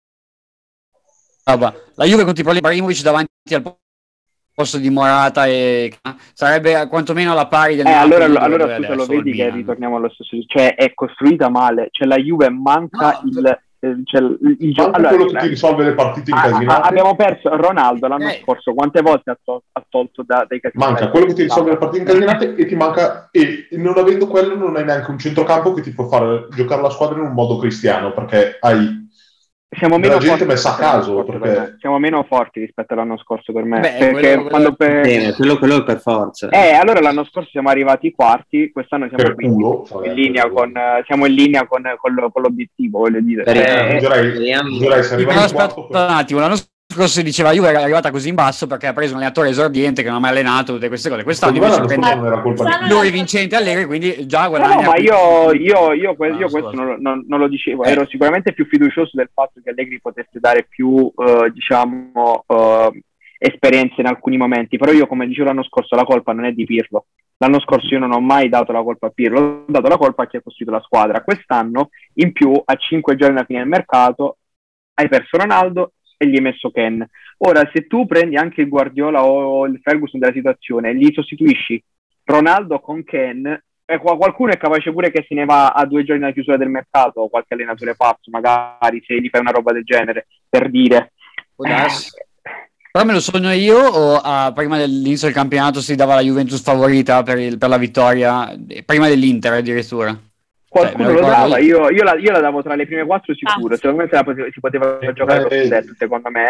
roba. La Juve con i problemi Ibrahimovic davanti al posto di Morata e sarebbe quantomeno alla pari del Eh, Napoli, allora, dove- allora dove scusa, lo adesso il vedi che Milan. ritorniamo allo stesso, cioè è costruita male, cioè la Juve manca No, il, eh, cioè, il, il gio- Manca allora, quello che ti risolve le partite a- a- incasinate. abbiamo perso Ronaldo l'anno Eh. scorso, quante volte ha, tol- ha tolto da, dai cattivi Manca quello che ti risolve le partite incasinate e ti manca, e non avendo quello non hai neanche un centrocampo che ti può fare giocare la squadra in un modo cristiano, perché hai Siamo della meno gente forti messa a rispetto all'anno caso, scorso perché- per me. Siamo meno forti rispetto all'anno scorso per me, Beh, perché quello- quando per... Bene, quello, quello per forza. Eh, allora l'anno scorso siamo arrivati quarti, quest'anno siamo per quinti. culo in linea con, eh, siamo in linea con, con, lo- con l'obiettivo, voglio dire. Speriamo. Eh, Userei, speriamo. userei se Sì, arriva però in aspetta quarto un per- attimo, l'anno scorso si diceva Juve era arrivata così in basso perché ha preso un allenatore esordiente che non ha mai allenato tutte queste cose. Quest'anno Secondo me invece l'anno prende scorso non era colpa di Quest'anno- lui vincente Allegri, quindi già no, guadagna. no, ma io, io, io, que- Ah, io questo scusa. non, non- non lo dicevo, Eh. ero sicuramente più fiducioso del fatto che Allegri potesse dare più, eh, diciamo, eh, esperienze in alcuni momenti, però io, come dicevo l'anno scorso, la colpa non è di Pirlo. L'anno scorso io non ho mai dato la colpa a Pirlo, ho dato la colpa a chi ha costruito la squadra. Quest'anno, in più, a cinque giorni alla fine del mercato, hai perso Ronaldo e gli hai messo Ken. Ora, se tu prendi anche il Guardiola o il Ferguson della situazione e gli sostituisci Ronaldo con Ken, eh, qual- qualcuno è capace pure che se ne va a due giorni dalla chiusura del mercato, o qualche allenatore pazzo, magari, se gli fai una roba del genere, per dire. Può darsi. Però me lo sogno io o ah, prima dell'inizio del campionato si dava la Juventus favorita per, il- per la vittoria, eh, prima dell'Inter addirittura? Qualcuno Cioè, me lo lo ricordo dava, io. io, io la, io la davo tra le prime quattro sicuro, Ah. secondo me se la pote- si poteva Eh, giocare lo eh, scudetto, secondo me,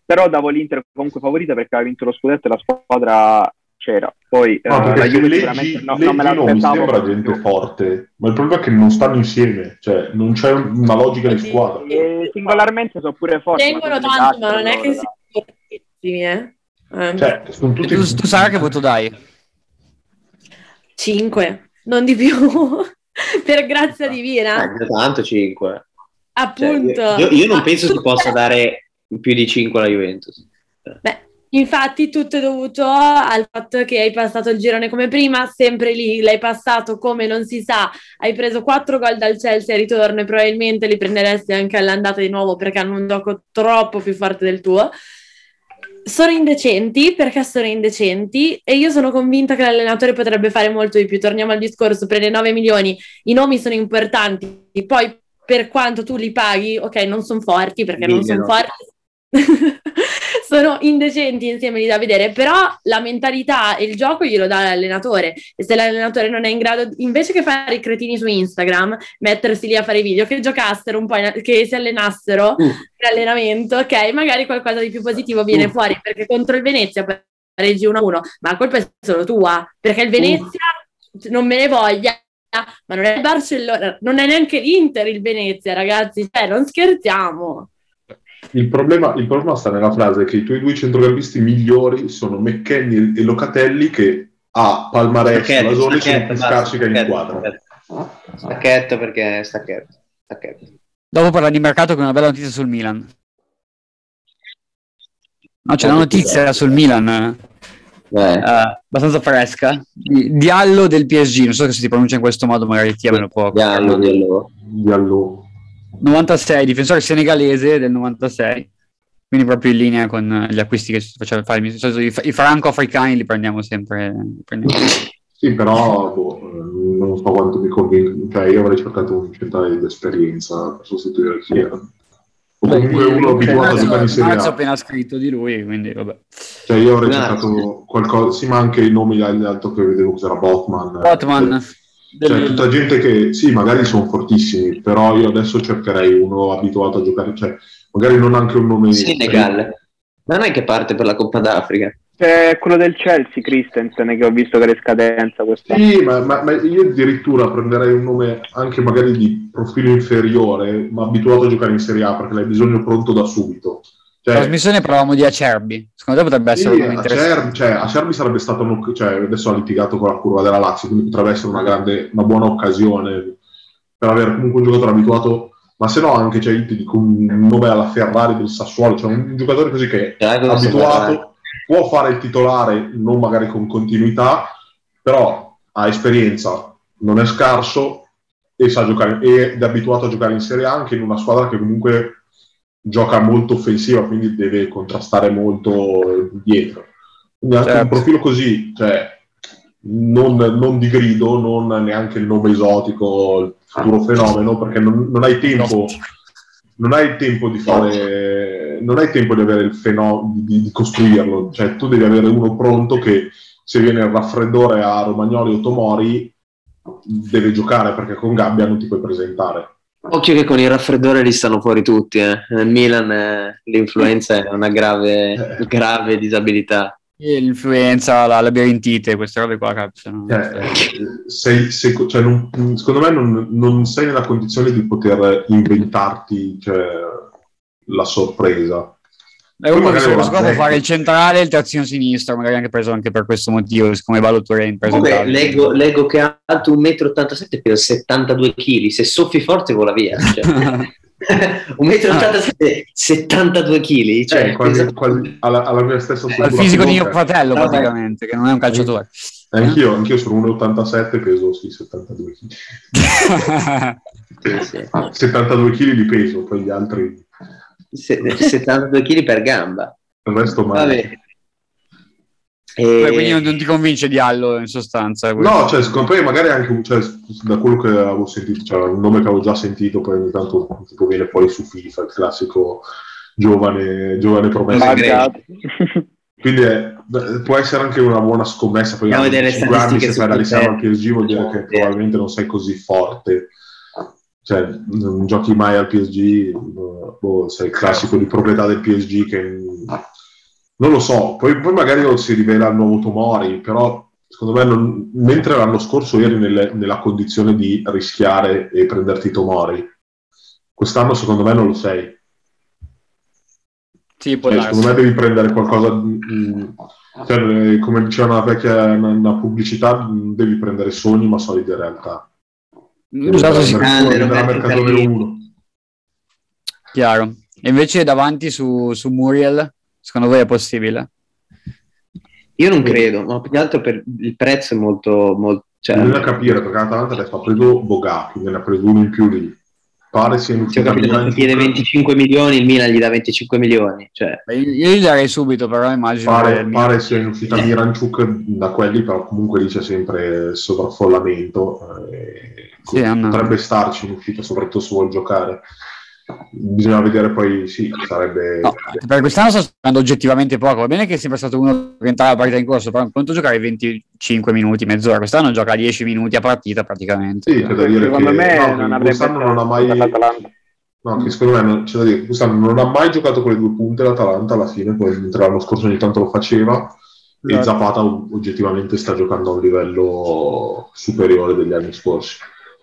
però davo l'Inter comunque favorita perché aveva vinto lo scudetto e la squadra c'era. Poi no, eh, la Juve leggi, sicuramente no, leggi non me l'aspettavo. Mi sembra gente forte, ma il problema è che non stanno insieme, cioè non c'è una logica di squadra. E singolarmente sono pure forti. Tengono ma tanto, ma non è che siano fortissimi, eh. Um, cioè, sono tutti... tu, tu sai che voto dai? cinque, non di più. Per grazia divina. Eh, tanto cinque. Appunto. Cioè, io, io non penso si possa dare più di cinque alla Juventus. Beh, infatti tutto è dovuto al fatto che hai passato il girone come prima, sempre lì, l'hai passato come non si sa, hai preso quattro gol dal Chelsea a ritorno e probabilmente li prenderesti anche all'andata di nuovo perché hanno un gioco troppo più forte del tuo. Sono indecenti perché sono indecenti e io sono convinta che l'allenatore potrebbe fare molto di più. Torniamo al discorso, prende nove milioni, i nomi sono importanti, poi per quanto tu li paghi, ok, non sono forti perché non sono forti, sono indecenti insieme lì da vedere, però la mentalità e il gioco glielo dà l'allenatore e se l'allenatore non è in grado, invece che fare i cretini su Instagram, mettersi lì a fare i video, che giocassero un po', in, che si allenassero uh. in allenamento, ok, magari qualcosa di più positivo viene uh. fuori, perché contro il Venezia pareggi uno a uno, ma la colpa è solo tua, perché il Venezia uh. non me ne voglia, ma non è il Barcellona, non è neanche l'Inter il Venezia, ragazzi, cioè non scherziamo. Il problema, il problema sta nella frase che i tuoi due centrocampisti migliori sono McKennie e Locatelli, che a palmarès la zona sono più scarsi che in squadra. Stacchetto perché stacchetto, stacchetto. Dopo parla di mercato con una bella notizia sul Milan. No, c'è una notizia sul Milan uh, abbastanza fresca. Diallo del P S G, non so se si pronuncia in questo modo, magari ti ameno poco. Diallo, Diallo. Diallo. novantasei, difensore senegalese del novantasei, quindi proprio in linea con gli acquisti che faceva fare. I, i franco-africani li prendiamo sempre. Li prendiamo. Sì, però boh, non so quanto mi convinco. Cioè, io avrei cercato un centrale di esperienza per sostituire il Chiesa. O comunque uno abituato a giocare in Serie A. Marzo appena scritto di lui, quindi vabbè. Cioè, io avrei cercato qualcosa. Sì, ma anche i nomi all'alto che vedevo che era Botman. Botman. Eh, Cioè, tutta gente che sì, magari sono fortissimi, però io adesso cercherei uno abituato a giocare, cioè magari non anche un nome Senegal, cioè... non è che parte per la Coppa d'Africa. C'è quello del Chelsea, Christensen, che ho visto che era in scadenza quest'anno. Sì, ma, ma, ma io addirittura prenderei un nome anche magari di profilo inferiore, ma abituato a giocare in Serie A, perché l'hai bisogno pronto da subito. Cioè, la trasmissione parlavamo di Acerbi, secondo te potrebbe essere sì, un nome interessante? Acerbi, cioè, Acerbi sarebbe stato un, cioè, adesso ha litigato con la curva della Lazio, quindi potrebbe essere una grande, una buona occasione per avere comunque un giocatore abituato, ma se no anche cioè, ti dico un nome alla Ferrari del Sassuolo, cioè un, un giocatore così che è abituato, può fare il titolare, non magari con continuità, però ha esperienza, non è scarso e sa giocare, ed è abituato a giocare in Serie A anche in una squadra che comunque gioca molto offensiva, quindi deve contrastare molto dietro. Quindi anche certo. Un profilo così, cioè non, non di grido, non neanche il nome esotico, il futuro fenomeno, perché non, non hai tempo, non hai tempo di fare, non hai tempo di avere il fenomeno, di, di costruirlo. Cioè tu devi avere uno pronto che se viene il raffreddore a Romagnoli o Tomori deve giocare, perché con Gabbia non ti puoi presentare. Occhio che con il raffreddore li stanno fuori tutti, eh. Nel Milan eh, l'influenza è una grave, grave disabilità. E l'influenza, la labirintite, queste robe qua capitano. Eh, sei, sei, cioè non, secondo me non, non sei nella condizione di poter inventarti cioè, la sorpresa. È uno che se può fare il centrale e il terzino sinistro, magari anche preso anche per questo motivo, siccome Balotore è impresentabile. Leggo, leggo che è alto un metro e ottantasette e pesa settantadue chili, se soffi forte vola via. Cioè. un metro e ottantasette, settantadue chili. Cioè, eh, quasi, quasi alla, alla mia stessa struttura. È il fisico di mio fratello, no, praticamente, che non è un calciatore. Eh, anch'io, anch'io sono uno virgola ottantasette e peso sì, settantadue chili. sì, sì. settantadue chili di peso, poi gli altri... settantadue chili per gamba. Il resto male. E... Quindi non ti convince Diallo in sostanza? Questo. No, cioè secondo me magari anche cioè, da quello che avevo sentito, cioè un nome che avevo già sentito, poi ogni tanto tipo viene fuori su FIFA, il classico giovane, giovane promessa. Quindi è, può essere anche una buona scommessa. Poi anche cinque anni se fai la riserva al P S G vuol dire che probabilmente non sei così forte. cioè, non giochi mai al P S G, boh, sei il classico di proprietà del P S G che non lo so, poi, poi magari non si rivela il nuovo Tomori, però secondo me non, mentre l'anno scorso eri nelle, nella condizione di rischiare e prenderti Tomori, quest'anno secondo me non lo sei. Sì, può cioè, secondo me devi prendere qualcosa, mh, cioè, come diceva una vecchia una, una pubblicità, devi prendere sogni ma solide realtà. Esatto, sì. Mercato uno. Chiaro. E invece davanti su, su Muriel, secondo voi è possibile? Io non credo, ma più che altro per il prezzo è molto... molto cioè... Bisogna capire, perché l'Atalanta adesso ha preso Boga, quindi ne ha preso uno in più lì. Pare sia in uscita Milan. Chiede venticinque milioni, il Milan gli dà venticinque milioni. Cioè. Io gli darei subito, però immagino... Pare, pare sia in uscita Miranchuk da quelli, però comunque lì c'è sempre sovraffollamento. Eh, sì, potrebbe starci in uscita, soprattutto se vuol giocare. Bisogna vedere poi, sì, sarebbe... No, per quest'anno sta giocando oggettivamente poco, va bene che è sempre stato uno che entrava la partita in corso, però quanto giocare venticinque minuti, mezz'ora, quest'anno gioca dieci minuti a partita praticamente. Sì, c'è da dire secondo che me no, non avrebbe quest'anno non ha mai... No, che secondo me non, c'è da dire, quest'anno non ha mai giocato con le due punte l'Atalanta alla fine, poi mentre l'anno scorso ogni tanto lo faceva, e no. Zapata oggettivamente sta giocando a un livello superiore degli anni scorsi.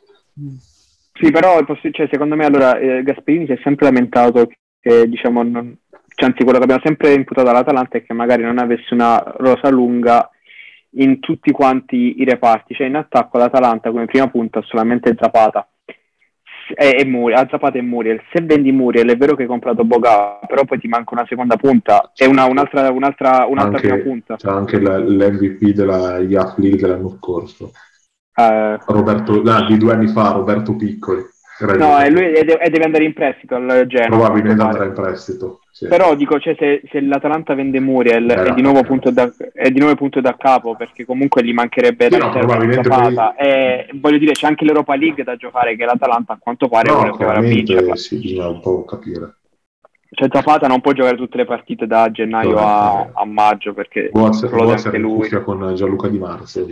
Sì, però cioè, secondo me allora eh, Gasperini si è sempre lamentato che diciamo non, cioè, anzi quello che abbiamo sempre imputato all'Atalanta è che magari non avesse una rosa lunga in tutti quanti i reparti, cioè in attacco l'Atalanta come prima punta solamente Zapata e, e Muriel, a Zapata e Muriel. Se vendi Muriel è vero che hai comprato Boga, però poi ti manca una seconda punta e una, un'altra, un'altra, un'altra anche, prima punta. C'è anche la, l'M V P della Youth League dell'anno scorso. Uh, Roberto, no, di due anni fa, Roberto Piccoli. No, e lui e deve andare in prestito al Genoa. Probabilmente andrà in prestito. Sì. Però dico, cioè, se, se l'Atalanta vende Muriel è di, nuovo punto da, è di nuovo punto da capo, perché comunque gli mancherebbe sì, da no, probabilmente poi... e voglio dire, c'è anche l'Europa League da giocare che l'Atalanta a quanto pare no, vuole provare a vincerla. Sì, bisogna un po' capire. Cioè Zapata non può giocare tutte le partite da gennaio no, a, a maggio perché può essere in cuffia con Gianluca Di Marzio.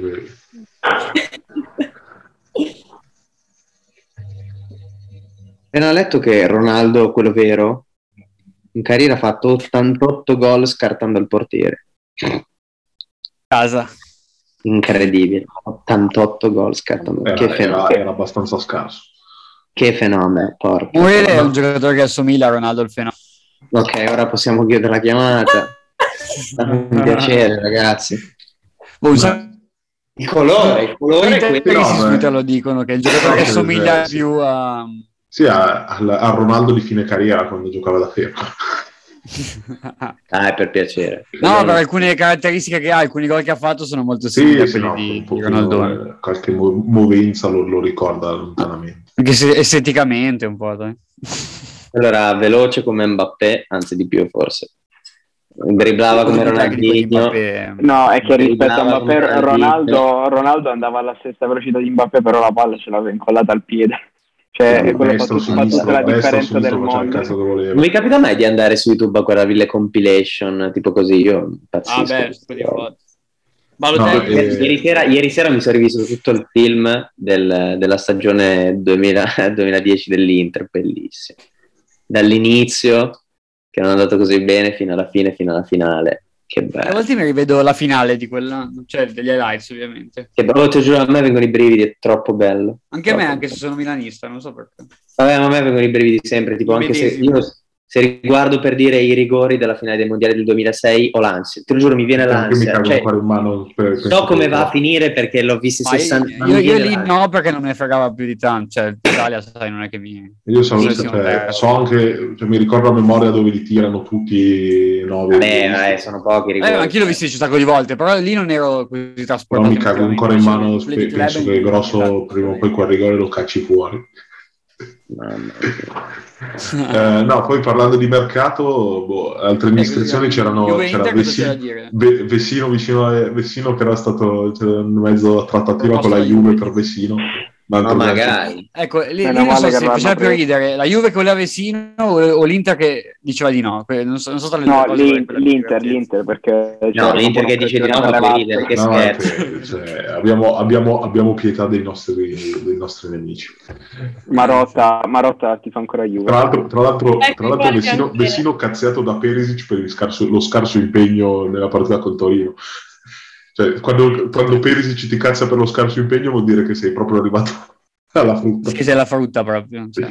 Appena letto che Ronaldo, quello vero, in carriera ha fatto ottantotto gol scartando il portiere. Casa. Incredibile. ottantotto gol scartando. Era, che fenomeno. Era, era abbastanza scarso. Che fenomeno, porca. Muriel è un giocatore che assomiglia a Ronaldo il fenomeno. Ok, ora possiamo chiudere la chiamata. Un piacere, ragazzi. Oh, sa- il colore, il colore quelli che si Twitter lo dicono che è il giocatore che assomiglia più a sì, a, a, a Ronaldo di fine carriera quando giocava da fermo. Ah, per piacere. No, per alcune caratteristiche che ha, alcuni gol che ha fatto sono molto simili a sì, quelli no, di, di Ronaldo. Qualche movenza lo, lo ricorda lontanamente. Anche se esteticamente un po', dai. Allora, veloce come Mbappé, anzi di più forse. Driblava come Ronaldinho. No, è che rispetto a Mbappé Ronaldo, Ronaldo andava alla stessa velocità di Mbappé, però la palla ce l'aveva incollata al piede. Cioè, no, quello fa, tut- fa tutta la differenza del mondo. Non mi capita mai di andare su YouTube a guardarvi le compilation, tipo così, io impazzisco. Ah beh, di foto. No, eh, ieri, sera, ieri sera mi sono rivisto tutto il film del, della stagione duemila, duemiladieci dell'Inter, bellissimo. Dall'inizio, che non è andato così bene, fino alla fine, fino alla finale. Che bello. A volte mi rivedo la finale di quell'anno, cioè degli highlights ovviamente. Che bello, ti giuro, a me vengono i brividi, è troppo bello. Anche troppo a me, anche bello. se sono milanista, non so perché. Vabbè, ma a me vengono i brividi sempre, tipo anche se io... Se riguardo per dire i rigori della finale dei mondiali del duemilasei ho l'ansia, te lo giuro, mi viene l'ansia, mi cioè, in mano per, so come va a finire perché l'ho visto sessanta io, io, io lì no, perché non me ne fregava più di tanto, cioè l'Italia sai non è che mi io so, cioè, so anche, cioè, mi ricordo a memoria dove li tirano tutti nove. Vabbè, eh, sono pochi rigori. Eh, anch'io l'ho visto un sacco di volte, però lì non ero così trasportato. Però mi cago ancora in mano, spe- penso che grosso prima o poi quel rigore lo cacci fuori. eh, no, poi parlando di mercato, boh, altre indiscrezioni c'erano, c'era Vessino, Ve, Vessino vicino a Vessino che era stato cioè, in mezzo a trattativa con la Juve per Vessino, Ma Ma magari. Ecco, lì, lì Meno non so male che se l'hanno faceva più preso. ridere la Juve che voleva Vecino o, o l'Inter che diceva di no. Que- Non so, non so tra le No, due cose qual è l'In- quella più l'Inter, divertente. l'Inter, perché No, c'era l'Inter proprio che dice di un'occasione no per fa più levarsela. ridere, che No, è scherzo. che, cioè, abbiamo, abbiamo, abbiamo pietà dei nostri, dei nostri nemici. Marotta, Marotta ti fa ancora Juve. Tra l'altro, tra l'altro, Ecco, tra l'altro guardi Vecino, anche- Vecino cazziato da Perisic per il scarso- lo scarso impegno nella partita col Torino. Cioè, quando, quando Perisic ti cazza per lo scarso impegno vuol dire che sei proprio arrivato alla frutta. Sì, sei la frutta proprio. Cioè,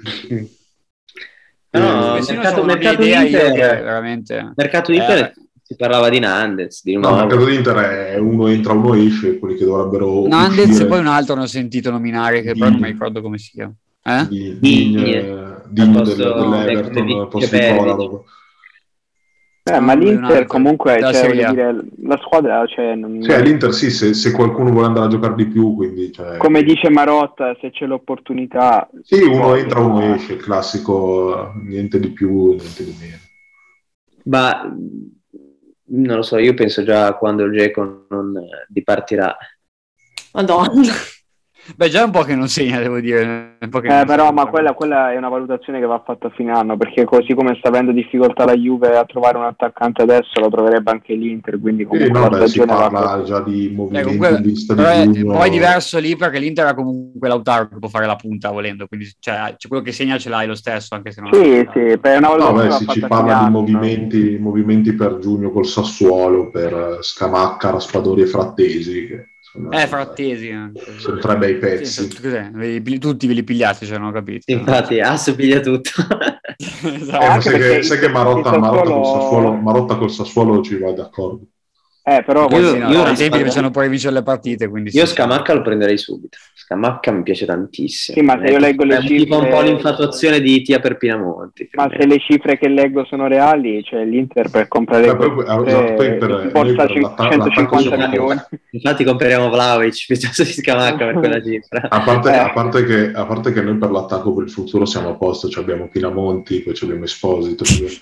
No, Eh, Vecino mercato, c'ho una mia mercato idea io Inter, che veramente... mercato eh, Inter si parlava di Nandes, di No, il nuovo. mercato d'Inter è uno entra, uno esce, quelli che dovrebbero Nandez uscire e poi un altro ne ho sentito nominare che di- però non mi ricordo come si chiama. Eh? di Digne, Digne, Digne al del- posto dell'Everton del al posto di Perisic. Kolarov. Eh, No, ma lui è un l'Inter altro, comunque, della cioè, Serie voglio A. dire, la squadra, cioè, non- Sì, l'Inter sì, se, se qualcuno vuole andare a giocare di più, quindi cioè, come dice Marotta, se c'è l'opportunità... sì, uno voglio, entra, uno ma- esce, il classico, niente di più, niente di meno. Ma non lo so, io penso già quando il Dzeko non eh, dipartirà. Madonna. Beh, già è un po' che non segna, devo dire. Un po' che Eh, non però, segna. ma quella, quella è una valutazione che va fatta a fine anno, perché così come sta avendo difficoltà la Juve a trovare un attaccante adesso, lo troverebbe anche l'Inter, quindi Sì, comunque no, la beh, si stagione va parla così. già di Eh, movimenti comunque, in vista di però è, giugno. poi è diverso lì perché l'Inter ha comunque Lautaro che può fare la punta volendo, quindi cioè, c'è quello che segna ce l'hai lo stesso, anche se non Sì, ha- sì, per una No, valutazione beh, va si ci fatta a fine parla di anno. movimenti, movimenti per giugno col Sassuolo, per eh, Scamacca, Raspadori e Frattesi, che insomma, Eh, Frattesi anche. sono tre bei Sì, pezzi. so- cos'è? Ve li- tutti ve li pigliate, cioè, non ho capito. Infatti, assomiglia tutto. Esatto. Eh, ma anche sai perché che, sai il- che Marotta, il Marotta col Sassuolo- Sassuolo, Marotta col Sassuolo ci va d'accordo. Eh, però Io- voglio Sì, no, io- ai tempi io- facevano poi vincere le partite, quindi Io sì, Scamacca lo prenderei subito. Scamacca mi piace tantissimo. Sì, ma se io È leggo le tipo- è tipo un po' cifre- l'infatuazione di Tia per Pinamonti. più o Ma meno. se le cifre che leggo sono reali, cioè l'Inter per comprare Beh, poi- queste, esatto, poi per- eh, noi forza per l'atta- centocinquanta l'attacco milioni. Infatti compriamo Vlahovic piuttosto di Scamacca per quella cifra. A parte, Eh. a parte che, a parte che noi per l'attacco per il futuro siamo a posto, cioè abbiamo Pinamonti, poi abbiamo Esposito, abbiamo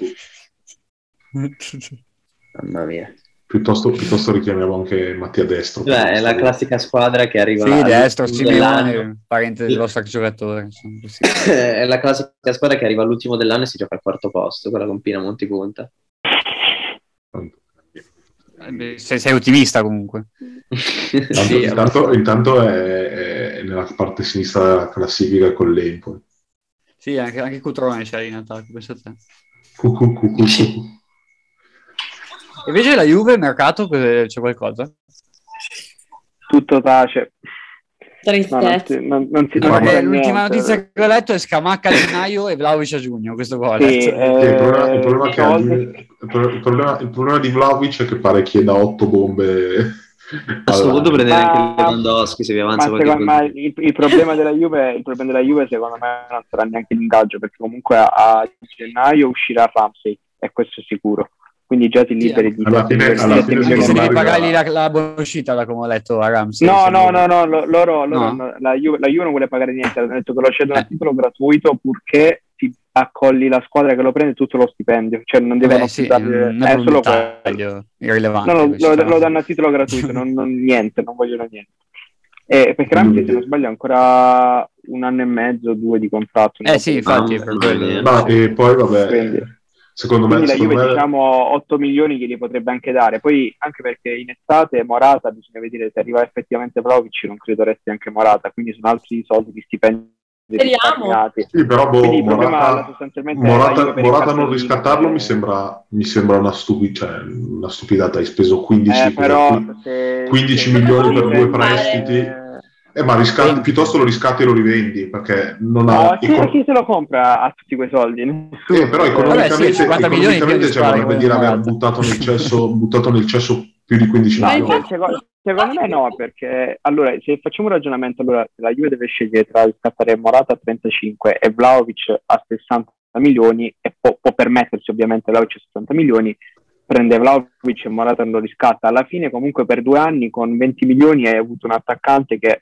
tutti. Mamma mia. Piuttosto, piuttosto richiamiamo anche Mattia Destro. Beh, è la classica squadra che arriva Sì, alla- destro, all'ultimo dell'anno. Simeone, parente del vostro giocatore. Insomma, così. È la classica squadra che arriva all'ultimo dell'anno e si gioca al quarto posto, quella con Pinamonti punta. Eh, beh, sei, sei ottimista comunque. Intanto, Sì, intanto, intanto è, è nella parte sinistra della classifica con l'Empoli. Sì, anche, anche Cutrone c'è in attacco, penso a te. Cu, cu, cu, cu, cu. Invece la Juve, il mercato, c'è qualcosa? Tutto tace. No, non, Tristezza. si, non, non si No, non ma- c'è l'ultima niente. notizia che ho letto è Scamacca a gennaio e Vlahovic a giugno, questo qua ho Sì, letto. eh, Sì, il, problema, il problema che ha- soldi. il pro- il problema, il problema di Vlahovic è che pare chieda otto bombe. A questo punto all'anno. prendere Ma- anche Lewandowski se vi avanza Ma qualche secondo me gol. il, il problema della Juve, il problema della Juve secondo me non sarà neanche l'ingaggio, perché comunque a, a gennaio uscirà Ramsey e questo è sicuro. Quindi già ti liberi di alla sette fine- milioni- alla sette fine milioni Anche se e secondo devi me mezzo. pagargli arriverà. la, la buonuscita, da come ho letto a Ramsey. No, se no, non- no, no, lo- loro, loro No? no, la, Juve, la Juve non vuole pagare niente, hanno detto che lo cedono a Eh. titolo gratuito purché ti accolli la squadra che lo prende tutto lo stipendio, cioè non devono Beh, sì, più dargli- non è è proprio solo un quello. dettaglio irrilevante. No, no, questo. lo, lo danno a titolo gratuito, non, non- niente, non vogliono niente. E perché Ramsey, se non sbaglio, ha ancora un anno e mezzo, due di contratto. Eh sì, infatti, è per Mamma quello. mia. Ma e poi vabbè, Quindi- secondo me, Quindi la secondo Juve me diciamo otto milioni che gli potrebbe anche dare, poi anche perché in estate Morata bisogna vedere se arriva effettivamente Vlahovic, non credo resti anche Morata, quindi sono altri soldi di stipendi Speriamo. risparmiati. sì, però boh, Quindi il problema Morata, sostanzialmente è la Morata, Juve per il Morata non cartellino, riscattarlo che- mi sembra, mi sembra una, stupi- cioè, una stupidata. Hai speso quindici, Eh, però qui- se, quindici se- milioni per se- due se- prestiti. Eh, ma riscatti, venti. piuttosto lo riscatti e lo rivendi perché non No, ha. chi, econ- chi se lo compra a tutti quei soldi? Nessuno. eh, però Cioè, economicamente, Vabbè, sì, cinquanta milioni in più economicamente di cioè, squadra vorrebbe che dire vuole aver Morata. buttato nel cesso, buttato nel cesso più di quindici No, Ma milioni. infatti- secondo, secondo me no, perché allora se facciamo un ragionamento, allora la Juve deve scegliere tra riscattare Morata a trentacinque e Vlahovic a sessanta milioni e può, può permettersi ovviamente Vlahovic a sessanta milioni, prende Vlahovic e Morata non lo riscatta. Alla fine comunque per due anni con venti milioni hai avuto un attaccante che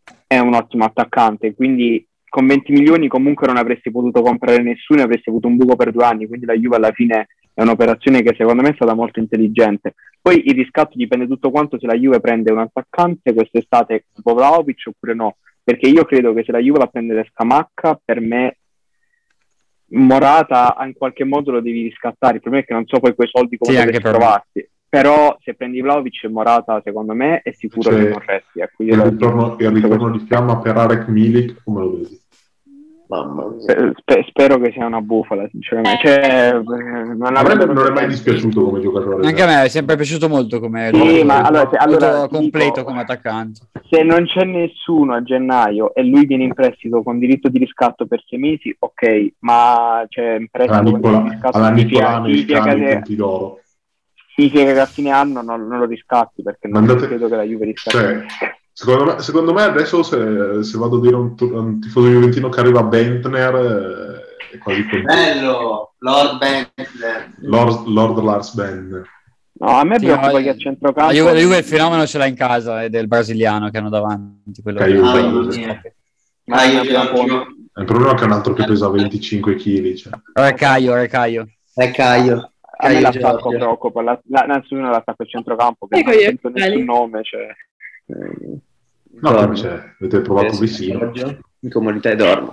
è un ottimo attaccante, quindi con venti milioni comunque non avresti potuto comprare nessuno e avresti avuto un buco per due anni, quindi la Juve alla fine è un'operazione che secondo me è stata molto intelligente. Poi il riscatto dipende tutto quanto se la Juve prende un attaccante quest'estate tipo Vlahovic oppure no, perché io credo che se la Juve la prende Scamacca, per me Morata in qualche modo lo devi riscattare. Il problema è che non so poi quei soldi come Sì, dovresti anche per trovarti. Però se prendi Vlahovic e Morata, secondo me è sicuro Cioè, che non resti. Ecco, io il lo- ritorno, il ritorno di fiamma per Arek Milik, come lo vedi? Mamma mia. spe- spe- spero che sia una bufala, sinceramente. Cioè, eh, non A me avrebbero non è mai senso. dispiaciuto come giocatore. Anche a me è sempre piaciuto molto come Sì, giocatore, ma allora, se- molto allora, ti completo dico, come attaccante. se non c'è nessuno a gennaio e lui viene in prestito con diritto di riscatto per sei mesi, ok, ma c'è in Alla, prestito con diritto di Nicola, riscatto alla significa, Nicolano e significa Scali, che, punti d'oro. significa che a fine anno non, non lo riscatti, perché non Mandate- credo che la Juve riscatti. Cioè, secondo me, secondo me adesso se, se vado a dire a un, tu- a un tifoso juventino che arriva Bentner eh, è quasi contento. Bello, Lord Bentner. Lord, Lord Lars Bentner. No, a me Sì, preoccupa no, che a centrocampo... la Juve, la Juve il fenomeno ce l'ha in casa, è del brasiliano che hanno davanti, quello Caio che- Mamma Giorgio. mia. Ma Ah, non io è una Giorgio. buona- Il problema è che è un altro che pesa venticinque chili. Cioè. Recaio, Recaio. È Caio. A me Caio l'attacco Giorgio. preoccupa, la, la, innanzitutto l'attacco a centrocampo, che Ecco non io, sento nessun Cali. nome, cioè... No, come c'è? Avete provato Sì, Vecino? Giorgio. In comunità dormo.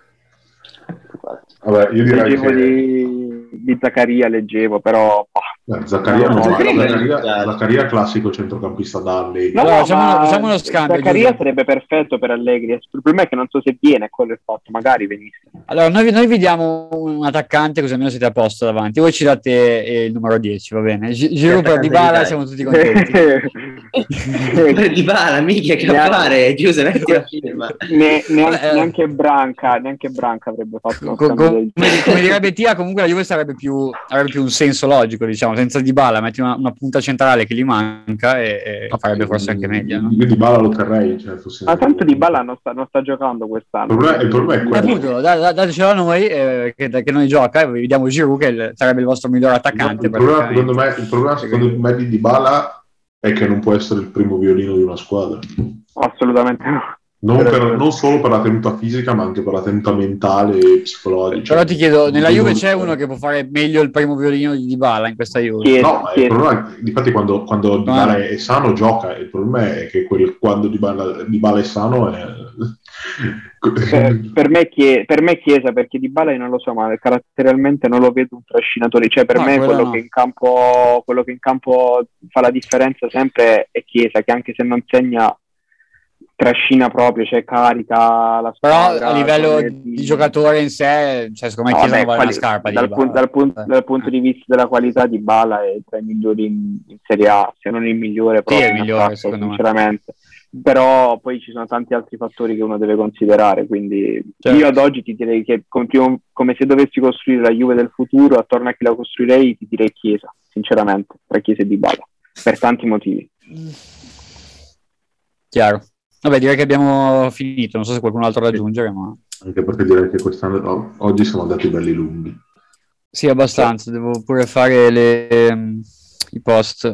Vabbè, io direi Leggevo che di, di Zaccaria, leggevo, però... bah. eh, Zaccaria, No, non no, vale. no, Zaccaria, Zaccaria classico centrocampista da Allegri. No, Allora, no, facciamo ma uno- facciamo uno scambio, Zaccaria Giuseppe. sarebbe perfetto per Allegri. Il problema è che non so se viene, quello è il fatto, magari venisse. Allora, noi, noi vi diamo un attaccante così almeno siete a posto davanti. Voi ci date eh, il numero dieci, va bene? Gi- Giro per attaccante Dybala, dai. siamo tutti contenti. Per Dybala, mica che Neanche- fare, Giuseppe, metti la firma. Ne- neanche, Vabbè, eh. neanche Branca, neanche Branca avrebbe fatto uno Co- scambio come, del come genere. direbbe Tia, comunque la Juve sarebbe più, avrebbe più un senso logico, diciamo, senza Dybala metti una, una punta centrale che gli manca e, e farebbe forse anche meglio, no? Io Dybala lo terrei. Cioè, fosse- Ma tanto Dybala non sta, non sta giocando Il quest'anno. problema, il problema è Eh, quello. appunto, da- da- datecelo a noi eh, che, che noi gioca e vi vediamo Giroud che il- sarebbe il vostro miglior attaccante. Il problema, praticamente. secondo me, il problema secondo me di Dybala è che non può essere il primo violino di una squadra. Assolutamente no. Non, per- non solo per la tenuta fisica, ma anche per la tenuta mentale e psicologica. Però ti chiedo, nella Juve Non- c'è uno che può fare meglio il primo violino di Dybala in questa Juve? Chiesa, No, il Chiesa. problema è, difatti quando, quando Dybala è sano gioca, il problema è che quel, quando Dybala, Dybala è sano è... Per, per me Chie- per me Chiesa, perché Dybala io non lo so, ma caratterialmente non lo vedo un trascinatore, cioè per No, me quello quello no. che in campo quello che in campo fa la differenza sempre è Chiesa, che anche se non segna trascina proprio, cioè carica la Però squadra. a livello come- di giocatore in sé, cioè, secondo me No, Chiesa vabbè, non vale quali- una scarpa di dal, Dybala. pun- dal pun- Eh. dal punto di vista della qualità di Dybala è tra i migliori in, in Serie A, se non il migliore proprio è il in migliore, attacco, secondo me. sinceramente. Però poi ci sono tanti altri fattori che uno deve considerare, quindi Certo. io ad oggi ti direi che come, primo- come se dovessi costruire la Juve del futuro, attorno a chi la costruirei ti direi Chiesa, sinceramente, tra Chiesa e Dybala, per tanti motivi. Chiaro. Vabbè, direi che abbiamo finito, non so se qualcun altro da aggiungere, ma... Anche perché direi che quest'anno o- oggi siamo andati belli lunghi. Sì, abbastanza, devo pure fare le, mm, i post.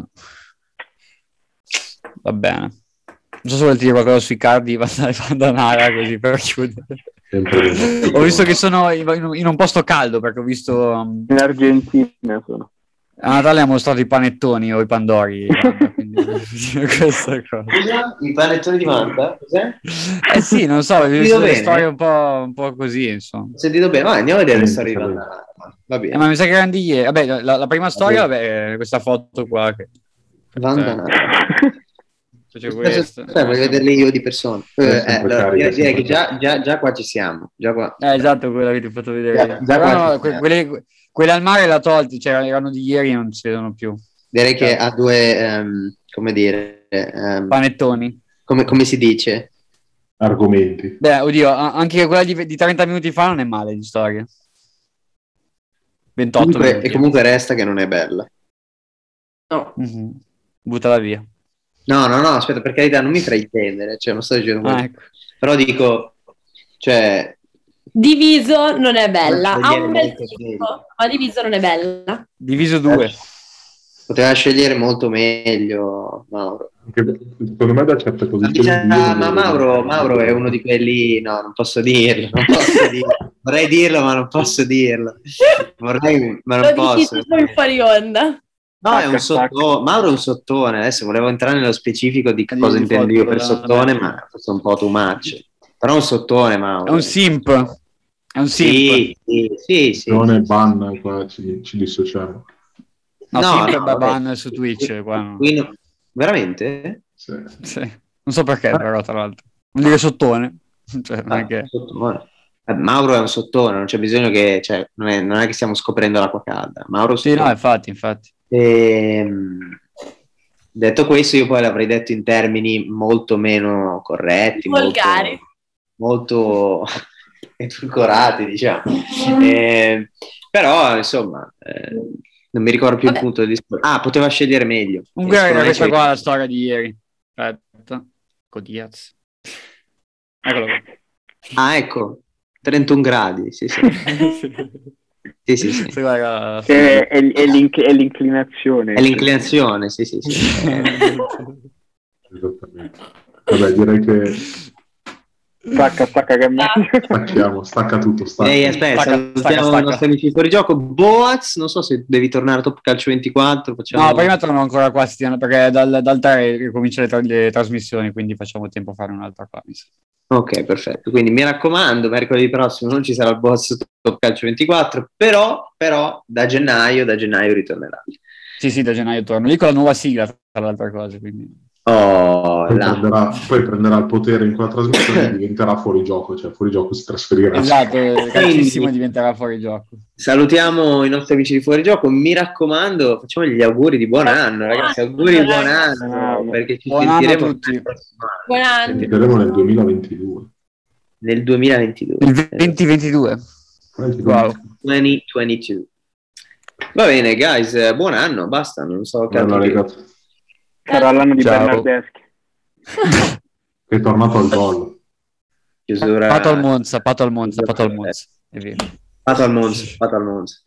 Va bene. Non so se volete dire qualcosa sui card di Vandanara così per chiudere. Sempre Ho visto che sono in in un posto caldo perché ho visto um, In Argentina sono. a Natale ha mostrato i panettoni o i pandori. Wanda, quindi, questa cosa. Scusa, i panettoni di Manta? Cos'è? Eh sì, non so, ho Sentito visto delle bene? storie un po', un po' così, insomma. Ho sentito bene, ma andiamo a vedere le Sì, storie di sì, Vandanara. Va Eh, bene. ma mi sa che erano di ieri. Vabbè, la, la prima storia, vabbè, è questa foto qua che Vandanara. c'è questa. Aspetta, voglio vederle io di persona. Eh, È eh, sempre allora, carica, direi, direi sempre che già, già, già qua ci siamo. Già qua. Eh, esatto, quella che ti ho fatto vedere. Già- già Però qua no, ci que- siamo. quelle, quelle al mare la tolti, cioè erano di ieri e non si vedono più. Direi che ha due, ehm, come dire, ehm, Panettoni. come, come si dice? argomenti. Beh, oddio, a- anche quella di, di trenta minuti fa non è male di storia. ventotto Comunque, minuti. e comunque resta che non è bella. No. Mhm. Buttala via. No, no, no, aspetta, per carità, non mi fraintendere, cioè non sto dicendo Ah, quello. ecco. Però dico, cioè, Diviso non è bella, Vuol ha dire un bel molto fisico, bene. ma diviso non è bella. Diviso due. poteva scegliere molto meglio Mauro. Anche, secondo me da certe Ma, posizioni dice- io non ma lo Mauro, vedo. Mauro è uno di quelli, no, non posso dirlo, non posso dirlo. Vorrei dirlo, ma non posso dirlo. Vorrei, ma non Lo posso. dici poi fuori onda. No, è un Tacca, sottone. Mauro è un sottone. Adesso volevo entrare nello specifico di Di- cosa di intendo io foto per da- sottone, da- ma questo è un po' too much. Però è un sottone, Mauro. È un simp. È un simp. Sì, sì, sì. sì, non sì, è ban, qua ci, ci dissociamo. No, No, simp no, è vabbè. ban su Twitch. Qua no. Qui no- Veramente? Sì. Sì. Non so perché, però, tra l'altro. Non dire sottone. Cioè, non è Ah, che... sottone. Eh, Mauro è un sottone, non c'è bisogno che... Cioè, non è, non è che stiamo scoprendo l'acqua calda. Mauro è un Sì, no, sottone. infatti, infatti. Ehm, detto questo, io poi l'avrei detto in termini molto meno corretti, molto, Volgari. molto edulcorati, diciamo. Eh, però, insomma, eh, non mi ricordo più Vabbè. il punto di discorso. Ah, poteva scegliere meglio. Comunque Secondo era me questa c'è- qua la storia di ieri. Aspetta. Codiaz. Eccolo qua. Ah, ecco, trentuno gradi, sì, sì. Sì, sì, sì. Sì, guarda, Che è, è l'inc- è l'inclinazione. È l'inclinazione, sì, sì, sì. Eh, Esattamente. Vabbè, direi che Stacca, stacca che è meglio. stacchiamo, stacca tutto, stacca. Ehi, aspetta, Stacca, salutiamo stacca, i stacca. nostri amici fuori gioco. Boaz, non so se devi tornare a Top Calcio ventiquattro. Facciamo... No, prima torno ancora qua, Stiano, perché dal, dal tre ricominciano le, tra- le trasmissioni, quindi facciamo tempo a fare un'altra qua. mi sa. Ok, perfetto. Quindi mi raccomando, mercoledì prossimo non ci sarà il boss Top Calcio ventiquattro, però, però da gennaio, da gennaio ritornerà. Sì, sì, da gennaio torno. Lì con la nuova sigla, tra le altre cose, quindi... Oh, Poi là. prenderà, poi prenderà il potere in quella trasmissione e diventerà fuori gioco, cioè fuori gioco si trasferirà. Esatto, eh, calcissimo Quindi- diventerà fuori gioco. Salutiamo i nostri amici di fuori gioco. Mi raccomando, facciamo gli auguri di buon anno, ragazzi. Auguri di buon anno, perché ci Buon anno a sentiremo tutti. il prossimo anno. Buon anno. Ci Ci sentiremo vedremo nel duemilaventidue. nel duemilaventidue. Il venti ventidue. Wow. duemilaventidue. Va bene, guys, eh, buon anno, basta, non so che altro Allora, dire. ragazzi, Sarà l'anno di Ciao. Bernardeschi. è tornato al gol. Chiusura... Pato al Monza, pato al Monza, chiusura pato al perfetta. Monza. E via. Pato al Monza, pato al Monza.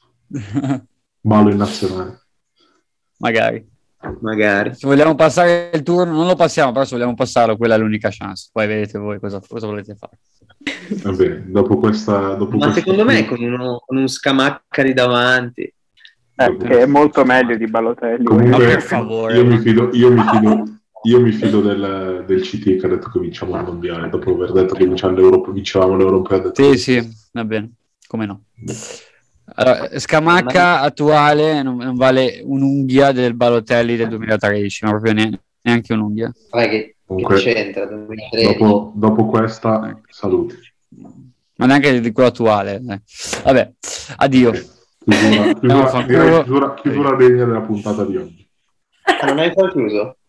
Ballo in nazionale. Magari. Magari. Se vogliamo passare il turno, non lo passiamo, però se vogliamo passarlo, quella è l'unica chance. Poi vedete voi cosa, cosa volete fare. Va bene, dopo questa... Dopo Ma questo secondo me film- con, uno, con un Scamacca di davanti. Eh, che è molto meglio di Balotelli. Comunque, Ma per favore, io ma- mi fido, io mi fido, io mi fido del, del C T che ha detto che vinciamo il mondiale. Dopo aver detto che vinciamo l'Europa, vincevamo l'Europeo, ha detto Sì, che- sì, va bene. Come no? Allora, Scamacca attuale non, non vale un'unghia del Balotelli del duemilatredici, ma proprio ne- neanche un'unghia. Vabbè, che, Comunque, che c'entra? duemilatredici. dopo, dopo questa, saluti. Ma neanche di quello attuale. dai. Vabbè, addio. Chiusura, Andiamo a chiusura, far direi culo. chiusura, chiusura degna della puntata di oggi. Ah, non hai ancora chiuso?